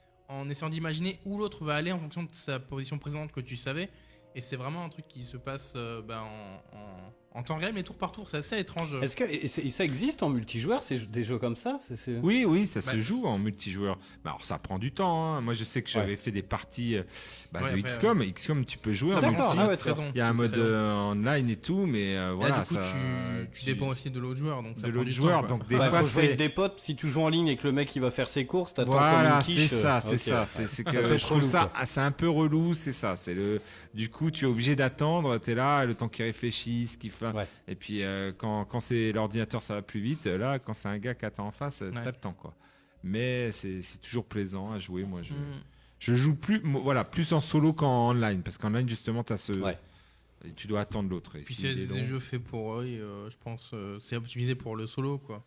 en essayant d'imaginer où l'autre va aller en fonction de sa position présente que tu savais. Et c'est vraiment un truc qui se passe euh, ben, en, en, en temps réel, mais tour par tour. C'est assez étrange. Est-ce que et c'est- et ça existe en multijoueur, c'est des jeux comme ça? C'est- c'est- Oui, oui, ça se Bah, joue en multijoueur. Bah, alors ça prend du temps. hein. Moi, je sais que j'avais Ouais. fait des parties euh, bah, Ouais, de après, X COM. X COM, tu peux jouer en D'accord, multi. ah ouais, très très long. Il y a un mode Très long. euh, online et tout, mais euh, Là, voilà, du coup, ça. tu, tu dépends aussi de l'autre joueur. Donc ça de prend l'autre du joueur. temps, quoi. Donc des Bah, fois, faut jouer c'est. avec des potes. Si tu joues en ligne et que le mec il va faire ses courses, t'attends Voilà, comme une c'est quiche. ça, c'est Ok. ça. C'est c'est Ça que peut être je trouve relou, ça, quoi. ah, c'est un peu relou, c'est ça. C'est le. Du coup, tu es obligé d'attendre. T'es là, le temps qu'il réfléchisse, qu'il fait. Ouais. Et puis euh, quand quand c'est l'ordinateur, ça va plus vite. Là, quand c'est un gars qui attend en face, euh, Ouais. t'as le temps, quoi. Mais c'est c'est toujours plaisant à jouer. Moi, je. Mm. Je joue plus, mo- voilà, plus en solo qu'en online, parce qu'en online justement, t'as ce, Ouais. et tu dois attendre l'autre. Et Puis s'il c'est est des long- jeux faits pour eux. et, euh, je pense euh, c'est optimisé pour le solo, quoi.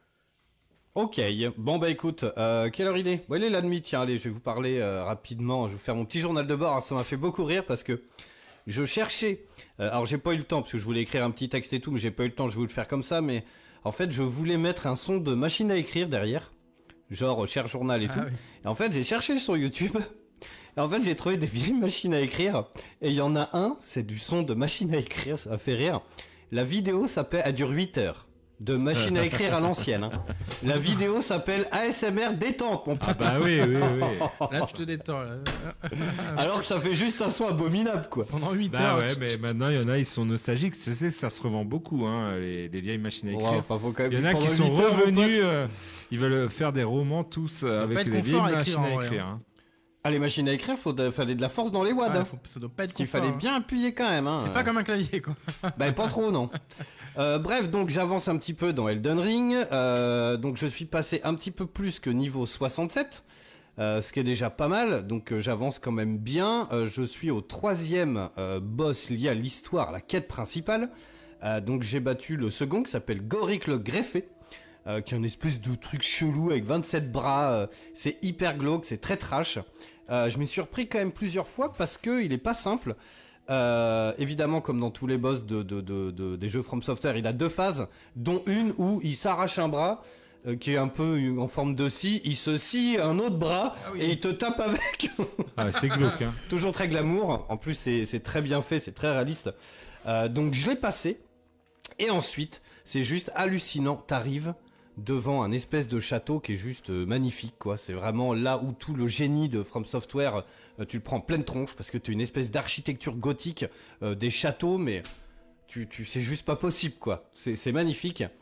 Ok, bon bah écoute, euh, quelle heure il est? Bon, il est la demi, tiens, allez, je vais vous parler euh, rapidement, je vais vous faire mon petit journal de bord, hein, ça m'a fait beaucoup rire parce que je cherchais, euh, alors j'ai pas eu le temps parce que je voulais écrire un petit texte et tout, mais j'ai pas eu le temps, je voulais le faire comme ça, mais en fait je voulais mettre un son de machine à écrire derrière, genre euh, cher journal et Ah tout, oui. et en fait j'ai cherché sur YouTube, et en fait j'ai trouvé des vieilles machines à écrire, et il y en a un, c'est du son de machine à écrire, ça m'a fait rire, la vidéo s'appelle, elle dure huit heures. De machine à écrire à l'ancienne. hein. La vidéo s'appelle A S M R détente, mon Ah putain. bah oui, oui, oui. Là, tu te détends. Là. Alors que ça fait juste un son abominable, quoi. Pendant huit Bah heures. ouais, mais maintenant il y en a, ils sont nostalgiques. Tu sais que ça se revend beaucoup, hein, les, les vieilles machines à Ouais, écrire. enfin, faut quand même Il y en a pendant qui sont huit heures, mon revenus, pote. euh, ils veulent faire des romans tous euh, Ça doit pas avec être les vieilles confort à machines écrire, à en vrai, écrire. hein. hein. Ah, les machines à écrire, faut de, fallait de la force dans les wads. Ouais, hein. faut- ça doit pas être Qu'il confort, fallait hein. bien appuyer quand même. Hein. C'est pas comme un clavier, quoi. Bah, pas trop, non. Euh, bref, donc j'avance un petit peu dans Elden Ring. Euh, donc je suis passé un petit peu plus que niveau soixante-sept. Euh, ce qui est déjà pas mal, donc euh, j'avance quand même bien. Euh, je suis au troisième euh, boss lié à l'histoire, la quête principale. Euh, donc j'ai battu le second qui s'appelle Gorick le Greffé, euh, qui est une espèce de truc chelou avec vingt-sept bras. Euh, c'est hyper glauque, c'est très trash. Euh, je m'y suis surpris quand même plusieurs fois parce que il est pas simple. Euh, évidemment, comme dans tous les boss de, de, de, de- des jeux From Software, il a deux phases, dont une où il s'arrache un bras. Euh, qui est un peu en forme de scie, il se scie un autre bras Ah oui. et il te tape avec. Ah ouais, c'est glauque. Hein. Toujours très glamour. En plus, c'est c'est très bien fait, c'est très réaliste. Euh, donc, je l'ai passé. Et ensuite, c'est juste hallucinant. T'arrives devant un espèce de château qui est juste euh, magnifique, quoi. C'est vraiment là où tout le génie de From Software, euh, tu le prends en pleine tronche parce que tu as une espèce d'architecture gothique euh, des châteaux, mais tu, tu, c'est juste pas possible, quoi. C'est c'est magnifique.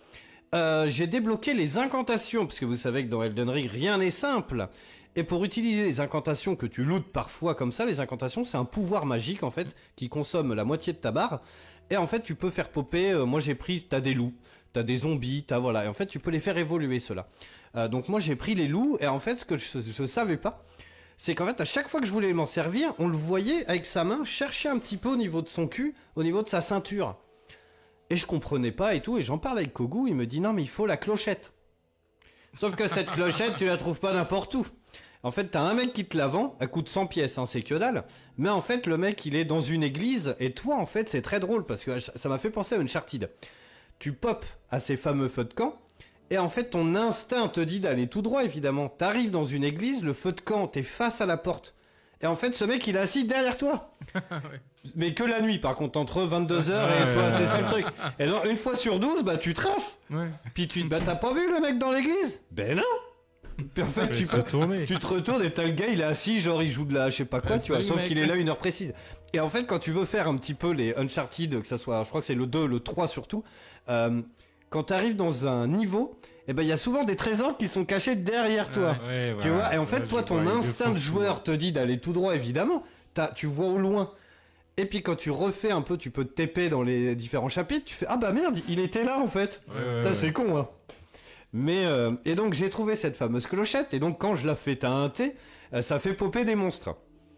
euh, j'ai débloqué les incantations, parce que vous savez que dans Elden Ring, rien n'est simple. Et pour utiliser les incantations que tu lootes parfois comme ça, les incantations, c'est un pouvoir magique, en fait, qui consomme la moitié de ta barre. Et en fait, tu peux faire popper, euh, moi j'ai pris, t'as des loups, t'as des zombies, t'as voilà. Et en fait, tu peux les faire évoluer, ceux-là. Euh, donc moi, j'ai pris les loups, et en fait, ce que je, je savais pas, c'est qu'en fait, à chaque fois que je voulais m'en servir, on le voyait avec sa main chercher un petit peu au niveau de son cul, au niveau de sa ceinture. Et je comprenais pas et tout, et j'en parle avec Kogu, il me dit non mais il faut la clochette. Sauf que cette clochette, tu la trouves pas n'importe où. En fait, t'as un mec qui te la vend, elle coûte cent pièces, hein, c'est que dalle. Mais en fait, le mec, il est dans une église, et toi, en fait, c'est très drôle, parce que ça m'a fait penser à Uncharted. Tu popes à ces fameux feux de camp, et en fait, ton instinct te dit d'aller tout droit, évidemment. T'arrives dans une église, le feu de camp, t'es face à la porte. Et en fait, ce mec, il est assis derrière toi. Ouais. Mais que la nuit, par contre, entre vingt-deux heures et toi, c'est ça le truc. Et donc, une fois sur douze, bah, tu traces. Ouais. Puis tu, bah, t'as pas vu le mec dans l'église? Ben non. Puis en fait, tu, peux, tu te retournes et t'as le gars, il est assis, genre, il joue de la, je sais pas quoi, ouais, tu vois, sauf qu'il est là une heure précise. Et en fait, quand tu veux faire un petit peu les Uncharted, que ça soit, je crois que c'est le deux, le trois surtout, euh, quand t'arrives dans un niveau, eh ben, il y a souvent des trésors qui sont cachés derrière toi. Ouais, tu voilà, vois, et en fait, toi, ton instinct de joueur te dit d'aller tout droit, évidemment. T'as, tu vois au loin. Et puis, quand tu refais un peu, tu peux te taper dans les différents chapitres, tu fais ah bah merde, il était là en fait. Ouais, ouais, ouais. C'est con, hein. Mais, euh, et donc, j'ai trouvé cette fameuse clochette, et donc, quand je la fais teinter, euh, ça fait popper des monstres.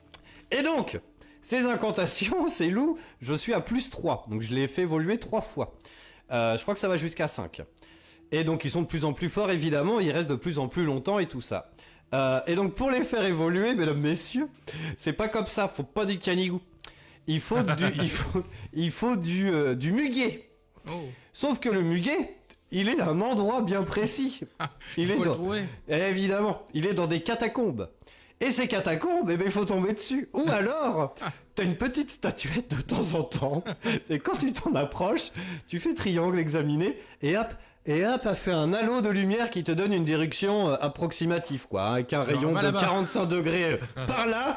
Et donc, ces incantations, ces loups, je suis à plus trois. Donc, je les ai fait évoluer trois fois. Euh, je crois que ça va jusqu'à cinq. Et donc ils sont de plus en plus forts évidemment, ils restent de plus en plus longtemps et tout ça. Euh, et donc pour les faire évoluer, mesdames, messieurs, c'est pas comme ça, faut pas du canigou. Il faut du, il faut, il faut du, euh, du muguet. Oh. Sauf que le muguet, il est à un endroit bien précis. Il, il est dans, évidemment, il est dans des catacombes. Et ces catacombes, eh ben, il faut tomber dessus. Ou alors, t'as une petite statuette de temps en temps. Et quand tu t'en approches, tu fais triangle, examiner, et hop, et hop, a fait un halo de lumière qui te donne une direction euh, approximative, quoi, hein, avec un rayon de quarante-cinq degrés euh, par là.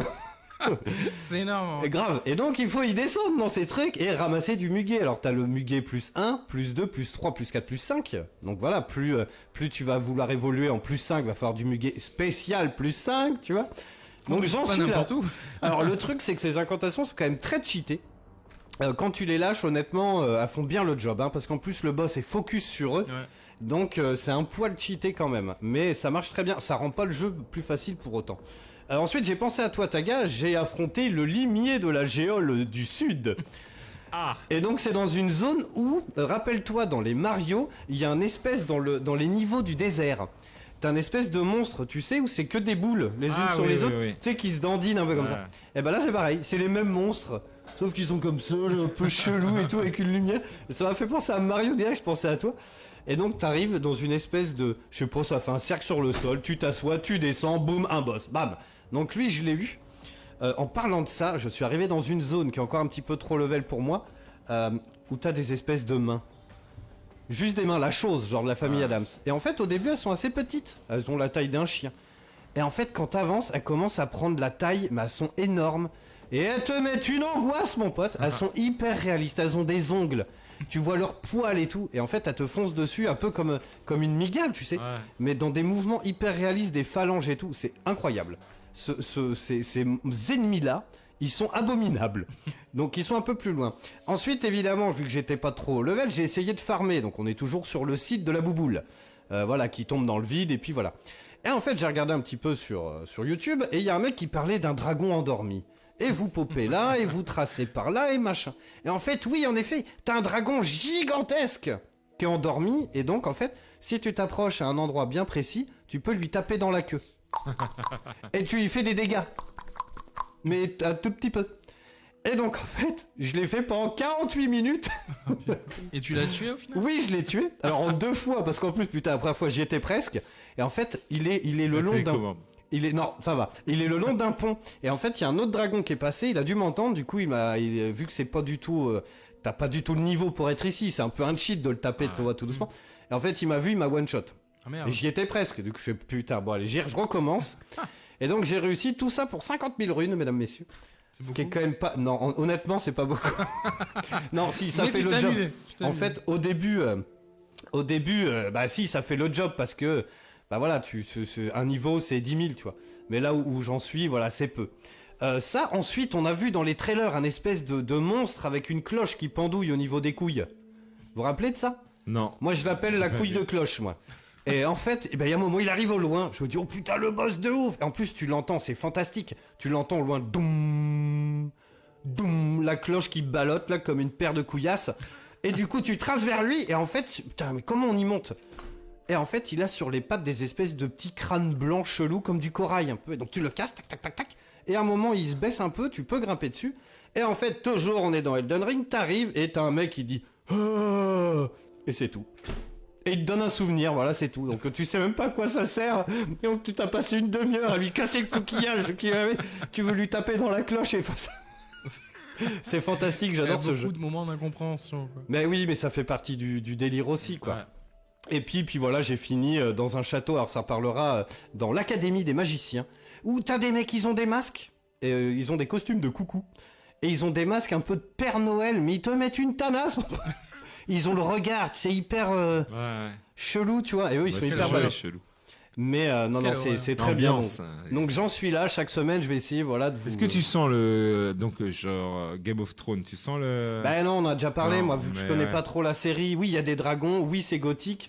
C'est énorme. Et grave. Et donc, il faut y descendre dans ces trucs et ramasser du muguet. Alors, t'as le muguet plus un, plus deux, plus trois, plus quatre, plus cinq. Donc voilà, plus, euh, plus tu vas vouloir évoluer en plus cinq, va falloir du muguet spécial plus cinq, tu vois. Donc, j'en suis là. Où. Alors, le truc, c'est que ces incantations sont quand même très cheatées. Euh, quand tu les lâches, honnêtement, euh, elles font bien le job, hein, parce qu'en plus, le boss est focus sur eux. Ouais. Donc, euh, c'est un poil cheaté quand même. Mais ça marche très bien. Ça rend pas le jeu plus facile pour autant. Euh, ensuite, j'ai pensé à toi, Taga. J'ai affronté le limier de la géole du Sud. Ah. Et donc, c'est dans une zone où, euh, rappelle-toi, dans les Mario, il y a un espèce dans, le, dans les niveaux du désert. T'as un espèce de monstre, tu sais, où c'est que des boules, les unes ah, sur oui, les oui, autres, oui. Tu sais, qui se dandinent un peu comme ouais. ça. Et ben là, c'est pareil, c'est les mêmes monstres, sauf qu'ils sont comme ça, un peu chelous et tout, avec une lumière. Et ça m'a fait penser à Mario direct, je pensais à toi. Et donc, t'arrives dans une espèce de, je sais pas, ça fait un cercle sur le sol, tu t'assois, tu descends, boum, un boss, bam. Donc lui, je l'ai eu. Euh, en parlant de ça, je suis arrivé dans une zone qui est encore un petit peu trop level pour moi, euh, où t'as des espèces de mains. Juste des mains, la chose, genre de la famille Adams. Et en fait, au début, elles sont assez petites. Elles ont la taille d'un chien. Et en fait, quand t'avances, elles commencent à prendre la taille, mais elles sont énormes. Et elles te mettent une angoisse, mon pote. Elles sont hyper réalistes, elles ont des ongles. Tu vois leurs poils et tout. Et en fait, elles te foncent dessus un peu comme, comme une migale, tu sais. Ouais. Mais dans des mouvements hyper réalistes, des phalanges et tout. C'est incroyable. Ce, ce, ces, ces ennemis-là, ils sont abominables. Donc ils sont un peu plus loin. Ensuite, évidemment, vu que j'étais pas trop au level, j'ai essayé de farmer. Donc on est toujours sur le site de la bouboule. Euh, voilà, qui tombe dans le vide et puis voilà. Et en fait, j'ai regardé un petit peu sur, euh, sur YouTube et il y a un mec qui parlait d'un dragon endormi. Et vous popez là, et vous tracez par là, et machin. Et en fait, oui, en effet, t'as un dragon gigantesque qui est endormi. Et donc, en fait, si tu t'approches à un endroit bien précis, tu peux lui taper dans la queue. Et tu lui fais des dégâts. Mais un tout petit peu. Et donc en fait, je l'ai fait pendant quarante-huit minutes. Et tu l'as tué au final ? Oui, je l'ai tué. Alors en deux fois, parce qu'en plus, putain, la première fois, j'y étais presque. Et en fait, il est, il est le long d'un... Il est... Non, ça va. Il est le long d'un pont. Et en fait, il y a un autre dragon qui est passé, il a dû m'entendre, du coup, il m'a... Il... vu que c'est pas du tout... Euh... T'as pas du tout le niveau pour être ici, c'est un peu un cheat de le taper, ah, tu vois, tout doucement. Et en fait, il m'a vu, il m'a one-shot. Ah, merde. Et j'y étais presque. Du coup, je fais putain, bon allez, je recommence. Et donc j'ai réussi tout ça pour cinquante mille runes, mesdames, messieurs. C'est beaucoup. Ce qui est quand même pas... Non, honnêtement, c'est pas beaucoup. Non, si, ça mais fait le job. En fait, au début, euh, Au début, euh, bah si, ça fait le job parce que, bah voilà, tu, c'est, c'est, un niveau c'est dix mille, tu vois. Mais là où, où j'en suis, voilà, c'est peu. Euh, ça, ensuite, on a vu dans les trailers un espèce de, de monstre avec une cloche qui pendouille au niveau des couilles. Vous vous rappelez de ça ? Non. Moi, je l'appelle la couille de cloche, moi. Et en fait, il ben, y a un moment, il arrive au loin. Je me dis, oh putain, le boss de ouf. Et en plus, tu l'entends, c'est fantastique. Tu l'entends au loin, doum, doum, la cloche qui ballotte là comme une paire de couillasses. Et du coup, tu traces vers lui. Et en fait, putain, mais comment on y monte ? Et en fait, il a sur les pattes des espèces de petits crânes blancs chelous comme du corail un peu. Et donc tu le casses, tac, tac, tac, tac. Et à un moment, il se baisse un peu, tu peux grimper dessus. Et en fait, toujours, on est dans Elden Ring, t'arrives et t'as un mec qui dit oh, et c'est tout. Et il te donne un souvenir, voilà, c'est tout. Donc tu sais même pas à quoi ça sert. Et donc tu t'as passé une demi-heure à lui casser le coquillage qu'il avait. Tu veux lui taper dans la cloche et faire ça. C'est fantastique, j'adore ce jeu. Il y a beaucoup de moments d'incompréhension, quoi. Mais oui, mais ça fait partie du, du délire aussi, quoi. Ouais. Et puis, puis voilà, j'ai fini euh, dans un château, alors ça parlera euh, dans l'Académie des magiciens, où t'as des mecs, ils ont des masques, et euh, ils ont des costumes de coucou, et ils ont des masques un peu de Père Noël, mais ils te mettent une tanasse. Ils ont le regard, c'est hyper euh, ouais, ouais. chelou, tu vois, et eux, ils ouais, sont hyper balèzes. Mais euh, non, Quelle non, c'est, c'est très bien. Donc, donc j'en suis là, chaque semaine, je vais essayer, voilà, de vous... Est-ce que tu sens le... Donc, genre, Game of Thrones, tu sens le... Ben non, on a déjà parlé, non, moi, vu que je connais ouais. pas trop la série. Oui, il y a des dragons, oui, c'est gothique.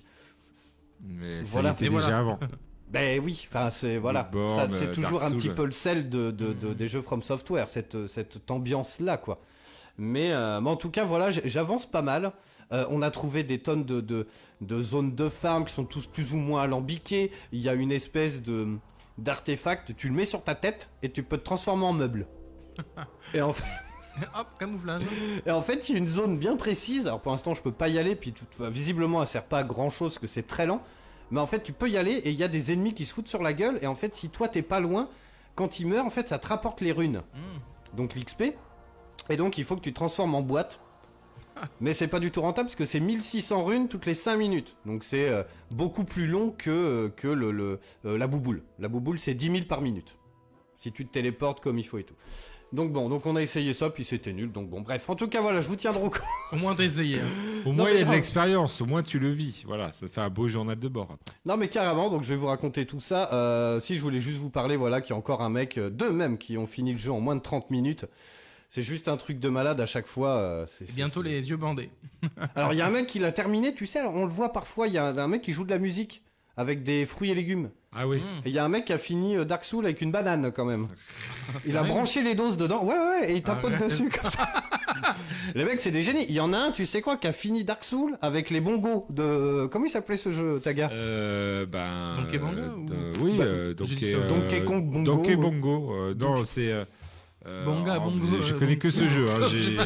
Mais ça voilà. était déjà voilà. avant. Ben oui, enfin, c'est... Voilà. Born, ça, c'est toujours Dark un petit peu le sel de, de, de, de, des jeux From Software, cette, cette ambiance-là, quoi. Mais, euh, mais en tout cas, voilà, j'avance pas mal. Euh, on a trouvé des tonnes de, de, de zones de farm qui sont tous plus ou moins alambiquées. Il y a une espèce de, d'artefact, tu le mets sur ta tête et tu peux te transformer en meuble. Et en fait... Hop, camouflage. Et en fait, il y a une zone bien précise. Alors pour l'instant, je peux pas y aller, puis tout, visiblement, elle sert pas à grand chose, parce que c'est très lent. Mais en fait, tu peux y aller et il y a des ennemis qui se foutent sur la gueule. Et en fait, si toi t'es pas loin, quand ils meurent, en fait, ça te rapporte les runes. Mm. Donc l'X P. Et donc, il faut que tu te transformes en boîte. Mais c'est pas du tout rentable parce que c'est mille six cents runes toutes les cinq minutes. Donc c'est euh, beaucoup plus long que, euh, que le, le, euh, la bouboule. La bouboule c'est dix mille par minute. Si tu te téléportes comme il faut et tout. Donc bon, donc on a essayé ça puis c'était nul. Donc bon, bref. En tout cas voilà, je vous tiendrai au courant. Au moins t'as essayé. Hein. Au moins il y a de l'expérience, au moins tu le vis. Voilà, ça fait un beau journal de bord après. Non mais carrément, donc je vais vous raconter tout ça. Euh, si je voulais juste vous parler, voilà, qu'il y a encore un mec, euh, deux même, qui ont fini le jeu en moins de trente minutes. C'est juste un truc de malade à chaque fois. Euh, c'est, bientôt c'est... les yeux bandés. Alors il y a un mec qui l'a terminé, tu sais, alors, on le voit parfois, il y a un, un mec qui joue de la musique avec des fruits et légumes. Ah oui. Et il y a un mec qui a fini Dark Souls avec une banane quand même. Il a branché les doses dedans, ouais ouais, et il tapote ah, dessus comme ça. Les mecs c'est des génies. Il y en a un, tu sais quoi, qui a fini Dark Souls avec les bongos de... Comment il s'appelait ce jeu, Taga ? Euh, ben... Donkey Bongo euh, ou... de... Oui, bah, euh, Donkey... Euh, Donkey Kong Bongo. Donkey Bongo. Euh, non, Donc... c'est... Euh... Euh, Bonga, bongo, je, je connais que ce jeu. Hein, j'ai...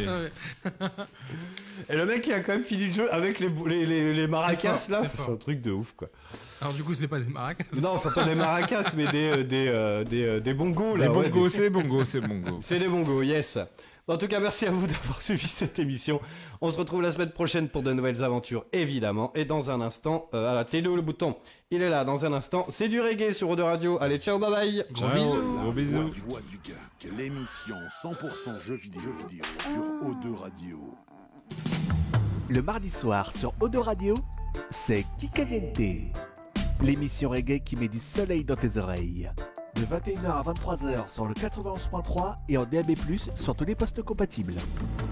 Et le mec il a quand même fini le jeu avec les, les, les, les maracas c'est fort, là. C'est, c'est un truc de ouf quoi. Alors du coup c'est pas des maracas. Non, enfin pas des maracas mais des, des, euh, des, euh, des bongos là. Des ouais, bongos, des... c'est des bongos, c'est bongos. C'est des bongos, yes. En tout cas, merci à vous d'avoir suivi cette émission. On se retrouve la semaine prochaine pour de nouvelles aventures, évidemment. Et dans un instant, euh, à la télé, le bouton, il est là. Dans un instant, c'est du reggae sur Eau de Radio. Allez, ciao, bye bye. Gros bisous. Gros bisous. La voix du geek, l'émission cent pour cent jeux vidéo, jeux vidéo sur Eau de Radio. Le mardi soir sur Eau de Radio, c'est Kikaliente. L'émission reggae qui met du soleil dans tes oreilles. De vingt et une heures à vingt-trois heures sur le quatre-vingt-onze point trois et en D A B plus, sur tous les postes compatibles.